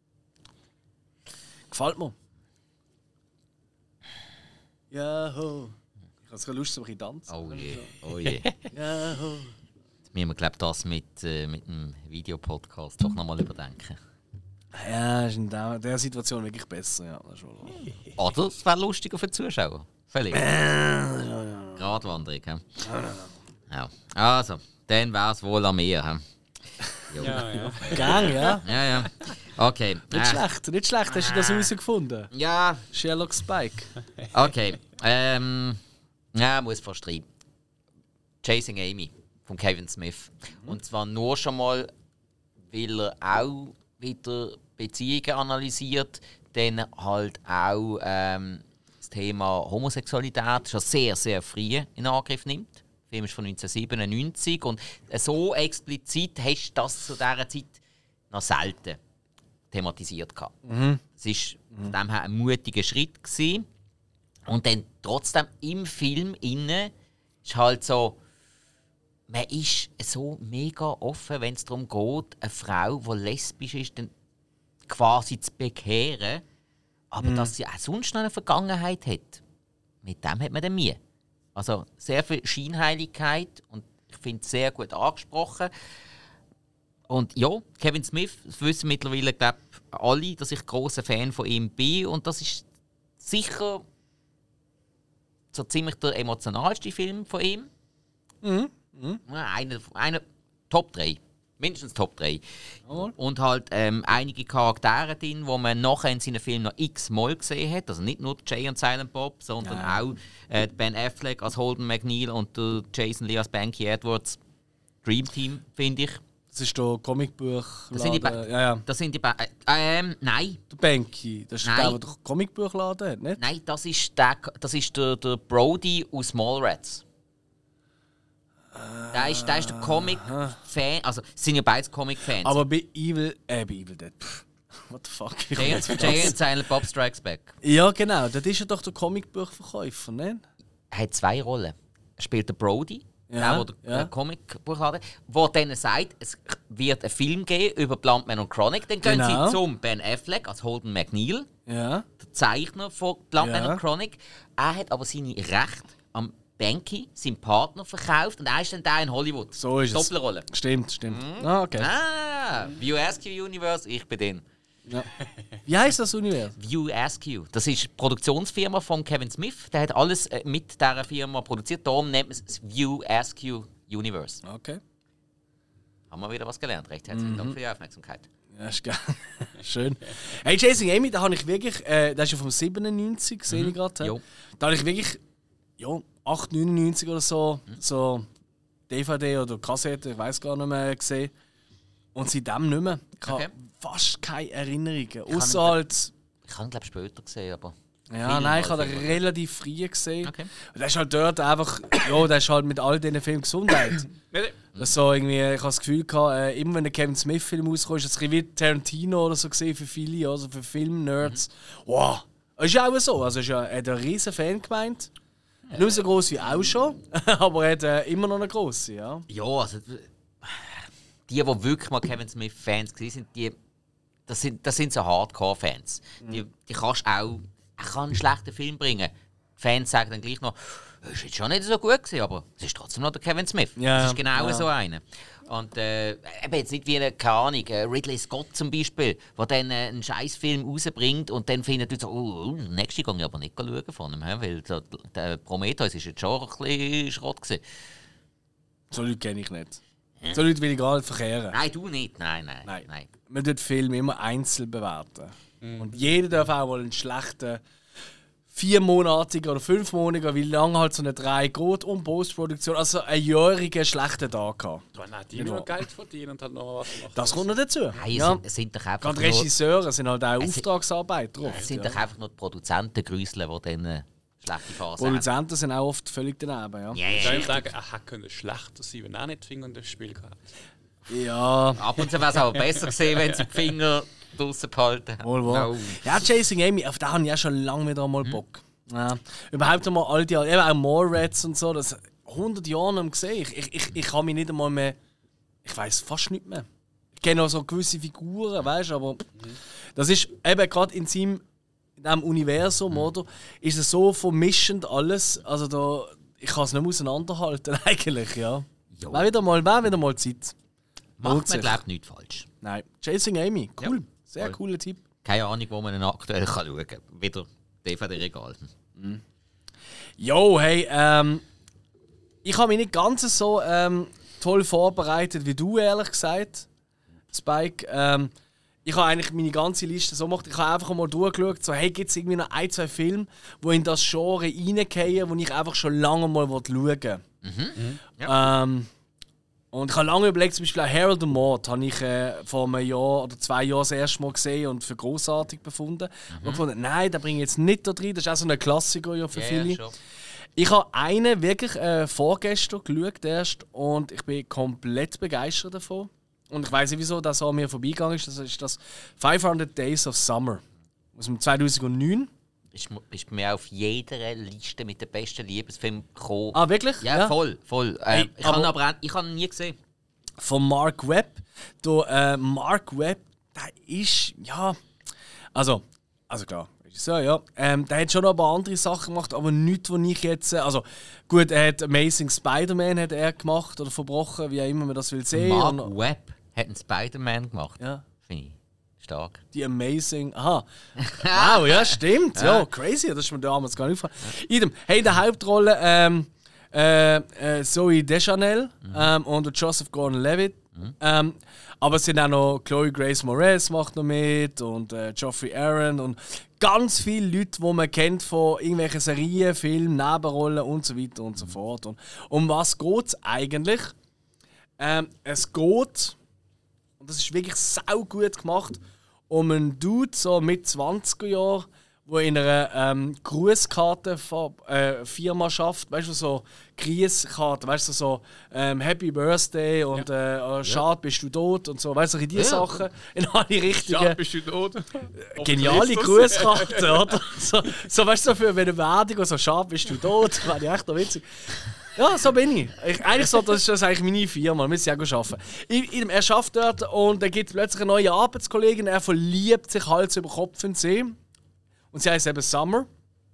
Gefällt mir. Ja, ho. Ich Ich habe Lust, so ein bisschen tanzen. Oh je, oh je. Ja, Wir müssen, glaube ich, das mit, äh, mit dem Videopodcast doch nochmal überdenken. ja, ist in der, der Situation wirklich besser. Ja, das ist wohl wahr. Oder es wäre lustiger für die Zuschauer. Völlig. Gratwanderung. He? Ja. Also, dann wäre es wohl an mir. He? Jo. Ja, ja. Gang, ja. Ja, ja. Okay. Nicht äh, schlecht, nicht schlecht. Hast du das herausgefunden? Ja, Sherlock Spike. okay. Ähm, ja, muss fast rein. Chasing Amy von Kevin Smith. Und zwar nur schon mal, weil er auch wieder Beziehungen analysiert, dann halt auch ähm, das Thema Homosexualität schon sehr, sehr früh in Angriff nimmt. Der Film ist von neunzehnhundertsiebenundneunzig und so explizit hast du das zu dieser Zeit noch selten thematisiert gehabt. Mhm. Es war von dem her ein mutiger Schritt gewesen. Und dann trotzdem im Film innen ist halt so, man ist so mega offen, wenn es darum geht, eine Frau, die lesbisch ist, dann quasi zu bekehren. Aber Mhm. dass sie auch sonst noch eine Vergangenheit hat, mit dem hat man dann Mühe. Also sehr viel Scheinheiligkeit und ich finde es sehr gut angesprochen. Und ja, Kevin Smith, das wissen mittlerweile glaub, alle, dass ich großer Fan von ihm bin. Und das ist sicher so ziemlich der emotionalste Film von ihm. Mhm. Mhm. Ja, einer, einer Top drei. Mindestens Top drei. Jawohl. Und halt ähm, einige Charaktere drin, die man nachher in seinen Filmen noch x-mal gesehen hat. Also nicht nur Jay und Silent Bob, sondern Ja. auch äh, Ben Affleck als Holden McNeil und der Jason Lee als Banky Edwards. Dream Team, finde ich. Das ist der Comicbuch. Das sind die Ba- ja, ja. Das sind die Ba- äh, ähm, nein, Der Banky. Das ist Nein. der, der den Comicbuchladen hat, nicht? nein, das ist der, das ist der, der Brody aus Mallrats. Der ist, der ist der Comic-Fan, also es sind ja beides Comic-Fans. Aber bei Evil, äh, bei Evil Dead. Pff, what the fuck? Ich Jay, jetzt Jay und Silent Bob Strikes Back. ja, genau. Das ist ja doch der Comicbuchverkäufer, nicht? Er hat zwei Rollen. Er spielt den Brody, Ja, der, der ja. äh, Comicbuchladen, der dann sagt, es wird einen Film geben über Plantman und Chronic. Dann gehen Genau. sie zum Ben Affleck als Holden McNeil, Ja. der Zeichner von Plantman Ja. und Chronic. Er hat aber seine Rechte am Banky, seinem Partner, verkauft und er ist dann der in Hollywood. So ist es. Doppelrolle. Stimmt, stimmt. Ah, okay. Ah, View Askew Universe, ich bin den. Ja. Wie heißt das Universum? View Askew. Das ist die Produktionsfirma von Kevin Smith. Der hat alles äh, mit dieser Firma produziert. Darum nennt man es das View Askew Universe. Okay. Haben wir wieder was gelernt. Recht herzlichen Mhm. Dank für die Aufmerksamkeit. Ja, ist geil. Schön. Hey, Chasing Amy, da habe ich wirklich, äh, das ist ja vom siebenundneunzig, sehe ich gerade. Jo. Da habe ich wirklich, ja, acht, neunundneunzig oder so, Mhm. so D V D oder Kassette, ich weiß gar nicht mehr, gesehen. Und seitdem nicht mehr. Ich Okay. habe fast keine Erinnerungen. ihn Außer halt. Ich habe ihn, glaube ich, später gesehen, aber... Ja, Film nein, ich war habe den Film. relativ früh gesehen. Okay. Und der ist halt dort einfach, ja, der ist halt mit all diesen Filmen Gesundheit. Das ist so irgendwie, ich habe das Gefühl gehabt, äh, immer wenn ein Kevin Smith-Film rauskommt, ist es ein bisschen wie Tarantino oder so gesehen für viele, also für Film-Nerds. Wow, das ist ja auch so. Also, ist ja, er hat einen riesen Fan gemeint. Nicht so groß wie auch schon, aber er hat äh, immer noch eine grosse, ja. Ja, also... Die, die wirklich mal Kevin Smith-Fans waren, die, das, sind, das sind so Hardcore-Fans. Die, die kannst auch... Er kann einen schlechten Film bringen. Die Fans sagen dann gleich noch, es ist jetzt schon nicht so gut gewesen, aber es ist trotzdem noch der Kevin Smith. Ja, das ist genau ja. so einer. Und äh, eben jetzt nicht wie eine, keine Ahnung, äh, Ridley Scott zum Beispiel, der dann äh, einen Scheißfilm rausbringt und dann findet du so, oh, oh, nächste gehe ich aber nicht schauen von ihm, he? Weil der, der Prometheus ist jetzt schon ein bisschen Schrott gewesen. So Leute kenne ich nicht. So Leute will ich gar nicht verkehren. Nein, du nicht, nein, nein. Nein. nein. Man tut Filme immer einzeln bewerten. Und jeder darf auch mal einen schlechten viermonatigen oder fünfmonatigen, wie lange halt so eine drei geht und Postproduktion, also einen jährigen schlechten Tag haben. Dann hat die nur Geld verdienen und hat noch was gemacht. Das kommt noch dazu. Nein, Ja. es sind, es sind doch einfach Gerade nur, Regisseure sind halt auch Es- Auftragsarbeit drauf. es sind ja. doch einfach nur die Produzentengrüsseln, die dann äh, schlechte Phasen haben. Produzenten sind auch oft völlig daneben. Ja. Ja, Ich ja, würde ja. sagen, er hätte können schlechter sein, wenn er nicht Finger in das Spiel gehabt Ja, Ab und zu wäre es aber besser gesehen, wenn sie die Finger draussen behalten haben. wohl wahr. No. Ja, Chasing Amy, auf den habe ich ja schon lange wieder mal Bock. Ja. Überhaupt einmal all die, eben auch Mallrats und so, das hundert Jahre nicht mehr gesehen. Ich, ich, ich, ich kann mich nicht einmal mehr, ich weiß fast nicht mehr. Ich kenne auch so gewisse Figuren, weißt du, aber das ist eben gerade in seinem in diesem Universum, oder? Ist es so vermischend alles, also da, ich kann es nicht mehr auseinanderhalten, eigentlich, ja. Jo. Wäre wieder mal, wäre wieder mal Zeit. Macht man, glaube ich, nichts falsch. Nein. Chasing Amy, cool. Ja. Sehr Voll. cooler Tipp. Keine Ahnung, wo man ihn aktuell kann schauen kann. Wieder D V D-Regal. Jo, hey, ähm, ich habe mich nicht ganz so ähm, toll vorbereitet wie du, ehrlich gesagt, Spike. Ähm, ich habe eigentlich meine ganze Liste so gemacht, ich habe einfach mal durchgeschaut, so, hey, gibt es irgendwie noch ein, zwei Filme, die in das Genre reingehen, die ich einfach schon lange mal schauen will. Mhm. Ähm, und ich habe lange überlegt, zum Beispiel auch Harold the Mord habe ich äh, vor einem Jahr oder zwei Jahren das erste Mal gesehen und für großartig befunden. Mhm. Und gefunden, nein, den bringe ich jetzt nicht da rein, das ist auch so ein Klassiker ja für Ja, viele. schon. Ich habe einen wirklich äh, vorgestern geschaut erst und ich bin komplett begeistert davon. Und ich weiss nicht, wieso das an mir vorbeigegangen ist. Das ist das fünfhundert Days of Summer aus dem zweitausendneun. Ist, ist bei mir auf jeder Liste mit den besten Liebesfilmen gekommen. Ah, wirklich? Ja, voll, voll. Ähm, Hey, ich habe ihn aber- aber auch, ich habe ihn nie gesehen. Von Mark Webb. Der, äh, Mark Webb, der ist, ja, also, also klar, so, ja. Ähm, der hat schon noch ein paar andere Sachen gemacht, aber nichts, wo ich jetzt, äh, also gut, er hat Amazing Spider-Man hat er gemacht oder verbrochen, wie auch immer man das will sehen. Mark Und, Webb hat einen Spider-Man gemacht. ja, Finde ich stark. die Amazing, aha, wow, ja, stimmt, ja, crazy, das ist mir damals gar nicht aufgefallen. Idem, hey, in der Hauptrolle, ähm, äh, äh, Zoe Deschanel Mhm. ähm, und der Joseph Gordon-Levitt. Mhm. Ähm, aber es sind auch noch Chloe Grace Moretz macht noch mit und äh, Geoffrey Aaron und ganz viele Leute, die man kennt von irgendwelchen Serien, Filmen, Nebenrollen und so weiter und so fort. Und um was geht es eigentlich? Ähm, es geht, und das ist wirklich sau gut gemacht, um einen Dude so mit zwanziger Jahren, der in einer ähm, Grußkartenfirma äh, schafft, weißt du, so Grußkarten, weißt du, so ähm, Happy Birthday und äh, oh, schade bist du tot und so, weißt du, diese Ja. Sachen in alle richtigen. Ja, bist du tot? Geniale Grußkarten, oder? So, so, weißt du, so für eine Beerdigung, so schade bist du tot, das wäre echt noch witzig. Ja, so bin ich. ich eigentlich so, das ist das eigentlich meine Firma, wir müssen ja auch arbeiten. Ich, ich, er arbeitet dort und er gibt plötzlich eine neue Arbeitskollegin, er verliebt sich Hals über Kopf in sie. Und sie heißt eben Summer.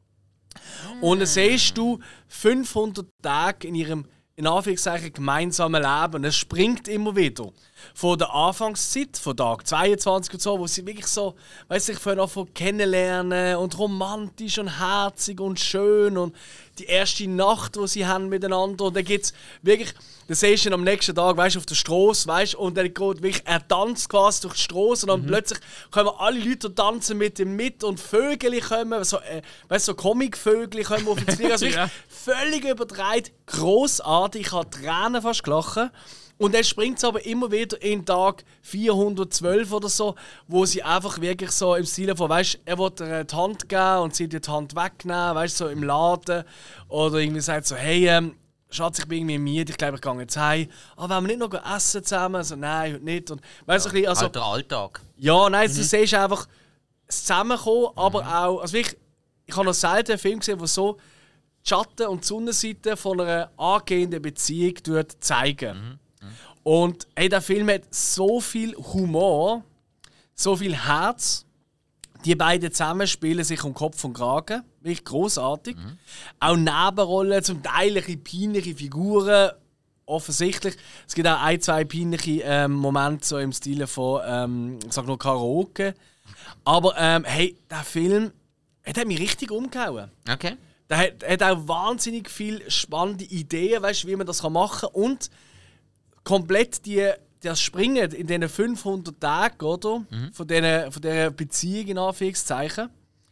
Und dann siehst du fünfhundert Tage in ihrem, in Anführungszeichen, gemeinsamen Leben. Und es springt immer wieder. Von der Anfangszeit, von Tag zweiundzwanzig und so, wo sie wirklich so, weißt du, ich fange an von kennenlernen und romantisch und herzig und schön und die erste Nacht, die sie haben miteinander. Und dann gibt es wirklich, dann siehst du ihn am nächsten Tag, weißt du, auf der Straße, weißt du, und dann geht wirklich, er tanzt quasi durch die Straße und dann plötzlich kommen alle Leute tanzen mit ihm mit und Vögel kommen, so, äh, weißt du, so Comic-Vögel kommen auf ins Fliegen. Also wirklich Ja. völlig übertreibt, grossartig, ich habe Tränen fast gelacht. Und dann springt es aber immer wieder in Tag vierhundertzwölf oder so, wo sie einfach wirklich so im Stil von, weißt du, er will ihr die Hand geben und sie die Hand wegnehmen, weißt du, so im Laden. Oder irgendwie sagt so, hey, ähm, Schatz, ich bin irgendwie müde, ich glaube, ich gehe jetzt heim. Ah, wollen wir nicht noch essen zusammen? Also, nein, heute nicht. Und, weißt du, ein bisschen, also, Halt der Alltag. ja, nein, du siehst einfach das Zusammenkommen, aber auch, also wirklich, ich habe noch selten einen Film gesehen, der so die Schatten- und die Sonnenseite von einer angehenden Beziehung zeigen. Und hey, der Film hat so viel Humor, so viel Herz. Die beiden zusammen spielen sich um Kopf und Kragen. Wirklich großartig. Auch Nebenrollen, zum Teil ein bisschen peinliche Figuren. Offensichtlich. Es gibt auch ein, zwei peinliche ähm, Momente so im Stil von, ähm, ich sag nur Karaoke. Aber ähm, hey, der Film der hat mich richtig umgehauen. Okay. Der hat, hat auch wahnsinnig viele spannende Ideen, weißt, wie man das machen kann. Und komplett die, das Springen in diesen fünfhundert Tagen, oder? Mhm. Von, diesen, von dieser Beziehung, in Anführungszeichen,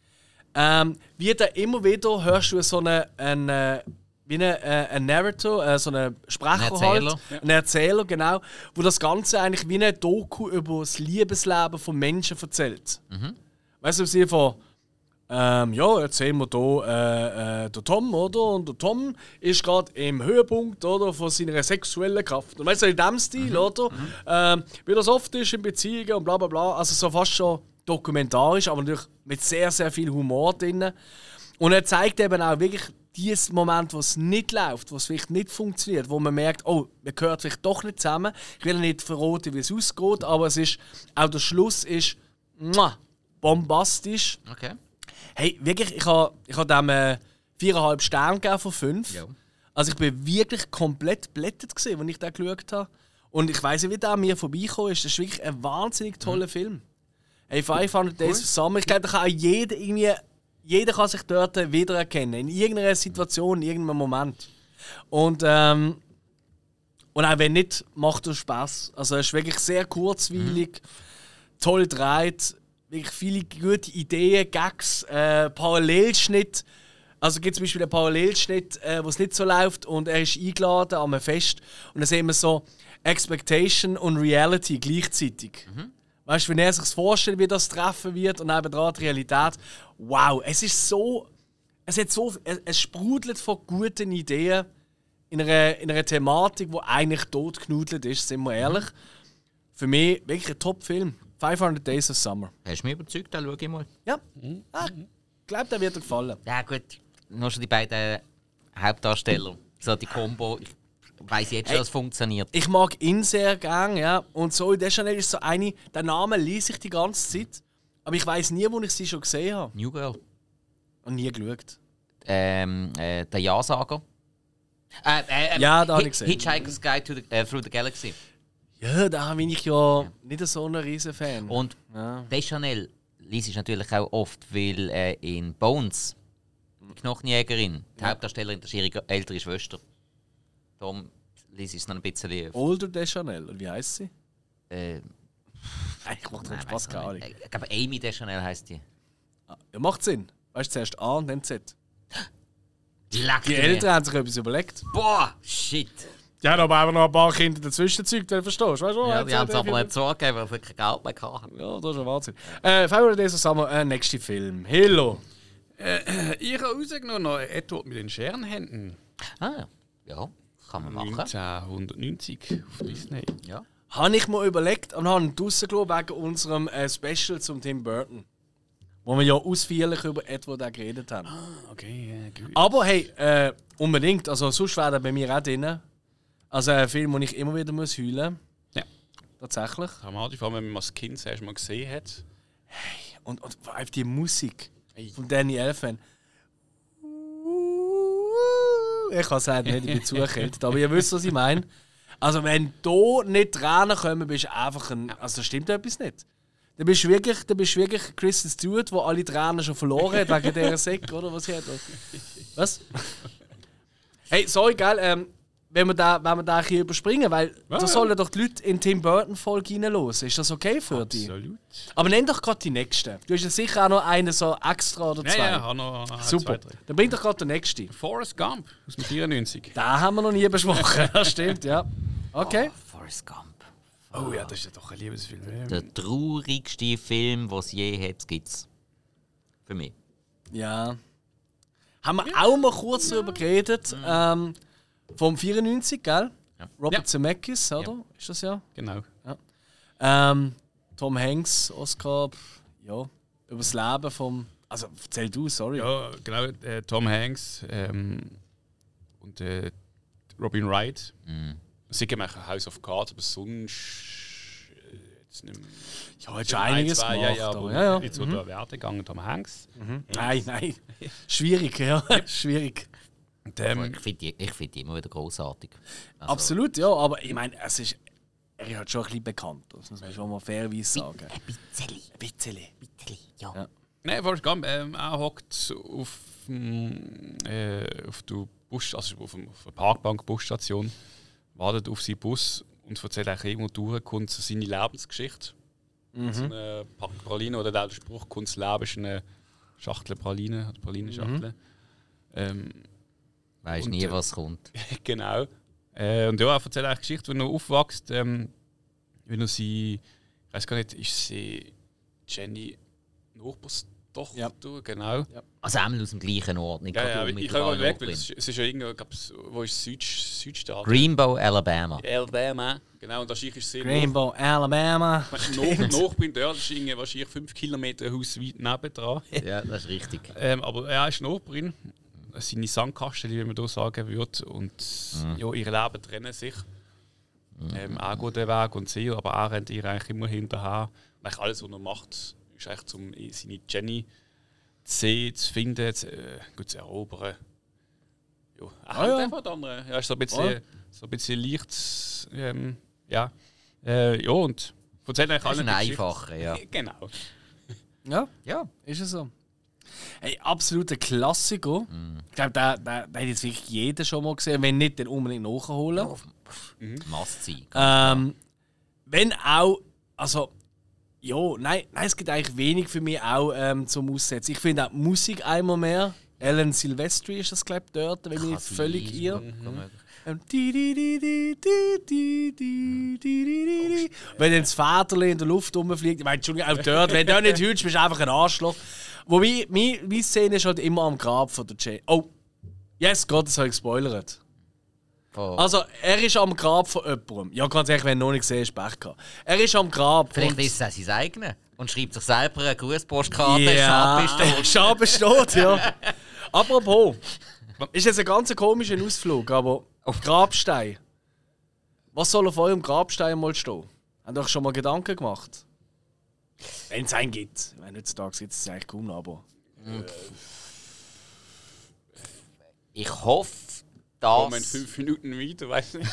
ähm, wird er immer wieder, hörst du so einen, einen, wie einen, äh, einen Narrator, äh, so einen Sprecher, Ein Erzähler. halt, ja. einen Erzähler, genau, wo das Ganze eigentlich wie eine Doku über das Liebesleben von Menschen erzählt. Mhm. Weißt du, im Sinne von, Ähm, ja, jetzt sehen wir hier äh, äh, den Tom, oder? Und der Tom ist gerade im Höhepunkt, oder, von seiner sexuellen Kraft. Und weißt du, in diesem Stil, mhm. oder? Mhm. Ähm, wie das oft ist in Beziehungen und bla bla bla. Also so fast schon dokumentarisch, aber natürlich mit sehr, sehr viel Humor drin. Und er zeigt eben auch wirklich dieses Moment, wo es nicht läuft, wo es vielleicht nicht funktioniert, wo man merkt, oh, man gehört vielleicht doch nicht zusammen. Ich will nicht verraten, wie es ausgeht, aber es ist, auch der Schluss ist muah, bombastisch. Okay. Hey, wirklich, ich habe ich ha dem äh, viereinhalb Sterne gegeben von fünf. Ja. Also ich bin wirklich komplett blättet gesehen, als ich den geschaut habe. Und ich weiss nicht, wie der an mir vorbeigekommen ist. Das ist wirklich ein wahnsinnig toller mhm. Film. Hey, fünfhundert Days of Summer. Ich glaube, da kann auch jeder irgendwie, jeder kann sich dort wiedererkennen. In irgendeiner Situation, in irgendeinem Moment. Und, ähm, und auch wenn nicht, macht es Spaß. Also es ist wirklich sehr kurzweilig, mhm. toll gedreht, wirklich viele gute Ideen, Gags, äh, Parallelschnitt. Also gibt es zum Beispiel einen Parallelschnitt, äh, wo es nicht so läuft und er ist eingeladen an einem Fest und dann sehen wir so Expectation und Reality gleichzeitig. Mhm. Weißt du, wenn er sich vorstellt, wie das treffen wird und nebenan die Realität. Wow, es ist so. Es, hat so, es, es sprudelt von guten Ideen in einer, in einer Thematik, die eigentlich totgenudelt ist, sind wir ehrlich. Mhm. Für mich wirklich ein Top-Film. fünfhundert Days of Summer. Hast du mich überzeugt? Dann schau ich mal. Ja, mhm. ah, ich glaube, der wird dir gefallen. Ja, gut. Nur schon die beiden Hauptdarsteller. So die Kombo. Ich weiss jetzt schon, dass es funktioniert. Ich mag ihn sehr gerne, ja. Und Zooey Deschanel ist so eine, der Name lese ich die ganze Zeit. Aber ich weiss nie, wo ich sie schon gesehen habe. New Girl. Und nie geschaut. Ähm, äh, der Ja-Sager. Äh, äh, ja, da habe ich H- gesehen. Hitchhiker's Guide to the, äh, Through the Galaxy. Ja, da bin ich ja, ja. nicht so ein riesen Fan. Und ja. Deschanel liest ich natürlich auch oft, weil äh, in Bones, die Knochenjägerin, die ja. Hauptdarstellerin, das ist ihre ältere Schwester. Darum liest ich es noch ein bisschen. Older Deschanel, und wie heisst sie? Äh, ich mache doch Spaß, keine Ahnung. Ich glaube, Amy Deschanel heisst die. Ja, macht Sinn. Weißt du, zuerst A und dann Z. Die, die Eltern haben sich etwas überlegt. Boah, shit. Die haben aber einfach noch ein paar Kinder dazwischen gezeugt, wenn du verstehst. Weißt du, ja, die haben es aber nicht zugegeben, weil sie kein Geld mehr hatten. Ja, das ist ein Wahnsinn. Äh, fünfhundert Days of Summer, äh, nächster Film. Hello. Äh, ich habe rausgenommen noch Edward mit den Scherenhänden. Ah, ja, kann man machen. neunzehnhundertneunzig auf Disney. Ja. Habe ich mir überlegt und habe ihn draussen gelassen wegen unserem äh, Special zum Tim Burton. Wo wir ja ausführlich über Edward auch geredet haben. Ah, okay, ja, gut. Aber hey, äh, unbedingt. Also sonst wäre er bei mir auch drin. Also ein Film, wo ich immer wieder muss heulen muss. Ja. Tatsächlich. Dramatisch, vor allem wenn man das Kind erst mal gesehen hat. Hey, und, und vor allem die Musik hey. von Danny Elfman. Ich kann sagen, nicht, ich bin zugekältet, aber ihr wisst, was ich meine. Also wenn da nicht Tränen kommen, bist du einfach ein... Also da stimmt etwas nicht. Da bist du wirklich, da bist du wirklich Kristen Stewart, der alle Tränen schon verloren hat wegen dieser Säcke, oder was sie hat. Was? Hey, sorry, geil, ähm, wenn wir da, wenn wir da hier überspringen, weil ja, da ja. sollen doch die Leute in Tim Burton-Folge reinhören. Ist das okay für dich? Absolut. Aber nenn doch gerade die nächste. Du hast ja sicher auch noch einen so extra oder zwei. Ja, ja, habe noch habe Super. Zwei, Dann bring doch gerade den nächsten. Forrest Gump aus dem vierundneunzig. Den haben wir noch nie besprochen. Das stimmt, ja. Okay. Oh, Forrest Gump. Oh ja, das ist ja doch ein Liebesfilm. Der traurigste Film, den es je hat, gibt es. Für mich. Ja. Haben wir auch mal kurz darüber geredet. Mhm. Ähm, vom vierundneunzig, gell? Ja. Robert Ja. Zemeckis, oder? Ja. Ist das ja? Genau. Ähm, Tom Hanks, Oscar, pff, ja. Über das Leben vom. Also erzähl du, sorry. Ja, genau. Äh, Tom Hanks ähm, und äh, Robin Wright. Mhm. Sicher machen House of Cards, aber sonst. Äh, jetzt nicht mehr. Ja, jetzt schon einiges zwei, gemacht. Ja, ja, aber, aber ja, ja. jetzt wird mhm. Werte gegangen, Tom Hanks. Mhm. Nein, nein. Schwierig, ja. Schwierig. Und, Aber ähm, ich finde die, ich find die immer wieder großartig. Also, Absolut, ja. Aber ich meine, es ist. Er ist halt schon ein bisschen bekannt. Das muss man schon mal fairerweise sagen. Ein bisschen. Ein bisschen. Ein bisschen, ja. Ja. Nein, Forrest Gump, ähm, er hockt auf, mm, äh, auf der Bus, also auf, dem, auf der Parkbank Busstation, wartet auf seinen Bus und erzählt eigentlich irgendwo durch, kommt so seine Lebensgeschichte. Mhm. So eine Pack Praline oder der Spruch, kommt das Leben ist eine Schachtel Praline, oder Pralinenschachtel. Mhm. Ähm, Weiß Und, nie, äh, was kommt. genau. Äh, und ja, er erzählt eigentlich Geschichte, wenn er aufwächst, ähm, wenn er sie, ich weiß gar nicht, ist sie Jenny Nachbarstochter? Ja. Genau. Ja. Also einmal aus dem gleichen Ort, nicht Ja, gerade ja, ich unmittelbar habe überlegt, Nordbrin. weil es, es ist ja irgendwo, ich glaub, wo ist Süd, Südstaat? Greenbow, Alabama. Alabama. Genau, und wahrscheinlich ist sie Rainbow, Alabama. Nachbrin dort, das ist irgendwie wahrscheinlich fünf Kilometer hausweit nebendran. Ja, das ist richtig. ähm, aber er ist Nachbarin. Seine Sandkasten, wie man hier sagen würde. Und Mhm. ja, ihre Leben trennen sich. Ähm, er geht den Weg und sie, aber er rennt ihr eigentlich immer hinterher. Und eigentlich alles, was er macht, ist eigentlich, um seine Jenny zu sehen, zu finden, zu, äh, gut zu erobern. Ja, Ah, ja. einfach der andere. Ja, ist so ein bisschen, Ah. so ein bisschen leicht. Ähm, ja. Äh, ja, und von denen Das ist allen ein die Geschichte- einfacher, ja. Genau. Ja, Ja. ist es so. Hey, absoluter Klassiker. Mm. Ich glaube, den, den, den hat jetzt wirklich jeder schon mal gesehen. Wenn nicht, dann unbedingt nachholen. Must sein. Ähm, wenn auch, also, ja, nein, nein, es gibt eigentlich wenig für mich auch ähm, zum Aussetzen. Ich finde auch die Musik einmal mehr. Alan Silvestri ist das, glaube ich, dort, wenn ich nicht völlig irre. Ähm, di- di- di- di- di- di- di- di- di- di- di. Wenn dann das Väterchen in der Luft rumfliegt, ich meine, Entschuldigung, auch dort, wenn du dort nicht hörst, bist du einfach ein Arschloch. Wobei, meine, meine Szene ist halt immer am Grab von der Jane. Oh, yes, Gott, das habe ich gespoilert. Oh. Also, er ist am Grab von jemandem. Ja, ganz ehrlich, wenn du noch nicht gesehen hast, Pech gehabt. Er ist am Grab. Vielleicht und- ist es auch sein eigenes. Und schreibt sich selber eine Grußpostkarte. Ja, Schab ist tot. Schab ist tot, ja. Apropos, ist jetzt ein ganz komischer Ausflug, aber Grabstein. Was soll auf eurem Grabstein mal stehen? Habt ihr euch schon mal Gedanken gemacht? Wenn es einen gibt. Ich meine, heutzutage gibt es eigentlich kaum noch, aber... Ich hoffe, Kommen in dass... fünf Minuten weiter, weiß nicht.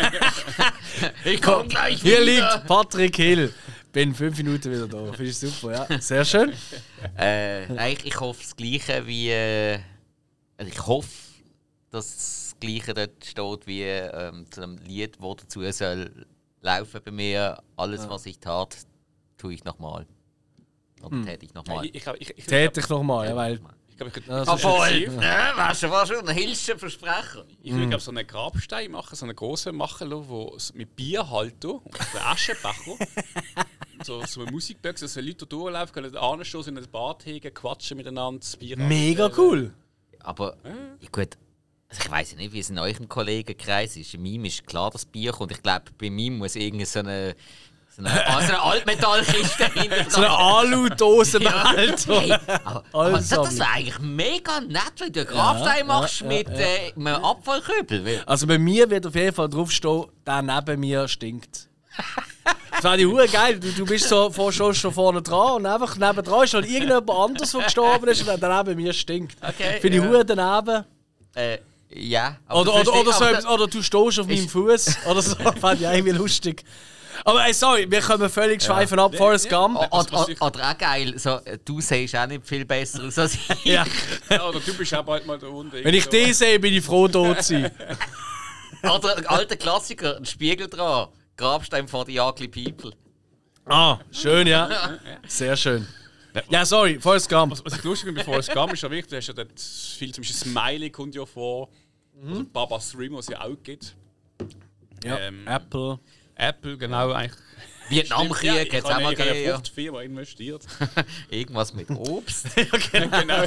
Ich komme gleich Hier liegt Patrick Hill. Bin fünf Minuten wieder da. Finde ich super, ja. Sehr schön. Äh, nein, ich, ich hoffe das Gleiche wie... Äh, also ich hoffe, dass das Gleiche dort steht wie ähm, zu einem Lied, das dazu soll laufen bei mir. Alles, was ich tat, tue ich nochmal. Oder täte ich nochmal. Ich, ich, ich, ich, Täte ich nochmal, ja, weil... Ich glaube, ich könnte Das ich ist Obwohl, könnte- ne, weißt du, was schon ein hilfscher Versprecher. ich würde glaub, so einen Grabstein machen, so einen großen machen, lassen, wo es mit Bier halten und einen Aschenbecher. so, so eine Musikbox, dass Leute da durchlaufen können, anstoßen, in den Bad hegen, quatschen miteinander, das Bier Mega anstellen. cool. Aber ja, gut, also ich weiß nicht, wie es in eurem Kollegenkreis ist. In meinem ist klar, dass Bier kommt. Ich glaube, bei mir muss irgendwie so eine, so eine, ah, so eine Altmetallkiste hinter So eine Alu-Dose Ja. Alter. Hey, aber, aber das, das Alles wäre eigentlich mega nett, wenn du einen Grabstein Ja, machst ja, mit ja. Äh, einem Abfallkübel. Weil- Also bei mir wird auf jeden Fall draufstehen, der neben mir stinkt. Das wäre die Hure geil. Du, du bist so vor, schon, schon vorne dran und einfach nebendran ist halt irgendjemand anderes, der gestorben ist und der neben mir stinkt. Okay, Finde ich ja. Hure daneben. Äh, ja. aber Oder, du oder, oder, verstehst- so aber etwas, oder du stehst auf meinem Ist- Fuß oder so. Fand ich irgendwie lustig. Aber ey, sorry, wir kommen völlig schweifen ab. Forrest Gump. Oder, was oder, ich- oder auch geil, so, äh, du siehst auch nicht viel besser aus als ich. Ja. Ja, oder du bist auch bald mal da unten. Wenn ich den sehe, bin ich froh, tot zu sein. Oder ein alter Klassiker, ein Spiegel dran. Grabstein vor die Ugly People. Ah, schön, ja. Sehr schön. Ja, sorry, Forrest Gump. Was, was ich lustig finde bei Forrest Gump ist ja wichtig, du hast ja dort viel, zum Beispiel Smiley kommt ja vor, also Babas Ring, was es ja auch gibt. Ja, Ähm, Apple. Apple, genau, eigentlich. Vietnamkrieg Ja, hat ich es auch habe mal ich habe eine gegeben. Ja. Fruchtfirma investiert. Irgendwas mit Obst. Genau.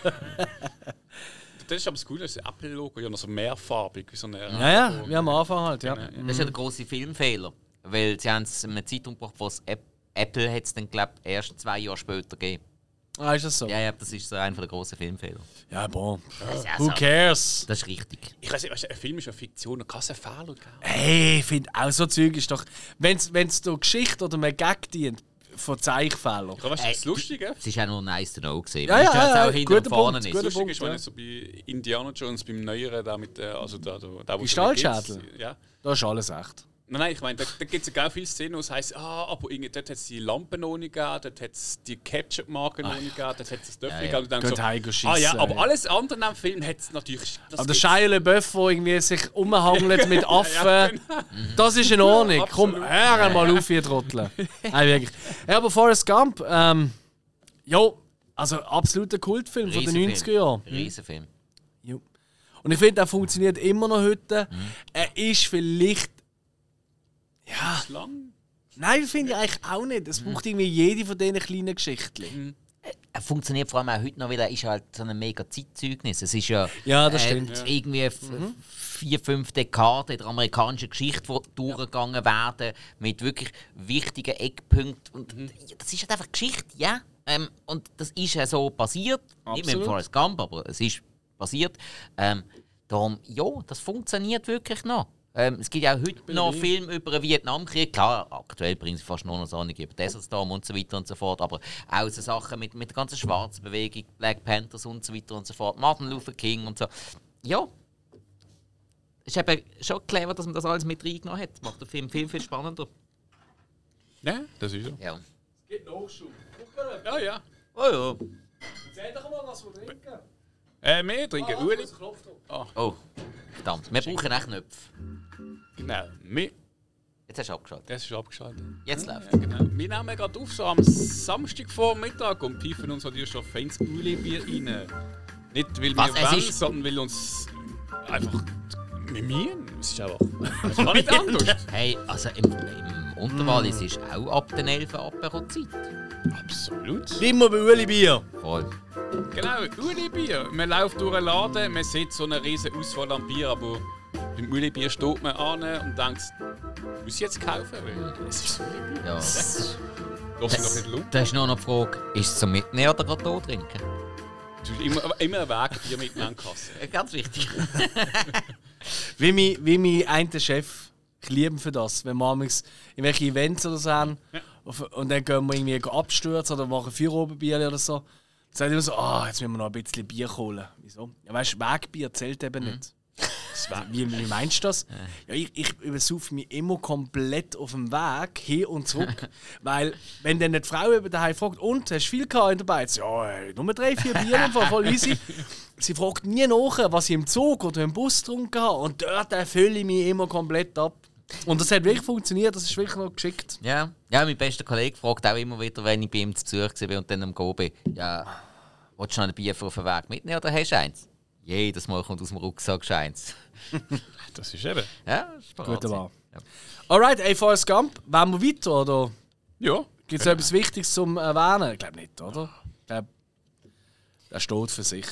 Das ist aber das Coole, das Apple-Logo ja noch so mehrfarbig, wie so eine. Ja, ja, wie am Anfang halt, ja. Genau, Das ist ja der grosse Filmfehler. Weil sie haben es in einem Zeitpunkt gebracht, wo es App- Apple hat es dann, glaube ich, erst zwei Jahre später gegeben. Ah, ist das so? Ja, ja, das ist so einer der grossen Filmfehler. Ja, boah. Das ist ja Who so. cares? Das ist richtig. Ich weiß nicht, weißt du, ein Film ist eine Fiktion, da kann es einen Fehler geben. Hey, ich finde auch so Zeug ist doch. Wenn es der Geschichte oder einem Gag dient, von Zeichfehler. Ich weißt du, das Lustige? Es ist auch nur nice to know gesehen. Ja, ja, Weißt du, dass es ja, auch ja, hinten und guter vorne Punkt, ist. guter Lustig Punkt, ist, wenn ja. ich so bei Indiana Jones, beim Neueren, da mit der, also da, da, da wo Die es immer geht, Stahlschädel? Ja. Da ist alles echt. Nein, nein, ich meine, da, da gibt es ja ganz viele Szenen, wo es heisst, ah, aber irgendwie, dort hat es die Lampen noch nicht gegeben, dort hat es die Ketchup-Marke noch nicht gegeben, dort hat es das Töpfchen Ja, ja. gegeben. Und dann Geht so, heim schiessen, ah ja, aber ey. alles andere in dem Film hat es natürlich. Das Aber der gibt's. Shia LaBeouf, der irgendwie sich umhangelt mit Affen, das ist in Ordnung. Ja, Komm, absolut. hör mal auf, ihr Trottel. Nein, wirklich. Ja, aber Forrest Gump, ähm, jo, also absoluter Kultfilm von den Riesenfilm. neunziger Jahren. Riesenfilm. Jo. Und ich finde, er funktioniert immer noch heute. Er ist vielleicht. Ja, Ist lang. nein, finde ich eigentlich auch nicht. Es braucht irgendwie jede von diesen kleinen Geschichten. Er funktioniert vor allem auch heute noch wieder, er ist halt so ein mega Zeitzeugnis. Es ist ja, Ja, das äh, stimmt. irgendwie f- vier, fünf Dekaden der amerikanischen Geschichte, die durchgegangen werden, mit wirklich wichtigen Eckpunkten. Und das ist halt einfach Geschichte, ja. Ähm, und das ist ja so passiert. Nicht mit dem Absolut. Forrest Gump, aber es ist passiert. Ähm, darum, ja, das funktioniert wirklich noch. Ähm, es gibt ja auch heute noch Filme über den Vietnamkrieg. Klar, aktuell bringen sie fast nur noch so über Desert Storm und so weiter und so fort. Aber auch so Sachen mit, mit der ganzen schwarzen Bewegung, Black Panthers und so weiter und so fort, Martin Luther King und so. Ja, ist eben schon clever, dass man das alles mit reingenommen hat. Das macht den Film viel, viel spannender. Ja, das ist so. Ja. Es gibt Nachschub. Ja, ja. Oh ja. Erzähl doch mal, was wir trinken. Äh, mehr trinken, Ah, Ueli. es klopft doch. Ah, Oh, verdammt. Wir brauchen echt Knöpfe. genau. Wir, Jetzt hast du abgeschaltet. das ist abgeschaltet. Jetzt läuft Ja, genau. Wir nehmen gerade auf, so am Samstagvormittag und pfeifen uns natürlich schon feines Ueli-Bier rein. Nicht, weil Was, wir es wollen, ist- sondern weil uns einfach... Wir müssen. Es ist einfach... Es kann nicht anders. Hey, also im, im Unterwallis ist auch ab den elf Apero-Zeit. Absolut. Immer bei Ueli Bier. Voll. Genau, Ueli-Bier. Man läuft durch einen Laden, man sieht so eine riesige Auswahl an Bier, aber beim Ueli-Bier steht man an und denkt, muss ich jetzt kaufen? Weil es ist Ueli-Bier. Ja. Lass mich doch nicht lumpen. Da ist nur noch die Frage, ist es zum Mitnehmen oder gerade hier trinken? Du hast immer, immer einen Weg Bier mitnehmen Kasse. Äh, Ganz wichtig. Wie mein, wie mein einer Chef. Ich liebe für das. Wenn wir manchmal irgendwelche Events oder so haben auf- und dann gehen wir irgendwie abstürzen oder machen Feierabendbier oder so. Dann sagt er immer so, ah, jetzt müssen wir noch ein bisschen Bier holen. Wieso? Ja, weißt du, Wegbier zählt eben nicht. Wie, wie meinst du das? Ja, ich, ich übersaufe mich immer komplett auf dem Weg hin und zurück. Weil, wenn dann die Frau über daheim fragt, und, hast du viel gehabt in der Beiz? Ja, äh, nur drei, vier Bier, im Fall, voll easy. Sie fragt nie nach, was ich im Zug oder im Bus getrunken habe. Und dort äh, fülle ich mich immer komplett ab. Und das hat wirklich funktioniert, das ist wirklich noch geschickt. Ja. Ja, mein bester Kollege fragt auch immer wieder, wenn ich bei ihm zu Besuch war und dann am Gehen bin, ja, willst du noch ein Bier auf den Weg mitnehmen oder hast du eins? Jedes Mal kommt aus dem Rucksack eins. Das ist eben. Ja, das ist parat. Guter Wahl. Alright, ey, Forrest Gump, wollen wir weiter, oder Ja. gibt es etwas Wichtiges zum Erwähnen? Ich glaube nicht, oder? Ich glaube, der steht für sich.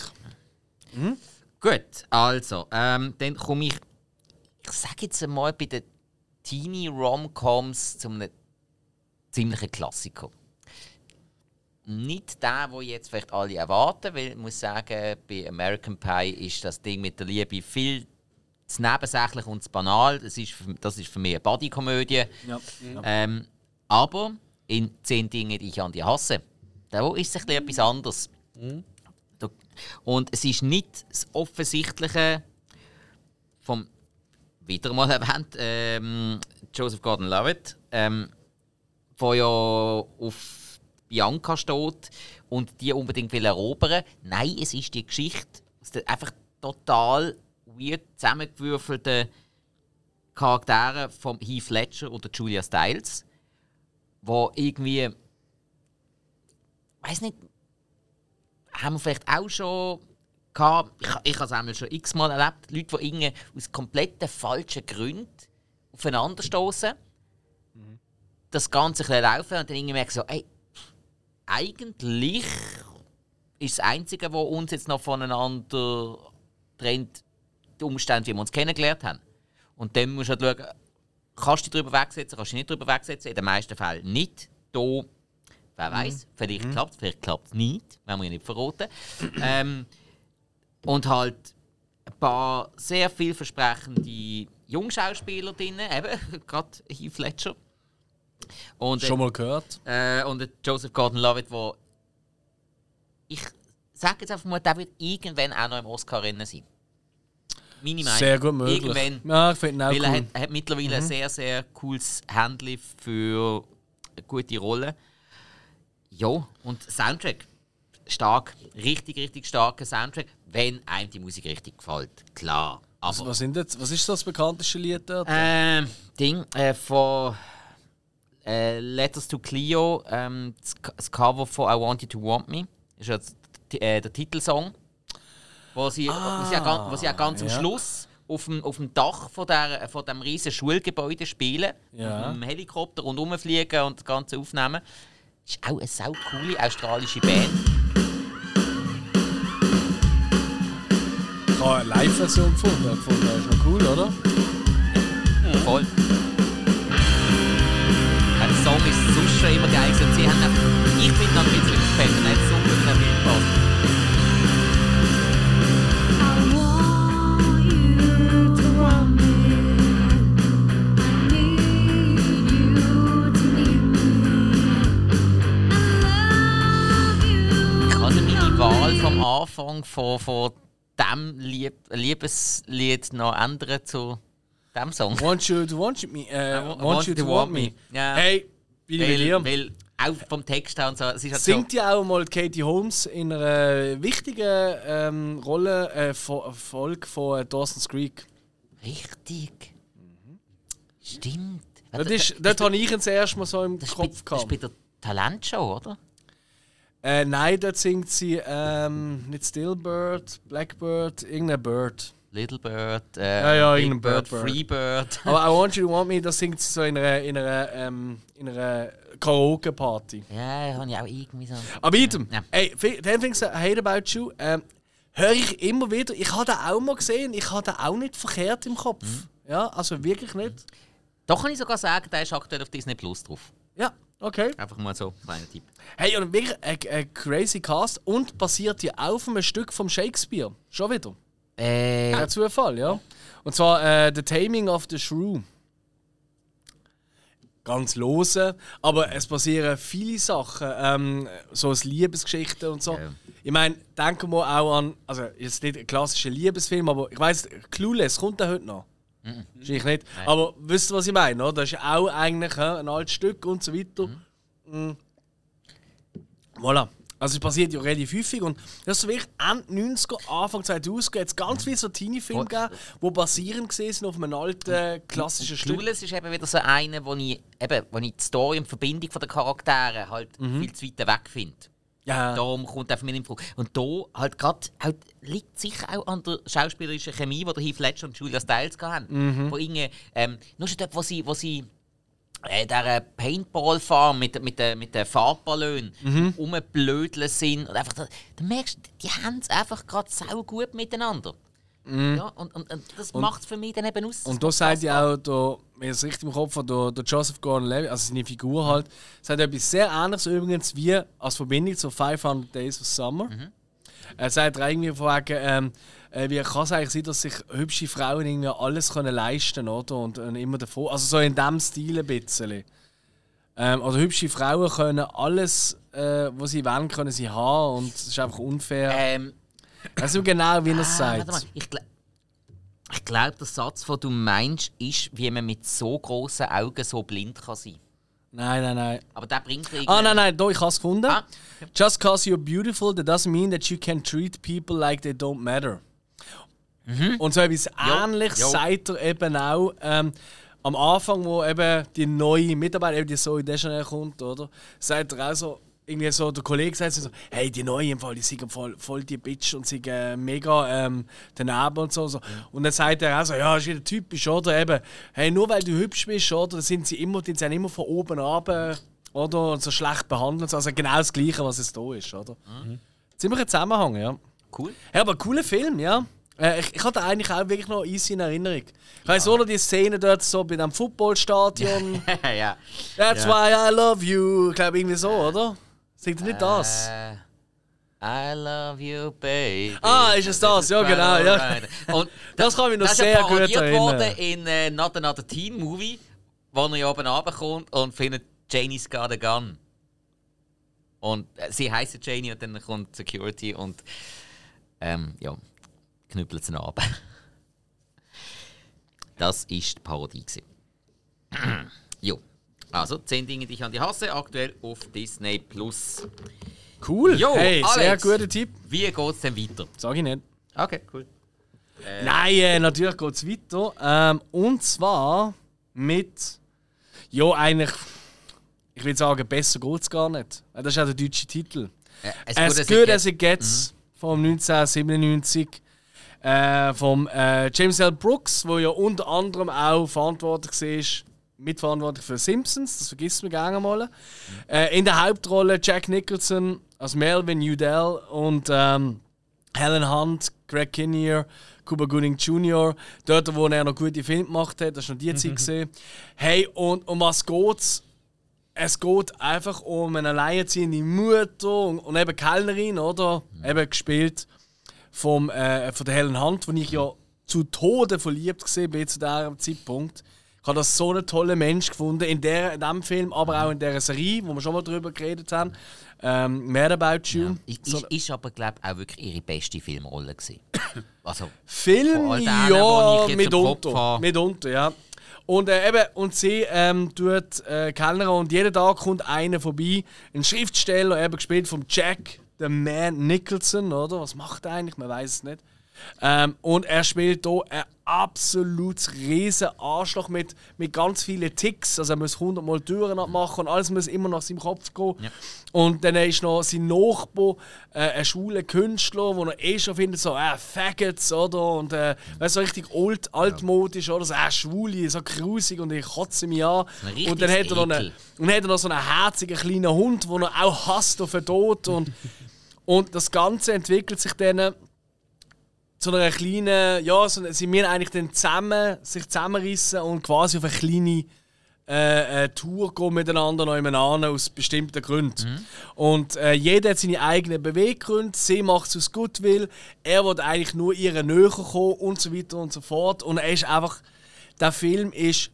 Gut, also, ähm, dann komme ich, ich sage jetzt einmal bei den Teenie-Rom-Coms zu einem ziemlichen Klassiker. Nicht der, den jetzt vielleicht alle erwarten, weil ich muss sagen, bei American Pie ist das Ding mit der Liebe viel zu nebensächlich und zu banal. Das ist für, das ist für mich eine Buddy-Komödie. Ja. Ähm, aber in «Zehn Dinge, die ich an dir hasse», da ist es ein bisschen etwas anderes. Da- Und es ist nicht das Offensichtliche vom, wieder mal erwähnt, ähm, Joseph Gordon-Levitt, ähm, der ja auf Bianca steht und die unbedingt will erobern. Nein, es ist die Geschichte aus den einfach total weird zusammengewürfelten Charakteren von Heath Ledger oder Julia Stiles, wo irgendwie, weiß nicht, haben wir vielleicht auch schon gehabt, ich, ich habe es einmal schon x-mal erlebt, Leute, die irgendwie aus kompletten falschen Gründen aufeinander stoßen, mhm. das Ganze ein bisschen laufen und dann irgendwie merken so, ey, eigentlich ist das Einzige, was uns jetzt noch voneinander trennt, die Umstände, wie wir uns kennengelernt haben. Und dann musst du halt schauen, kannst du dich darüber wegsetzen, kannst du dich nicht darüber wegsetzen. In den meisten Fällen nicht. Da, wer weiß, vielleicht mhm. klappt es, vielleicht klappt es nicht, wenn wir ihn nicht verraten. ähm, und halt ein paar sehr vielversprechende Jungschauspieler drin, eben, gerade Heath Ledger. Und, Schon mal gehört. Äh, und der Joseph Gordon-Levitt, der ich sage jetzt einfach mal, der wird irgendwann auch noch im Oscar-Rennen sein. Meine Meinung. Sehr gut möglich. Irgendwann. Ja, ich finde ihn auch Weil cool. er hat, er hat mittlerweile mhm. ein sehr, sehr cooles Handling für eine gute Rolle. Ja, und Soundtrack. Stark. Richtig, richtig starker Soundtrack. Wenn einem die Musik richtig gefällt. Klar. Aber, was, was, sind jetzt, was ist das bekannteste Lied dort? Ähm, Ding äh, von äh, Letters to Cleo, ähm, das, das Cover von I Want You to Want Me. Das ist ja das, äh, der Titelsong. Wo sie, Ah, wo sie, auch, wo sie auch ganz ja. am Schluss auf dem, auf dem Dach von, der, von dem riesen Schulgebäude spielen. Ja. Mit dem Helikopter rundherum fliegen und das Ganze aufnehmen. Das ist auch eine sau coole australische Band. Ich habe eine Live-Version gefunden. gefunden. Das ist noch cool, oder? Ja. Voll. Ja, der Song ist sonst schon immer geil gewesen. Sie haben einfach, ich bin noch ein bisschen gepackt und hat so gut in der Bild gepasst. Ich habe meine Wahl vom Anfang von, von dem Lieb Liebeslied noch ändern zu dem Song. Want you to want me. Äh, I want, want you to want me. Ja. Hey, Billy Weil, William. weil auch vom Text her und so. Es ist halt Singt so, ja auch mal Katie Holmes in einer wichtigen ähm, Rolle, äh, Fo- Folge von äh, Dawson's Creek. richtig. Stimmt. Das ist, dort habe ich ihn das erste Mal so im das ist Kopf bei, das ist gehabt. bei der Talentshow, oder? Äh, nein, dort singt sie ähm, nicht Stillbird, Blackbird, irgendein Bird. Little Bird, äh, Ja, ja, Big irgendein Bird, Bird, Bird. Free Bird. Aber I Want You to Want Me, das singt sie so in einer, in einer, ähm, in einer Karaoke-Party. Ja, habe ich auch irgendwie so. Aber item, Ja. ey, Ten Things I Hate About You, ähm, höre ich immer wieder. Ich habe den auch mal gesehen, ich habe den auch nicht verkehrt im Kopf. Mhm. Ja, also wirklich nicht. Doch kann ich sogar sagen, der ist aktuell auf Disney Plus drauf. Ja, okay. Einfach mal so, kleiner Tipp. Hey, und wirklich ein, ein crazy Cast und basiert ja auf einem Stück vom Shakespeare. Schon wieder. Äh, Kein Zufall, ja. Und zwar äh, The Taming of the Shrew. Ganz lose, aber es passieren viele Sachen, ähm, so als Liebesgeschichten und so. Ja. Ich meine, denken wir auch an, also jetzt nicht ein klassischer Liebesfilm, aber ich weiss, Clueless kommt der heute noch. Mhm. Wahrscheinlich nicht. Aber wisst ihr, was ich meine? Oder? Das ist ja auch eigentlich äh, ein altes Stück und so weiter. Mhm. Voilà. Also es passiert ja relativ häufig und das ist so wirklich Ende neunziger, Anfang zweitausender jetzt ganz viele so Teenie-Filme gegeben, die basierend sind auf einem alten klassischen Stück. Clueless ist eben wieder so einer, wo ich, eben, wo ich die Story und die Verbindung der Charaktere halt viel zu weit weg finde. Ja. Darum kommt er für mich in Frage. Und da halt gerade halt, liegt sicher auch an der schauspielerischen Chemie, die der Heath Ledger und Julia Stiles hatten. Mhm. Wo irgendwie, ähm, nur schon dort, wo sie, wo sie äh, dieser Paintball-Farm mit, mit, mit, mit den Farbballons mhm. rumblödeln sind. Und einfach, da, da merkst du, die haben es einfach gerade sau gut miteinander. Mhm. Ja, und, und, und das macht es für mich dann eben aus. Und da sagt ja auch, der, wenn ich es richtig im Kopf habe, der, der Joseph Gordon-Levitt, also seine Figur halt, sagt etwas sehr Ähnliches übrigens wie als Verbindung zu fünfhundert Days of Summer. Mhm. Er sagt er irgendwie von wegen, ähm, äh, wie kann es eigentlich sein, dass sich hübsche Frauen irgendwie alles können leisten können, oder? Und, und immer davor, also so in diesem Stil ein bisschen. Ähm, also hübsche Frauen können alles, äh, was sie wollen, können sie haben und es ist einfach unfair. Ähm, Ich weiß nicht genau, wie er es Ah, sagt. warte mal. Ich, gl ich glaube, der Satz, den du meinst, ist, wie man mit so grossen Augen so blind kann sein. Nein, nein, nein. Aber der bringt irgendwie... Ah, nein, nein, da, ich habe es gefunden. Ah, okay. Just cause you're beautiful, that doesn't mean that you can treat people like they don't matter. Mhm. Und so etwas Ähnliches jo. sagt er eben auch ähm, am Anfang, wo eben die neue Mitarbeiter, eben die Zoe Deschanel kommt, oder? Sagt er auch so, irgendwie so, der Kollege sagt so, hey, die Neue im Fall, die sind voll, voll die Bitch und sind äh, mega ähm, daneben und so. so. Ja. Und dann sagt er auch so, ja, ist wieder typisch, oder? Eben, hey, nur weil du hübsch bist, oder? Sind sie immer, die sind immer von oben ab, oder? Und so schlecht behandelt. Also genau das Gleiche, was es da ist, oder? Mhm. Ziemlich ein Zusammenhang, ja. Cool. Ja, aber ein cooler Film, ja. Äh, ich, ich hatte eigentlich auch wirklich noch easy in Erinnerung. Ich weiss auch noch die Szene dort so bei dem Footballstadion. ja. That's ja. why I love you. Ich glaube irgendwie so, oder? Singt er nicht das? Äh, I love you, baby. Ah, ist es das? Ja, genau. Ja. Und das kann ich mich noch das sehr ist gut parodiert erinnern. worden in äh, Not Another Teen Movie, wo er ja oben runterkommt und findet, Janie's got a gun. Und äh, sie heisst Janie und dann kommt Security und ähm, ja, knüppelt sie ab. Das war die Parodie. Jo. Also, zehn Dinge, die ich an die hasse, aktuell auf Disney Plus. Cool. Jo, hey, sehr Alex. guter Tipp. Wie geht's denn weiter? Sag ich nicht. Okay, cool. Äh. Nein, äh, natürlich geht es weiter. Ähm, und zwar mit. Ja, eigentlich. Ich würde sagen, besser geht es gar nicht. Das ist auch der deutsche Titel. Äh, As Good As It Gets mhm. vom neunzehnhundertsiebenundneunzig. Äh, vom äh, James L. Brooks, der ja unter anderem auch verantwortlich war, mitverantwortlich für Simpsons, das vergisst man gerne mal. Mhm. Äh, in der Hauptrolle Jack Nicholson als Melvin Udall und ähm, Helen Hunt, Greg Kinnear, Cuba Gooding Junior Dort, wo er noch gute Filme gemacht hat, das war noch die Zeit gesehen. Hey, und um was geht's? Es geht einfach um eine alleinerziehende Mutter und, und eben Kellnerin, oder? Mhm. Eben gespielt vom, äh, von der Helen Hunt, wo ich ja zu Tode verliebt war zu diesem Zeitpunkt. Ich habe das so einen tollen Mensch gefunden, in, der, in diesem Film, aber auch in dieser Serie, wo wir schon mal darüber geredet haben. Ähm, Mehr About You. Ja. Ist, so, ist aber, glaube ich, auch wirklich ihre beste Filmrolle gewesen. Also, Film, von all denen, ja, die ich jetzt im Kopf mitunter. habe. Mitunter, ja. Und, äh, eben, und sie ähm, tut äh, Kellner und jeden Tag kommt einer vorbei, ein Schriftsteller, eben gespielt von Jack the Man Nicholson, oder? Was macht er eigentlich? Man weiß es nicht. Ähm, und er spielt hier ein absolutes riesen Arschloch mit, mit ganz vielen Ticks. Also er muss hundertmal Türen abmachen und alles muss immer nach seinem Kopf gehen. Ja. Und dann ist noch sein Nachbar, äh, ein schwuler Künstler, wo er eh schon findet, so äh, Faggots, oder? Und äh, weißt, so richtig old, altmodisch, oder? So äh, Schwule, so grusig und ich kotze mich an. ein Und dann hat er noch, eine, Ekel. und dann hat er noch so einen herzigen kleinen Hund, den er auch hasst auf den Tod. Und, und das Ganze entwickelt sich dann zu einer kleinen, ja, so, sie müssen eigentlich dann zusammen, sich zusammenrissen und quasi auf eine kleine äh, äh, Tour gehen miteinander nebeneinander aus bestimmten Gründen. Mhm. Und äh, jeder hat seine eigenen Beweggründe, sie macht es aus Goodwill, er will eigentlich nur ihr näher kommen und so weiter und so fort. Und er ist einfach, der Film ist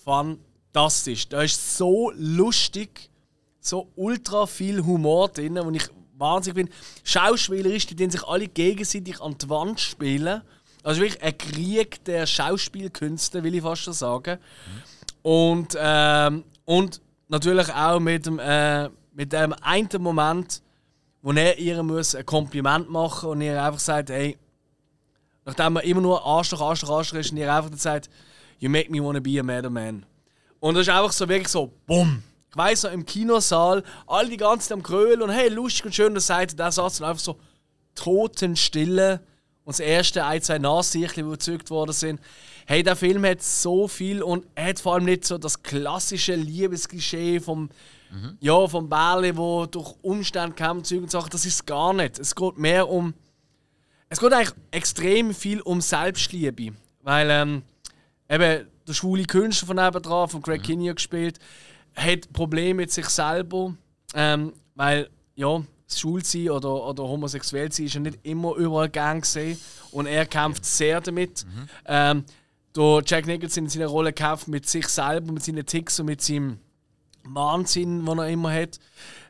fantastisch. Da ist so lustig, so ultra viel Humor drin, wo ich wahnsinnig bin. Schauspielerisch, die den sich alle gegenseitig an die Wand spielen. Also wirklich ein Krieg der Schauspielkünste, will ich fast schon sagen. Mhm. Und, ähm, und natürlich auch mit dem, äh, mit dem einen Moment, wo er ihr muss ein Kompliment machen und ihr einfach sagt, hey, nachdem er immer nur Arschloch, Arschloch, Arschloch ist, und ihr einfach sagt, you make me wanna be a madder man. Und das ist einfach so wirklich so, bumm. Ich weiss noch, im Kinosaal, alle die ganze Zeit am Grölen und hey, lustig und schön, das sagt der Satz und einfach so Totenstille. Und das erste ein, zwei Nachsichtchen, die gezückt worden sind. Hey, der Film hat so viel und er hat vor allem nicht so das klassische Liebesklischee vom, mhm. ja, vom Bärli, wo durch Umstände kämpft und Sachen. Das ist es gar nicht. Es geht mehr um. Es geht eigentlich extrem viel um Selbstliebe. Weil ähm, eben der schwule Künstler von nebenan, von Greg mhm. Kinnear gespielt, hat Probleme mit sich selber, ähm, weil ja, das Schwulsein oder, oder homosexuell sein ist ja nicht immer überall gern gesehen und er kämpft sehr damit. Mhm. Ähm, der Jack Nicholson in seiner Rolle kämpft mit sich selber, mit seinen Ticks und mit seinem Wahnsinn, den er immer hat.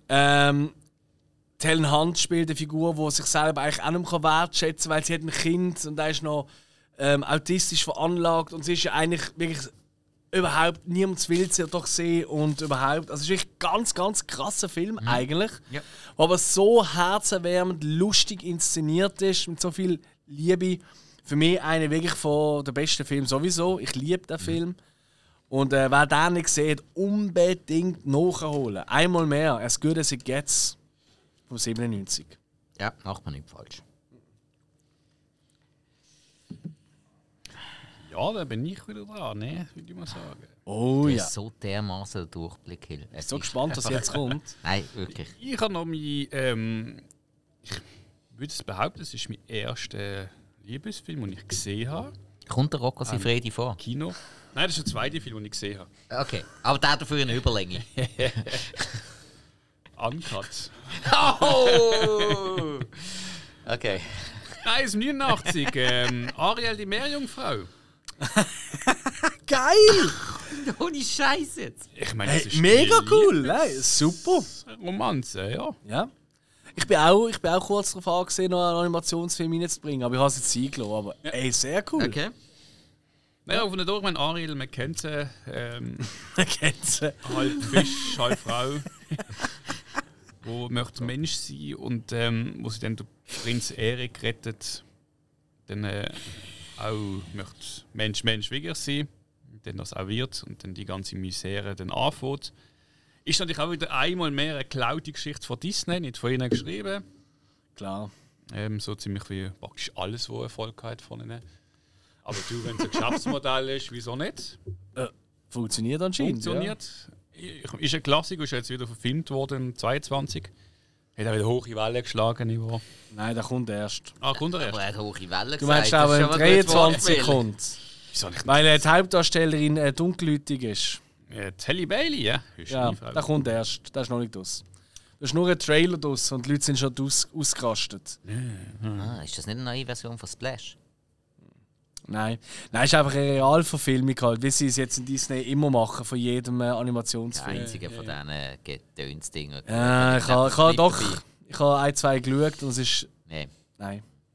Ähm, Helen Hunt spielt eine Figur, die sich selber eigentlich auch nicht mehr wertschätzen kann, weil sie hat ein Kind und er ist noch ähm, autistisch veranlagt und sie ist ja eigentlich wirklich überhaupt niemand will sie doch sehen und überhaupt. Also es ist wirklich ein ganz, ganz krasser Film mhm. eigentlich, ja. Der aber so herzerwärmend, lustig inszeniert ist, mit so viel Liebe. Für mich einer wirklich von der besten Filme sowieso. Ich liebe den mhm. Film. Und äh, wer den nicht sieht, unbedingt nachholen. Einmal mehr, as good as it gets, von siebenundneunzig. Ja, macht man nicht falsch. Ja, da bin ich wieder dran, ne? Würde ich mal sagen. Oh das ja. ist so dermaßen der Durchblick, Hill. Ich bin so gespannt, was jetzt kommt. Nein, wirklich. Ich habe noch mein, ähm, ich würde es behaupten, es ist mein erster Liebesfilm, den ich gesehen habe. Kommt der Rocco Siffredi vor? Kino. Nein, das ist der zweite Film, den ich gesehen habe. Okay, aber der dafür eine Überlänge. Uncut. Oh! Okay. Nein, es ist neunundachtzig. ähm, Ariel, die Meerjungfrau. Geil! Ohne Scheiß jetzt. Ich meine, Hey, das ist mega die cool, nein, super. Romanze, ja. Ja. Ich bin auch, ich bin auch kurz darauf angesehen, noch einen Animationsfilm reinzubringen, aber ich habe es jetzt eingelassen. Aber Ja. ey, sehr cool. Okay. Naja, auf einer Durch, mein Ariel, man kennt sie. Ähm, Kennt sie. halb Fisch, halb Frau. Wo möchte Mensch sein und ähm, wo sie dann den Prinz Erik rettet, dann äh, auch möchte Mensch Mensch wirklich sein, und dann das auch wird und dann die ganze Misere dann anfängt. Ist natürlich auch wieder einmal mehr eine geklaute Geschichte von Disney, nicht von ihnen geschrieben. Klar. Ähm, so ziemlich wie praktisch alles, was Erfolg hat von ihnen. Aber du, wenn es ein Geschäftsmodell ist, wieso nicht? Äh, funktioniert anscheinend. Funktioniert. Ja. Ist ein Klassiker, ist jetzt wieder verfilmt worden, zweiundzwanzig. Hat auch wieder hohe Wellen geschlagen. Ja. Nein, der kommt erst. Ah, kommt er Aber erst? er hat hohe Wellen Du meinst gesagt. auch, wenn Das ist schon ein gutes dreiundzwanzig Wortspiel. kommt. Wieso nicht? Weil äh, die Hauptdarstellerin äh, dunkelhäutig ist. Ja, Halle Bailey, ja. Ist Ja, eine Frau. der kommt erst. Der ist noch nicht aus. Da ist nur ein Trailer draus und die Leute sind schon aus, ausgerastet. Ah, ist das nicht eine neue Version von Splash? Nein. Nein, es ist einfach eine Realverfilmung, halt, wie sie es jetzt in Disney immer machen, von jedem äh, Der Animationsfilm. einzige von diesen Gedöns-Dingen. Ja, ich habe ich ha doch ich ha ein, zwei geschaut und es ist. Nein. Nein.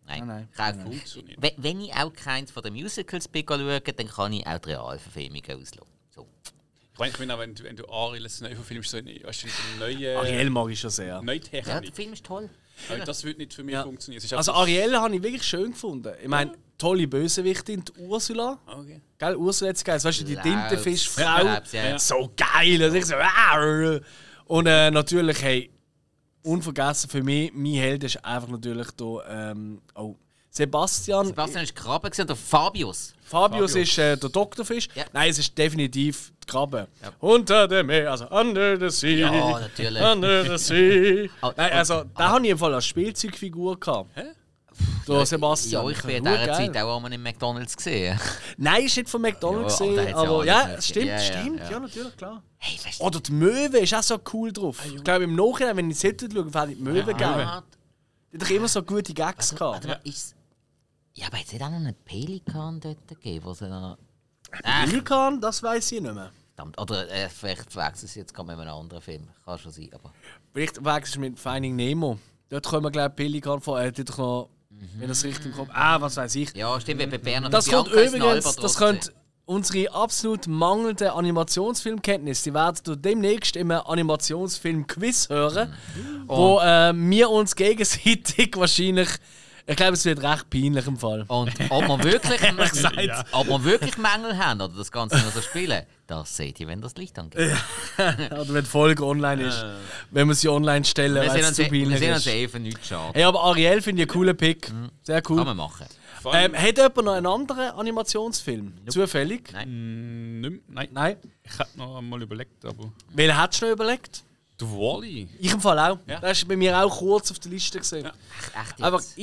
Nein, nein. ich auch, Funktioniert. wenn, wenn ich auch keins von den Musicals bin schaue, dann kann ich auch die Realverfilmungen auslassen. So. Ich meine, ich meine auch, wenn du, wenn du Ariel jetzt neu verfilmst, so eine, hast du eine neue, Ariel mag ich schon sehr. neue Ja, der Technik. Film ist toll. Aber das würde nicht für mich Ja. funktionieren. Es ist Also einfach- Ariel habe ich wirklich schön gefunden. Ich meine, tolle Bösewichtin, die Ursula. Okay. Gell, Ursula jetzt geil. Weißt du, die Laus. Tintenfischfrau. Laus, ja, ja. So geil. Also ich so, ah. Und äh, natürlich, hey, unvergessen für mich, mein Held ist einfach natürlich da, ähm, oh, Sebastian. Sebastian ist Krabbe gewesen, oder Fabius. Fabius Fabio. ist äh, der Doktorfisch. Ja. Nein, es ist definitiv die Krabbe. Unter dem Meer, also under the sea. Ja, natürlich. Under the sea. Ah, Nein, also, da habe ich im Fall als Spielzeugfigur gehabt. Hä? Der Sebastian. Ja, ich bin in Hure dieser geil. Zeit auch einmal im McDonalds gesehen. Nein, ist nicht von McDonalds Ja, aber da gesehen, hat's ja aber alles ja, nicht. stimmt, Ja, ja, stimmt. Ja, ja. natürlich, klar. Hey, weißt du, Oder die Möwe ist auch so cool drauf. Ich glaube, im Nachhinein, wenn ich es heute schaue, fände ich die Möwe geil. ah, Die hat doch immer so gute Gags warte gehabt. mal, ist ja, aber jetzt hat auch noch einen Pelikan dort gegeben, wo sie noch... Ach, Vulkan, das weiß ich nicht mehr. verdammt. Oder äh, vielleicht verwechseln sie jetzt gerade mit einem anderen Film. Kann schon sein, aber... Vielleicht wechselst du mit Finding Nemo. Dort können wir, glaube ich, Pelikan vor. Er hat doch noch, wenn das richtig kommt. Ah, was weiß ich. Ja, stimmt, wie bei Bernhard Das und kommt Bianca ist ein übrigens, Albatros das gewesen. könnte unsere absolut mangelnde Animationsfilmkenntnis, die werden du demnächst im Animationsfilm-Quiz hören, wo äh, wir uns gegenseitig wahrscheinlich, ich glaube, es wird recht peinlich im Fall. Und ob wir wirklich, gesagt. ob wir wirklich Mängel haben oder das Ganze nur so spielen, das seht ihr, wenn das Licht angeht. Oder wenn die Folge online ist. Wenn wir sie online stellen, Wir weil sehen es uns, zu wir peinlich sehen uns ist. eh für nichts schade. Hey, aber Ariel finde ich einen coolen Pick. Sehr Kann cool. man machen. Vor allem- Ähm, hat jemand noch einen anderen Animationsfilm? Zufällig? Nein. Mm, nicht- Nein, Nein. ich hätte noch einmal überlegt, aber. Welchen hättest du noch überlegt? Der Wally. Ich im Fall auch. Ja. Das ist bei mir auch kurz auf der Liste gesehen. Echt Aber jetzt?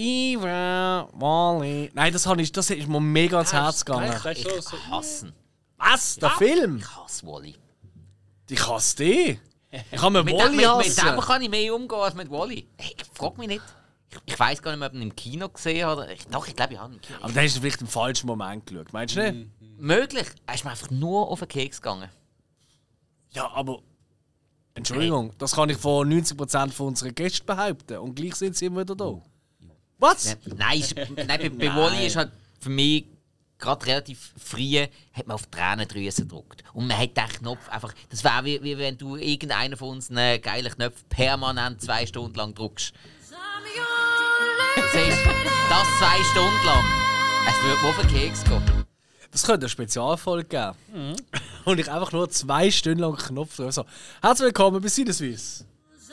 Eva Wally. Nein, das, habe ich, das ist mir mega ans Herz gegangen. Das ist so, so. Hassen. Was? Der Film? Ich hasse Wally. Ich hasse dich. Ich habe mir Mit, Wally mit, mit hassen. dem kann ich mehr umgehen als mit Wally. Hey, frag mich nicht. Ich, ich weiß gar nicht mehr, ob ich ihn im Kino gesehen habe. Ich, doch, ich glaube, ich habe ihn im Kino. Aber da hast du vielleicht im falschen Moment geschaut. Meinst du nicht? Möglich. Er ist mir einfach nur auf den Keks gegangen. Ja, aber. Entschuldigung, das kann ich von neunzig Prozent von unseren Gästen behaupten. Und gleich sind sie immer wieder da. Was? Ja, nein, ist, nein, bei, bei Wally ist halt für mich gerade relativ früh hat man auf die Tränendrüse gedrückt. Und man hat den Knopf einfach. Das wäre wie, wie wenn du irgendeinen von unseren geilen Knöpfen permanent zwei Stunden lang drückst. Siehst du, das zwei Stunden lang. Es würde mir auf den Keks gehen. Das könnte eine Spezialfolge geben. Und ich einfach nur zwei Stunden lang einen Knopf drücke. So, herzlich willkommen bei Sinneswiss.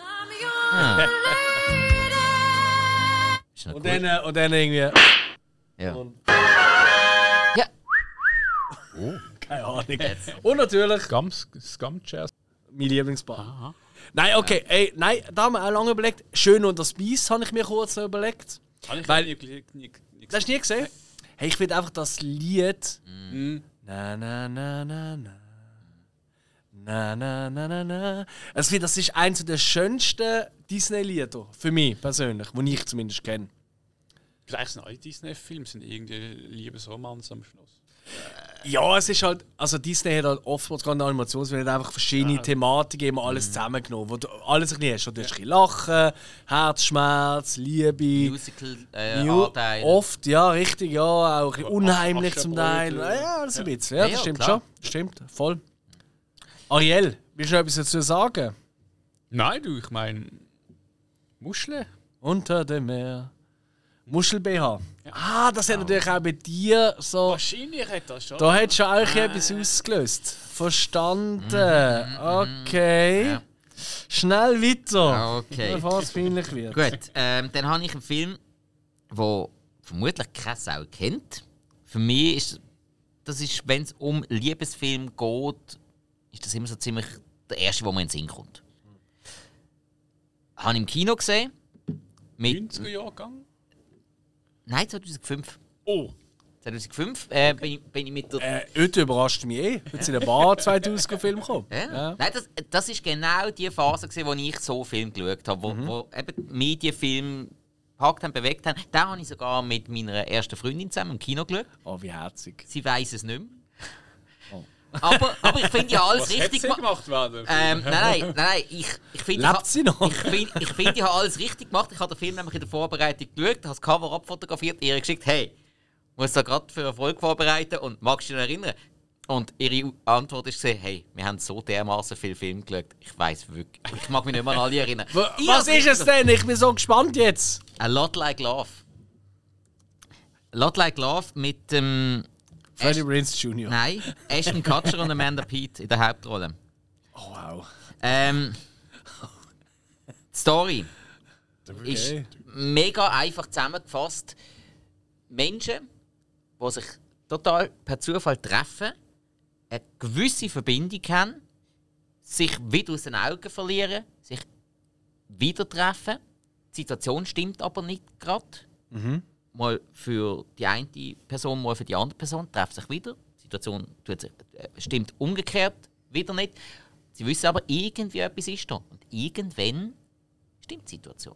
Ist noch Und gut. dann, äh, und dann irgendwie. Ja. Und, Ja. keine Ahnung. Und natürlich Scum, Scum Jazz. mein Lieblingsbar. Nein, okay, ey, nein, da haben wir auch lange überlegt. Schön und das Biest habe ich mir kurz noch überlegt. Habe ich Weil- nie, nie, nie, nie Das hast du nie gesehen? Hey, ich finde einfach das Lied. Mhm. Na na na na na. Na na na na na. Also, ich finde, das ist eines der schönsten Disney-Lieder. Für mich persönlich, die ich zumindest kenne. Vielleicht sind alle Disney-Filme sind irgendwie Liebesromanz am Schluss. Ja, es ist halt. Also, Disney hat halt oftmals gerade in der Animationswelt einfach verschiedene Ja. Thematiken immer alles zusammengenommen. Wo du alles ein bisschen hast. Du hast ein bisschen Lachen, Herzschmerz, Liebe. Musical äh, New, Anteil. oft, ja, richtig, ja, auch ein bisschen unheimlich Ach, zum Ach, Teil. Beutel. Ja, alles ein Ja. bisschen. Ja, das Ja, ja, stimmt klar. schon. Stimmt, voll. Ariel, willst du noch etwas dazu sagen? Nein, du, ich meine. Muscheln? Unter dem Meer. Muschel-B H. Ah, das hat natürlich auch bei dir so. Wahrscheinlich hat das schon. Da hättest du eigentlich etwas ausgelöst. Verstanden. Okay. Ja. Schnell weiter. Okay. Bevor es peinlich wird. Gut, ähm, dann habe ich einen Film, den vermutlich keine Sau kennt. Für mich ist das, ist, wenn es um Liebesfilm geht, ist das immer so ziemlich der erste, wo mir in den Sinn kommt. Habe ich im Kino gesehen. Mit, neunziger-Jahrgang? nein, zweitausendfünf. Oh! zweitausendfünf äh, bin, ich, bin ich mit der... Äh, heute überrascht mich eh. Heute sind ein paar zweitausender Filme gekommen. Ja. Ja. Nein, das, das ist genau die Phase, in der ich so Film geschaut habe, wo, Mhm. wo eben Medienfilme gepackt haben, bewegt haben. Da habe ich sogar mit meiner ersten Freundin zusammen im Kino geschaut. Oh, wie herzig. Sie weiss es nicht mehr. Aber, aber ich finde ja alles Was richtig hätte sie gemacht werden? Ähm, nein, nein, nein, nein, ich, ich finde, ich, Lebt sie noch? ich finde, ich, find, ich habe alles richtig gemacht. Ich habe den Film nämlich in der Vorbereitung geschaut, habe das Cover abfotografiert, ihr geschickt, hey, muss da gerade für eine Folge vorbereiten und magst du dich noch erinnern? Und ihre Antwort ist gesehen, hey, wir haben so dermaßen viel Film geschaut, ich weiß wirklich, ich mag mich nicht mehr an alle erinnern. Was ist es denn? Ich bin so gespannt jetzt. A Lot Like Love. A Lot Like Love mit dem... Freddie Ash- Prinze Junior Nein, Ashton Kutcher und Amanda Peet in der Hauptrolle. Oh wow. Ähm, die Story Okay. ist mega einfach zusammengefasst. Menschen, die sich total per Zufall treffen, eine gewisse Verbindung haben, sich wieder aus den Augen verlieren, sich wieder treffen. Die Situation stimmt aber nicht gerade. Mhm. Mal für die eine Person, mal für die andere Person, treffen sich wieder. Die Situation tut sich, äh, stimmt umgekehrt wieder nicht. Sie wissen aber, irgendwie etwas ist da. Und irgendwann stimmt die Situation.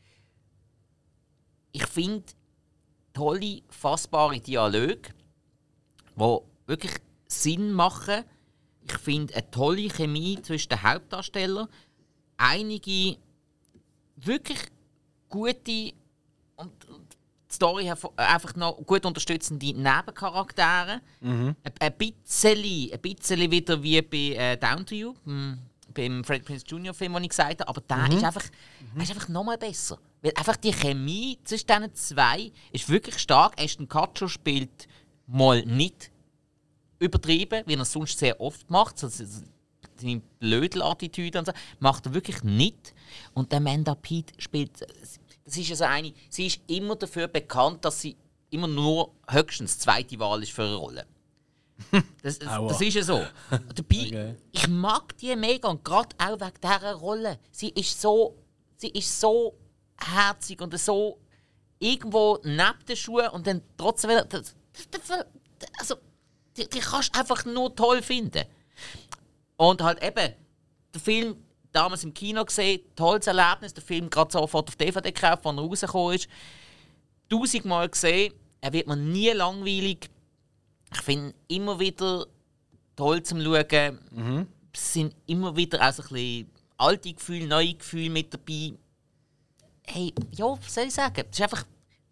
Ich finde tolle, fassbare Dialoge, die wirklich Sinn machen. Ich finde eine tolle Chemie zwischen den Hauptdarstellern. Einige wirklich gute und, und die Story hervor- einfach noch gut unterstützende Nebencharaktere. Mhm. Ein, ein, bisschen, ein bisschen wieder wie bei äh, Down to You, beim, beim Freddie Prinze Junior Film, den ich gesagt habe. Aber der Mhm. ist einfach, mhm. ist einfach noch mal besser. Weil einfach die Chemie zwischen diesen zwei ist wirklich stark. Ashton Kutcher spielt mal nicht übertrieben, wie er es sonst sehr oft macht. So, seine Blödel-Attitüde und so, macht er wirklich nicht. Und der Amanda Peet spielt... Das ist also eine, sie ist immer dafür bekannt, dass sie immer nur höchstens zweite Wahl ist für eine Rolle. Das, das, das ist ja so. Dabei, Okay. ich mag die mega und gerade auch wegen dieser Rolle. Sie ist so, sie ist so herzig und so irgendwo neben den Schuhen und dann trotzdem wieder, das, das, also, die, die kannst du einfach nur toll finden. Und halt eben, der Film damals im Kino gesehen, tolles Erlebnis, der Film gerade sofort auf D V D gekauft, als er rausgekommen ist. Tausendmal gesehen, er wird mir nie langweilig. Ich finde ihn immer wieder toll zum Schauen. Mhm. Es sind immer wieder auch so ein bisschen alte Gefühle, neue Gefühle mit dabei. Hey, ja, was soll ich sagen? Es ist einfach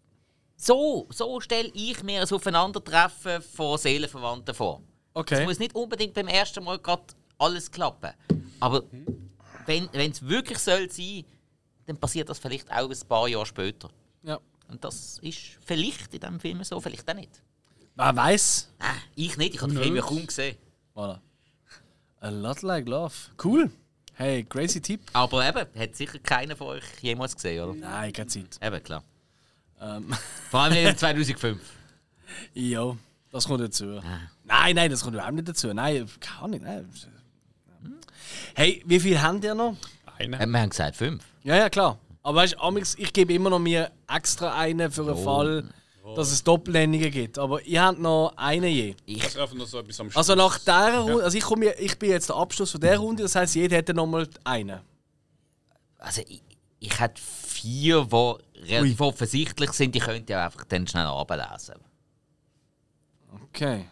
so, so stelle ich mir ein Aufeinandertreffen von Seelenverwandten vor. Es Okay. muss nicht unbedingt beim ersten Mal gerade alles klappen. Aber wenn es wirklich soll sein, dann passiert das vielleicht auch ein paar Jahre später. Ja. Und das ist vielleicht in diesem Film so, vielleicht auch nicht. Wer weiß? Ah, ich nicht, ich habe den Film ja kaum gesehen. Voilà. A Lot Like Love. Cool. Hey, crazy Tipp. Aber eben, hat sicher keiner von euch jemals gesehen, oder? Nein, keine Zeit. Eben, klar. Ähm, Vor allem nicht im zweitausendfünf. ja, das kommt dazu. Ah. Nein, nein, das kommt überhaupt nicht dazu. Nein, gar nicht. Nein. Hey, wie viel habt ihr noch? Eine. Äh, Wir haben gesagt fünf. Ja, ja, klar. Aber weißt du, ich gebe immer noch mir extra einen für den Oh. Fall, dass es Doppelländige gibt. Aber ihr habt noch einen je. Ich, Also einfach nur so etwas am Also Schluss. nach dieser Runde, also ich, komme, ich bin jetzt der Abschluss von dieser Runde, das heisst, jeder hätte nochmal einen. also ich, ich hätte vier, die relativ offensichtlich sind, die könnt ihr einfach dann schnell ablesen. Okay.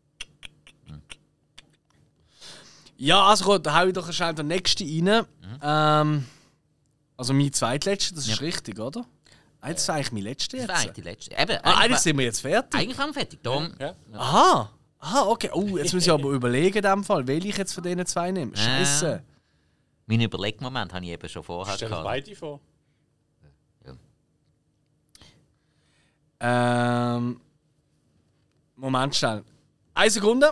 Ja, also gut, da hau ich doch schnell den nächsten rein. Ähm, also mein zweitletzter, das ist Ja. richtig, oder? Ah, das ist eigentlich mein letzter Das jetzt. war eigentlich die letzte. Eben, Ah, eigentlich eigentlich, sind wir jetzt fertig. eigentlich waren wir fertig. Darum, Ja. Aha. Aha, okay. Oh, jetzt muss ich aber überlegen in dem Fall, welche ich jetzt von diesen zwei nehme. Scheiße. mein Überlegmoment habe ich eben schon vorher Stell dir gehabt. beide vor. Ähm. Moment schnell. Eine Sekunde.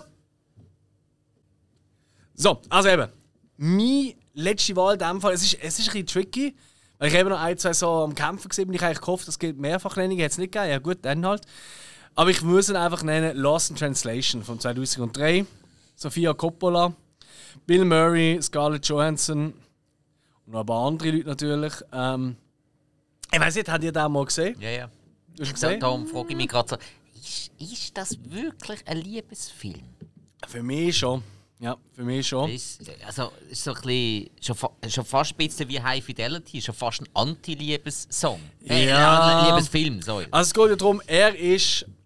So, also eben. Meine letzte Wahl in dem Fall, es ist, es ist ein bisschen tricky, weil ich eben noch ein, zwei so am Kämpfen gesehen bin. Ich eigentlich gehofft, es gibt Mehrfachnennungen, hätte es nicht gegeben. Ja gut, dann halt. Aber ich muss ihn einfach nennen, Lost in Translation von zweitausenddrei. Sofia Coppola, Bill Murray, Scarlett Johansson und noch ein paar andere Leute natürlich. Ähm, ich weiß nicht, habt ihr den mal gesehen? Ja, ja. Du hast ihn So, gesehen? darum frage ich mich gerade so, ist, ist das wirklich ein Liebesfilm? Für mich schon. Ja, für mich schon. Ist, also, ist so ein bisschen, schon, fa schon fast ein bisschen wie High Fidelity, schon fast ein Anti-Liebes-Song. Äh, Ja. ein Liebesfilm, sorry. Also es geht ja darum, er ist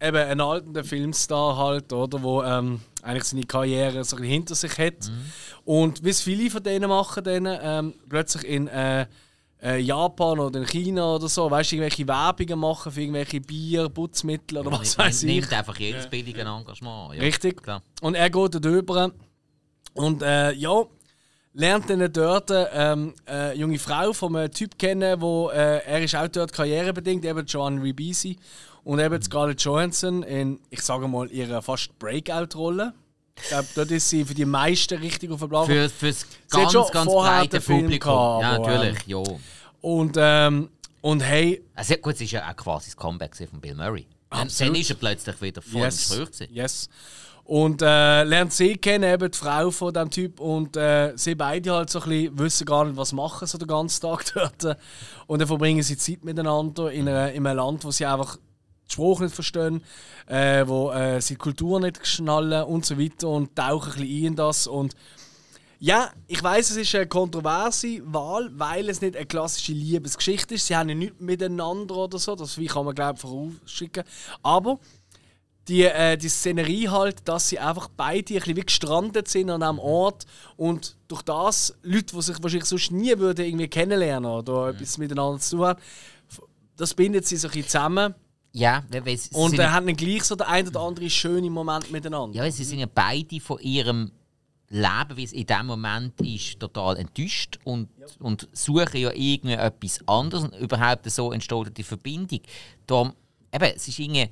eben ein alter Filmstar halt, oder, wo ähm, eigentlich seine Karriere so ein bisschen hinter sich hat. Mhm. Und wie es viele von denen machen, denen, ähm, plötzlich in äh, äh, Japan oder in China oder so, weißt du, irgendwelche Werbungen machen für irgendwelche Bier, Putzmittel oder was ja, weiß ich. Nimmt einfach jedes billige Engagement. Ja, richtig. Klar. Und er geht dort rüber und äh, ja, lernt dann dort ähm, eine junge Frau von einem Typ kennen, wo äh, er ist auch dort karrierebedingt, eben Joan Ribisi und eben Scarlett Johansson in, ich sage mal, ihrer fast Breakout-Rolle. Ich glaube, dort ist sie für die meisten richtig auf der Plattform. Für, für das ganz, ganz breite Publikum. Gehabt, ja, aber, natürlich, ähm, ja. Und, ähm, und hey... Also gut, es ist ja auch quasi das Comeback von Bill Murray. Dann, dann ist er plötzlich wieder voll yes, im Gespräch. Yes. Und äh, lernt sie kennen, eben die Frau von diesem Typ. Und äh, sie beide halt so ein bisschen wissen gar nicht, was machen so den ganzen Tag dort. Und dann verbringen sie Zeit miteinander in, einer, in einem Land, wo sie einfach die Sprache nicht verstehen, äh, wo äh, sie die Kultur nicht schnallen und so weiter und tauchen ein bisschen ein in das. Und ja, ich weiss, es ist eine kontroverse Wahl, weil es nicht eine klassische Liebesgeschichte ist. Sie haben ja nichts miteinander oder so, das kann man glaube ich vorausschicken. Aber die, äh, die Szenerie halt, dass sie einfach beide ein bisschen wie gestrandet sind an einem Ort und durch das Leute, die sich wahrscheinlich sonst nie würden irgendwie kennenlernen oder mhm. etwas miteinander zu tun haben, das bindet sie so ein bisschen zusammen. Ja, weil sie und sind äh, haben dann gleich so der ein oder andere schöne Moment miteinander. Ja, weil sie sind ja beide von ihrem Leben, wie es in diesem Moment ist, total enttäuscht und, ja. und suchen ja irgendwie etwas anderes und überhaupt so entsteht die Verbindung. Darum, eben, es ist irgendwie...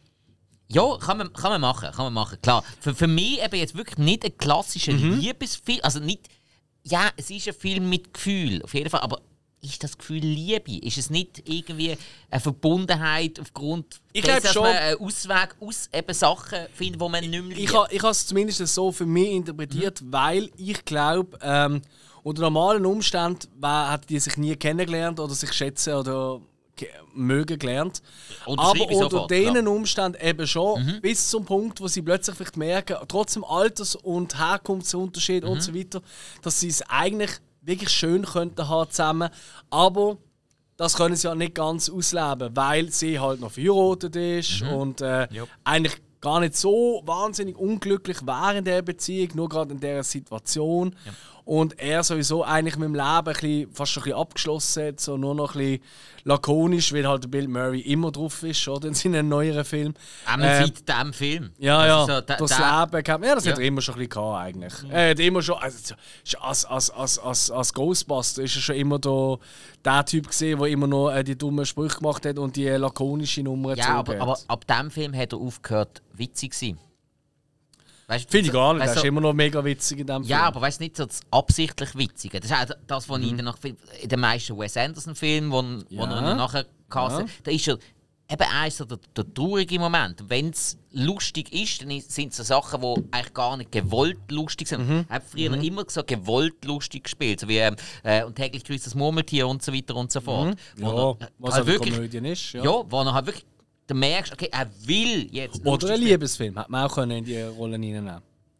Ja, kann man, kann man machen, kann man machen, klar. Für, für mich eben jetzt wirklich nicht ein klassischer mhm. Liebesfilm, also nicht... Ja, es ist ein Film mit Gefühl, auf jeden Fall, aber... Ist das Gefühl Liebe? Ist es nicht irgendwie eine Verbundenheit aufgrund ich dessen, dass schon, man einen Ausweg aus eben Sachen findet, die man nicht mehr liebt? Ich habe ich es zumindest so für mich interpretiert, mhm. weil ich glaube, ähm, unter normalen Umständen hätten die sich nie kennengelernt oder sich schätzen oder mögen gelernt. Aber unter sofort, diesen klar. Umständen eben schon, mhm. bis zum Punkt, wo sie plötzlich vielleicht merken, trotzdem Alters- und Herkunftsunterschied mhm. und so weiter, dass sie es eigentlich wirklich schön könnten haben zusammen, aber das können sie ja nicht ganz ausleben, weil sie halt noch verheiratet ist mhm. und äh, yep. eigentlich gar nicht so wahnsinnig unglücklich wäre in der Beziehung, nur gerade in dieser Situation. Yep. Und er sowieso eigentlich mit dem Leben ein bisschen, fast schon ein bisschen abgeschlossen hat, so nur noch ein bisschen lakonisch, weil halt Bill Murray immer drauf ist, oder, in seinen neueren Filmen. Auch äh, seit diesem Film. Ja, ja, so, da, das da, Leben gehabt. Ja, das ja. hat er immer schon ein bisschen gehabt, eigentlich. Mhm. Er hat immer schon, also, als, als, als, als, als Ghostbuster ist er schon immer da, der Typ gesehen, der immer noch äh, die dummen Sprüche gemacht hat und die äh, lakonische Nummer ja, aber, aber ab diesem Film hat er aufgehört, witzig zu sein. Weißt, Finde ich gar nicht, weißt, das ist immer noch mega witzig in diesem Film. Ja, aber weißt du, nicht so das absichtlich Witzige. Das ist auch das, was mhm. ich nach, in den meisten Wes Anderson-Filmen, wo, ja. wo er nachher castet, ja. da ist er eben eins so der, der traurige Moment. Wenn es lustig ist, dann sind es so Sachen, die eigentlich gar nicht gewollt lustig sind. Mhm. Ich habe früher mhm. immer so gewollt lustig gespielt, so wie äh, «Und täglich grüßt das Murmeltier» und so weiter und so fort. Mhm. Ja, er, was halt eine Komödie ist. Ja, ja wo er halt wirklich... Du merkst, okay, er will jetzt. Oder ein Liebesfilm, hätte man auch in die Rollen reinnehmen.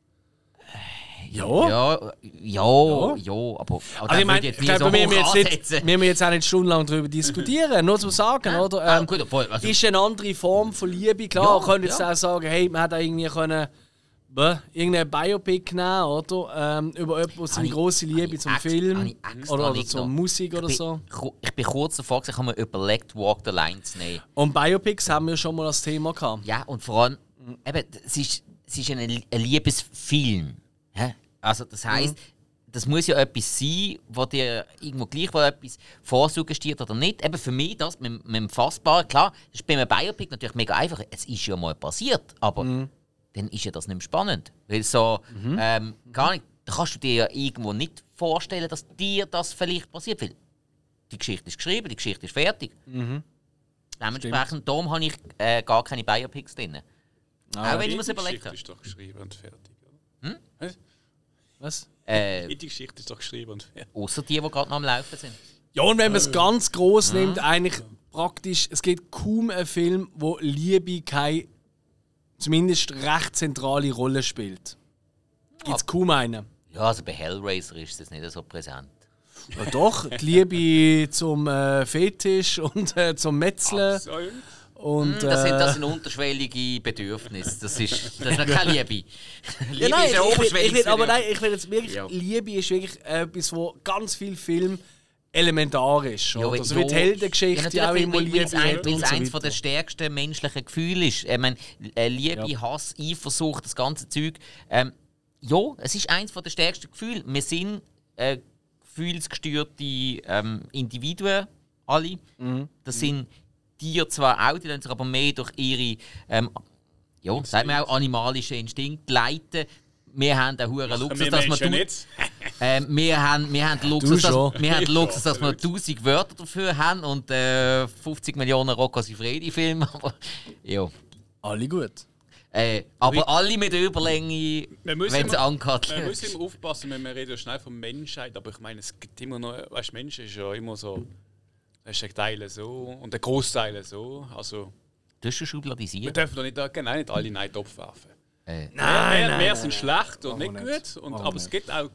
Ja. Ja, ja, ja, aber, aber also ich meine, ich glaube, so wir, wir, jetzt nicht, wir jetzt auch nicht stundenlang darüber diskutieren, nur zu sagen, ja. oder? Ähm, ah, gut, obwohl, also, ist eine andere Form von Liebe, klar, ja, man könnte jetzt ja. auch sagen, hey, man hätte irgendwie können, bäh, irgendein Biopic nehmen, oder? Ähm, über jemanden, seine grosse Liebe zum ex, Film oder, oder zur Musik oder ich so. Bin, ich bin kurz davor gesagt, ich habe mir überlegt, Walk the Line zu nehmen. Und Biopics haben wir schon mal als Thema gehabt. Ja, und vor allem, eben, es ist, es ist ein, ein Liebesfilm. Hä? Also das heisst, mhm. das muss ja etwas sein, wo dir irgendwo gleichwohl etwas vorsuggestiert oder nicht. Eben für mich das mit, mit dem Fassbaren, klar, das ist bei einem Biopic natürlich mega einfach. Es ist ja mal passiert, aber mhm. dann ist ja das nicht mehr spannend. Weil so, mhm. ähm, gar nicht, da kannst du dir ja irgendwo nicht vorstellen, dass dir das vielleicht passiert. Weil die Geschichte ist geschrieben, die Geschichte ist fertig. Mhm. Dementsprechend, darum habe ich äh, gar keine Biopics drin. Ah, auch wenn ich mir das überlegt habe. Die Geschichte ist doch geschrieben und fertig, oder? Hm? Was? Was? Äh, die Geschichte ist doch geschrieben und fertig. Außer die, die gerade noch am Laufen sind. Ja, und wenn man es ganz gross ja. nimmt, eigentlich praktisch, es gibt kaum einen Film, wo Liebe keine zumindest recht zentrale Rolle spielt. Gibt es kaum einen. Ja, also bei Hellraiser ist das nicht so präsent. Ja doch, die Liebe zum äh, Fetisch und äh, zum Metzeln. Absolut. Und, Mm, das, sind, das äh, sind unterschwellige Bedürfnisse. Das ist, das ist noch keine Liebe. Liebe ja, nein, ist ein ich, ich, oberschwelliges ich, ich, aber Bedürfnis. nein, ich will jetzt wirklich, Ja. Liebe ist wirklich etwas, wo ganz viel Film elementar ist. Ja, Oder? weil- So wie die ja, Heldengeschichte ja, auch natürlich, weil- emuliert weil es ein, wird. weil und es so eines weiter. der stärksten menschlichen Gefühle ist. Ich meine, äh, Liebe, Ja. Hass, Eifersucht, das ganze Zeug. Ähm, ja, es ist eines der stärksten Gefühle. Wir sind äh, gefühlsgestörte ähm, Individuen, alle. Mhm. Das sind Tiere zwar auch, die lassen sich aber mehr durch ihre, ähm, ja, sagen wir auch, animalischen Instinkte leiten. Wir haben einen hohen Luxus, Wir dass wir, Menschen du, nicht. ähm, wir haben, wir haben den Luxus, Du dass, schon. wir haben den Ja, Luxus, dass wir absolut. tausend Wörter dafür haben und äh, fünfzig Millionen Rocco Siffredi-Filme. Aber, ja. Alle gut. Äh, aber alle mit der Überlänge, Man muss wenn sie immer- uncut. Man muss immer aufpassen, wenn wir reden ja schnell von Menschheit, aber ich meine, es gibt immer noch, weißt du, Mensch ist ja immer so, da ist ein Teil so und der Großteil so. Also, Du hast schon wir schubladisiert. dürfen doch nicht, genau, nicht alle in einen Topf werfen. Äh, Nein, mehr, nein, mehr nein, sind nein. schlecht und Machen nicht wir nicht. gut. Und, Machen wir aber es nicht. gibt auch.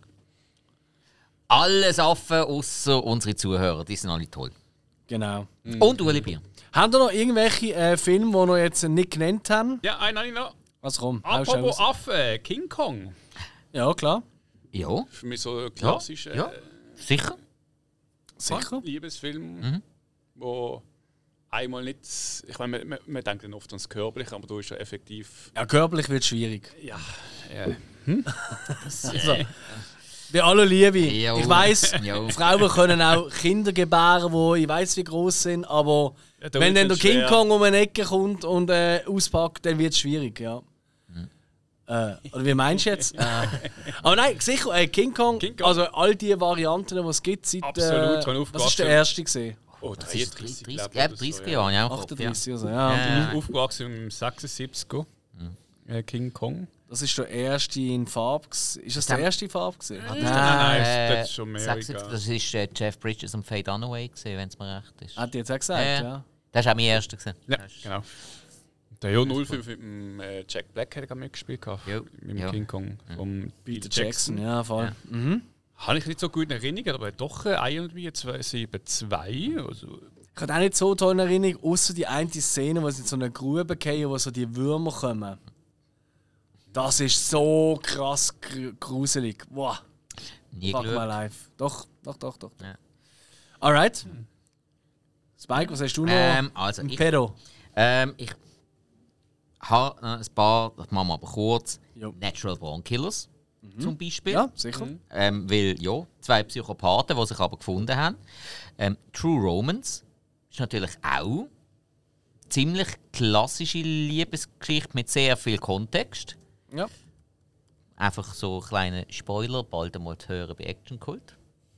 alles offen, außer unsere Zuhörer. Die sind alle toll. Genau. Und Ueli Bier. Haben ihr noch irgendwelche äh, Filme, die wir jetzt nicht genannt haben? Ja, einen habe ich noch. Was komm? hau schnell Apropos raus. Affe, King Kong. Ja, klar. Ja, Für mich so ein klassischer ja. äh, Sicher. Sicher. Liebesfilm, Mhm. wo einmal nicht. Ich meine, man, man, man denkt dann oft ans Körperliche, aber du ist ja effektiv. Ja, körperlich wird es schwierig. Ja, ja. Also, bei aller Liebe. Jo. Ich weiss, Jo. Frauen können auch Kinder gebären, die ich weiss wie groß sind, aber Ja, da wenn dann der wird's King schwer. Kong um eine Ecke kommt und äh, auspackt, dann wird es schwierig, ja. Mhm. Äh, oder wie meinst du jetzt? äh, aber nein, sicher, äh, King, Kong, King Kong. also all die Varianten, die es gibt, seit. Absolut, Äh, kann das ist der erste gesehen. Oh, Das ist dreiunddreißig, dreißig, glaube ich. ja, oder so, dreißig ja. Jahre, ja. auch, achtunddreißig, also, ja. Ja. Ich bin aufgewachsen im sechsundsiebziger. Äh, King Kong. Das ist der erste in Farbe. gsi- Ist das der haben- erste in Farbe? Gewesen? Nein, nein, Äh, das ist schon mehr. sechsundsiebzig, egal. das ist äh, Jeff Bridges und Faye Dunaway, wenn es mir recht ist. Hat die jetzt auch gesagt, Ja, ja. ja. Das war auch mein erster. gewesen. Ja, genau. Der Jo null fünf mit dem äh, Jack Black hat er mitgespielt. gehabt, Jo. Mit dem Ja. King Kong vom Peter Peter Jackson, Jackson. ja, voll. Mhm. Habe ich nicht so gut in Erinnerung, aber doch äh, irgendwie zwei sieben zwei. Also, Ich habe auch nicht so toll in Erinnerung, außer die eine Szene, wo sie in so eine Grube gehen, wo so die Würmer kommen. Das ist so krass gr gruselig. Wow, Nie fuck my geschaut. life. Doch, doch, doch, doch. Ja. Alright. Spike, was hast du noch? Ähm, also Im ich, Pedo. ähm, ich habe noch ein paar, das machen wir aber kurz. Jo. Natural Born Killers zum Beispiel. Ja, sicher. Ähm, weil, ja, zwei Psychopathen, die sich aber gefunden haben. Ähm, True Romance ist natürlich auch ziemlich klassische Liebesgeschichte mit sehr viel Kontext. Ja. Einfach so kleine Spoiler, bald einmal zu hören bei Action Cult.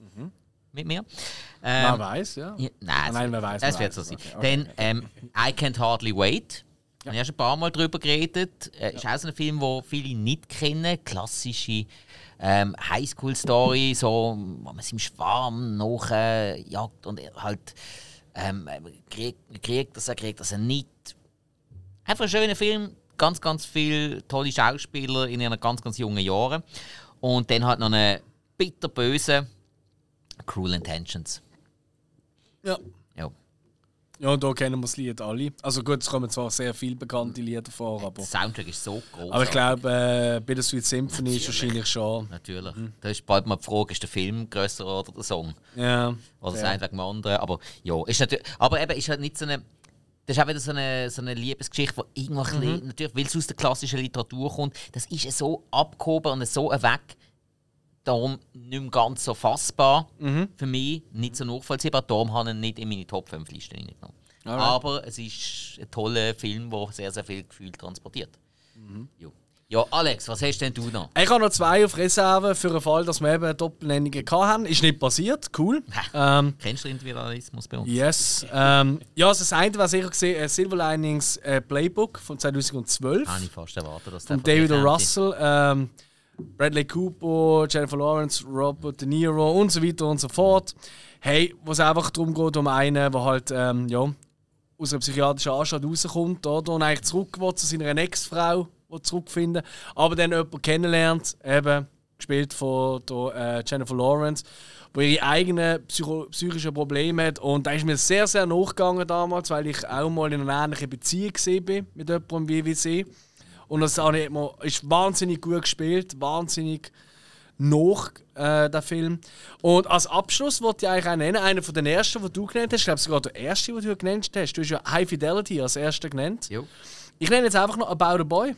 Mit mir. Ähm, Man weiß, ja. ja, nein, Ah, nein, man weiß, Es man wird weiß. so sein. Okay, okay. Dann ähm, I Can't Hardly Wait. Ja. Ich habe schon ein paar Mal darüber geredet. Äh, Ist auch so ein Film, den viele nicht kennen. Klassische ähm, Highschool-Story, so, wo man es im Schwarm nachjagt und er halt ähm, kriegt, kriegt das, er kriegt das nicht. Einfach ein schöner Film. Ganz, ganz viele tolle Schauspieler in ihren ganz, ganz jungen Jahren. Und dann halt noch eine bitterböse Cruel Intentions. Ja. Ja. Ja, und da kennen wir das Lied alle. Also gut, es kommen zwar sehr viele bekannte Lieder vor, aber... Der Soundtrack ist so groß. Aber ich glaube, äh, bei der Sweet Symphony ist wahrscheinlich schon... Natürlich. Mhm. Da ist bald mal die Frage, ist der Film grösser oder der Song? Ja. Oder das ja. eine wegen dem anderen. Aber ja, ist natürlich, aber eben ist halt nicht so eine. Das ist auch wieder so eine, so eine Liebesgeschichte, die irgendwo ein bisschen, natürlich, weil es aus der klassischen Literatur kommt, das ist so abgehoben und so weg, darum nicht mehr ganz so fassbar für mich, nicht so nachvollziehbar. Darum habe ich ihn nicht in meine Top fünf Listen reingenommen. Alright. Aber es ist ein toller Film, der sehr, sehr viel Gefühl transportiert. Ja. ja, Alex, was hast denn du noch? Ich habe noch zwei auf Reserve für den Fall, dass wir eben Doppelnennungen hatten. Ist nicht passiert, cool. ähm, Kennst du den Individualismus bei uns? yes. Ähm, ja, also das eine war sicher gesehen, äh, Silver Linings äh, Playbook von zweitausendzwölf. Habe ich fast erwartet, dass Von der David von dir Russell, ähm, Bradley Cooper, Jennifer Lawrence, Robert De Niro und so weiter und so fort. Hey, wo es einfach darum geht, um einen, der halt ähm, ja, aus einer psychiatrischen Anstalt rauskommt oder, und eigentlich zurück will zu seiner Ex-Frau will zurückfinden, aber dann jemanden kennenlernt, eben gespielt von der, äh, Jennifer Lawrence, die ihre eigenen Psycho- psychischen Probleme hat. Und da ist mir sehr, sehr nachgegangen damals, weil ich auch mal in einer ähnlichen Beziehung war mit jemandem wie, wie sie. Und das auch nicht mal, ist wahnsinnig gut gespielt, wahnsinnig nach äh, der Film. Und als Abschluss wollte ich eigentlich auch nennen, einer von den ersten, den du genannt hast, ich glaube sogar der erste, den du genannt hast. Du hast ja High Fidelity als erster genannt. Jo. Ich nenne jetzt einfach noch About a Boy.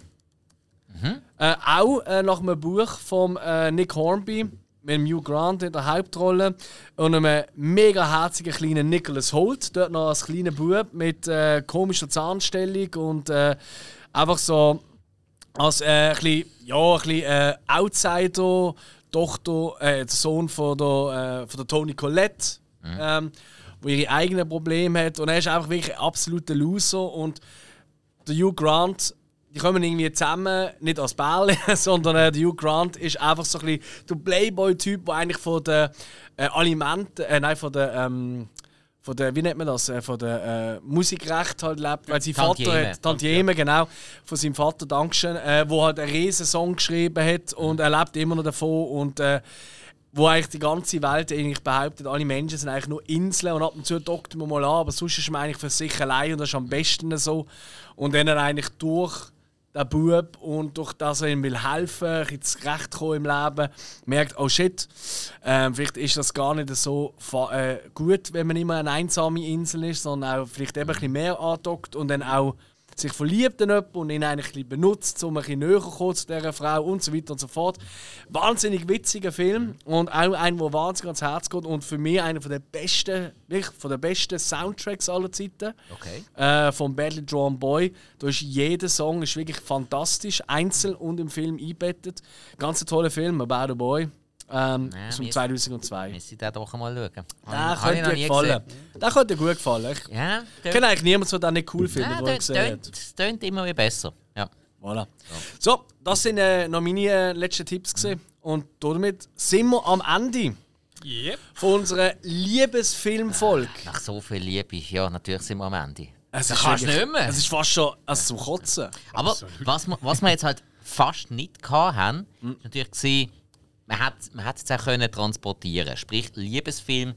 Mhm. Äh, auch äh, nach einem Buch von äh, Nick Hornby mit Hugh Grant in der Hauptrolle und einem mega herzigen kleinen Nicholas Hoult, dort noch als kleiner Bub mit äh, komischer Zahnstellung und äh, einfach so als äh, ein bisschen, ja, ein bisschen äh, Outsider, Tochter, äh, der Sohn von der, äh, von der Toni Collette, mhm. ähm, wo ihre eigenen Probleme hat und er ist einfach wirklich ein absoluter Loser und der Hugh Grant, die kommen irgendwie zusammen, nicht als Bärle, sondern äh, der Hugh Grant ist einfach so ein bisschen der Playboy-Typ, der eigentlich von den äh, Alimenten, äh, nein, von der, ähm, von der, wie nennt man das, äh, von der äh, Musikrecht halt lebt, weil sein Tantieme. Vater hat, Tantieme, genau, von seinem Vater, Dankeschön, äh, wo halt einen riesen Song geschrieben hat und er lebt immer noch davon und äh, wo eigentlich die ganze Welt eigentlich behauptet, alle Menschen sind eigentlich nur Inseln und ab und zu dockt man mal an, aber sonst ist man eigentlich für sich allein und das ist am besten so. Und dann er eigentlich durch den Bub und durch das er ihm will helfen, ein bisschen zurechtkommen im Leben, merkt, oh shit, ähm, vielleicht ist das gar nicht so äh, gut, wenn man immer eine einsame Insel ist, sondern auch vielleicht eben ein bisschen mehr andockt und dann auch sich verliebt in jemanden und ihn eigentlich ein bisschen benutzt, um ein bisschen näher zu kommen zu dieser Frau und so weiter und so fort. Wahnsinnig witziger Film und auch einer, der wahnsinnig ans Herz geht und für mich einer der besten, wirklich von den besten Soundtracks aller Zeiten. Okay. Äh, vom Badly Drawn Boy. Da ist jeder Song ist wirklich fantastisch, einzeln und im Film eingebettet. Ganz ein toller Film, About a Boy. Ähm, Ja, aus dem wir- zweitausendzwei. Müssen Sie den doch einmal schauen. Der Habe ich könnte noch dir nie gefallen. gesehen. Der könnte dir gut gefallen. Ich Ja, kenne eigentlich niemanden, der den nicht cool findet, ja, den er das gesehen hat. tönt, tönt immer wie besser. Ja. Voilà. So, das sind äh, noch meine äh, letzten Tipps gewesen. Und damit sind wir am Ende Yep. von unserer Liebesfilmfolge. Nach so viel Liebe, ja, natürlich sind wir am Ende. Es Das ist kannst du wirklich- nicht mehr. Es ist fast schon also zum Kotzen. Aber was wir, was wir jetzt halt fast nicht gehabt haben, Hm. ist natürlich gewesen, man hat man hat es jetzt auch können transportieren. Sprich Liebesfilm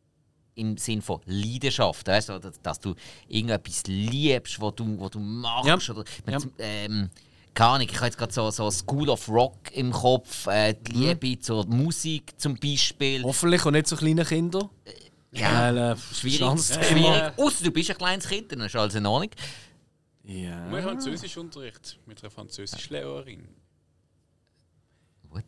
im Sinn von Leidenschaft, weißt du, dass, dass du irgendetwas liebst, was du, was du machst Ja. oder mit, Ja. ähm, keine Ahnung, ich habe jetzt gerade so, so School of Rock im Kopf, äh, die Mhm. Liebe zur Musik zum Beispiel. Hoffentlich und nicht so kleine Kinder. Ja, Weil, äh, schwierig. Schanzthema. schwierig. Ausser du bist ein kleines Kind, dann ist alles in Ordnung. Ja. Wir haben Französischunterricht mit einer Französischlehrerin. Gut.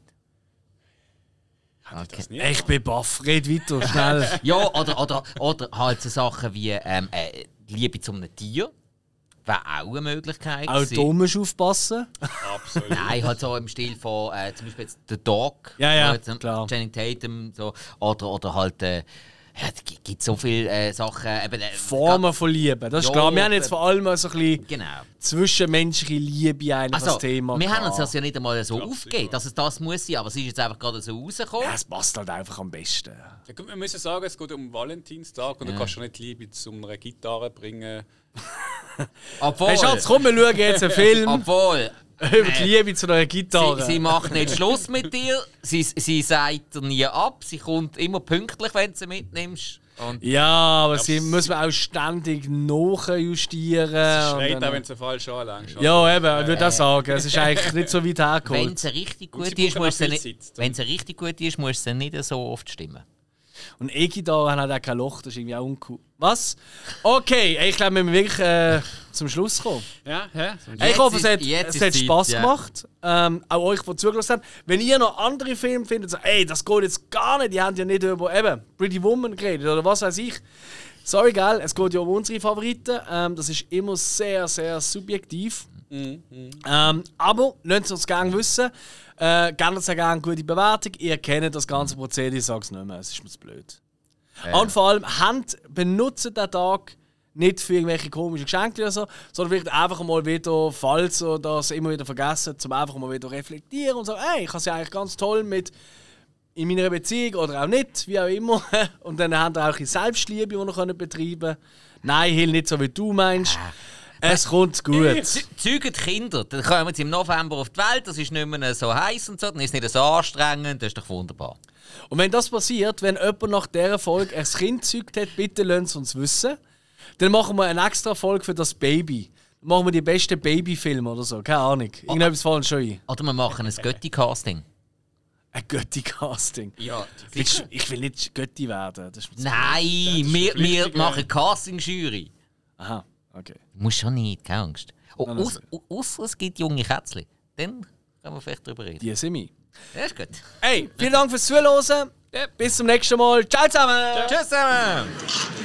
Hat ich das nie Ich bin baff. Red weiter, schnell. Ja, oder, oder, oder halt so Sachen wie ähm, äh, Liebe zu einem Tier. Wäre auch eine Möglichkeit. Auch gewesen. da musst du aufpassen. Absolut. Nein, halt so im Stil von äh, zum Beispiel jetzt The Dog. Ja, ja, wo jetzt, ähm, klar. Channing Tatum. So, oder, oder halt. Äh, ja, es gibt- gibt so viele äh, Sachen. Eben, äh, Formen von Liebe. Das ist Ja, klar. Wir haben äh, jetzt vor allem so ein bisschen Genau. zwischenmenschliche Liebe eigentlich Also, als Thema. wir haben uns gehabt. das ja nicht einmal so Klassiker. aufgegeben, dass es das muss sein, aber es ist jetzt einfach gerade so rausgekommen. Ja, es passt halt einfach am besten. Ja, gut, wir müssen sagen, es geht um Valentinstag und du kannst schon nicht Liebe zu einer Gitarre bringen. Obwohl, Hey Schatz, komm, wir schauen jetzt einen Film obwohl über die Liebe zu einer Gitarre. sie, sie macht nicht Schluss mit dir, sie, sie sagt dir nie ab, sie kommt immer pünktlich, wenn du sie mitnimmst. Und Ja, aber sie muss man auch ständig nachjustieren. Sie und schreit dann- auch, wenn du falsch anlängst. Ja, eben, ich würde auch sagen. Es ist eigentlich nicht so weit wenn hergeholt. sie richtig Und sie gut ist, brauchen muss sie auch viel nicht, Zeit. wenn sie richtig gut ist, muss sie nicht so oft stimmen. Und E-Gitarren haben halt auch kein Loch, das ist irgendwie auch uncool. Was? Okay, ich glaube, wir müssen wirklich äh, zum Schluss kommen. Ja, ja. Ich Jetzt hoffe, es ist- hat, jetzt es ist hat Zeit, Spass ja. gemacht. Ähm, auch euch, die zugelassen haben. Wenn ihr noch andere Filme findet, so, ey, das geht jetzt gar nicht, die haben ja nicht über eben, Pretty Woman geredet oder was weiß ich. Sorry, gell, es geht ja um unsere Favoriten. Ähm, das ist immer sehr, sehr subjektiv. Ähm, aber lasst es uns gerne wissen. Äh, gerne uns auch gerne eine gute Bewertung. Ihr kennt das ganze Prozedere, ich sage es nicht mehr, es ist mir zu blöd. Und vor allem, habt, benutzt den Tag nicht für irgendwelche komischen Geschenke oder so, sondern vielleicht einfach mal wieder, falls ihr das immer wieder vergessen, zum einfach mal wieder reflektieren und sagen, ey, ich habe es ja eigentlich ganz toll mit in meiner Beziehung oder auch nicht, wie auch immer. Und dann habt ihr auch ein Selbstliebe, die ihr betreiben könnt. Nein, Hill, nicht so wie du meinst. Es kommt gut. Zeugen Kinder, dann kommen sie im November auf die Welt, das ist nicht mehr so heiß und so, dann ist es nicht so anstrengend, das ist doch wunderbar. Und wenn das passiert, wenn jemand nach dieser Folge ein Kind gezeugt hat, bitte lasst es uns wissen. Dann machen wir eine extra Folge für das Baby. Dann machen wir die besten Babyfilme oder so, keine Ahnung. Irgendetwas fallen schon ein. Oder wir machen ein Götti-Casting. Ein Götti-Casting. Ja, Ich, ich will nicht Götti werden. Das ist mir zu Nein, wir, wir machen Casting-Jury. Aha, okay. Muss schon nicht, keine Angst. Oh, Nein, nein, aus, ausser es gibt junge Kätzchen. Dann können wir vielleicht darüber reden. Die sind wir. Ja, ist gut. Hey, vielen Dank fürs Zuhören. Bis zum nächsten Mal. Ciao zusammen. Tschüss zusammen!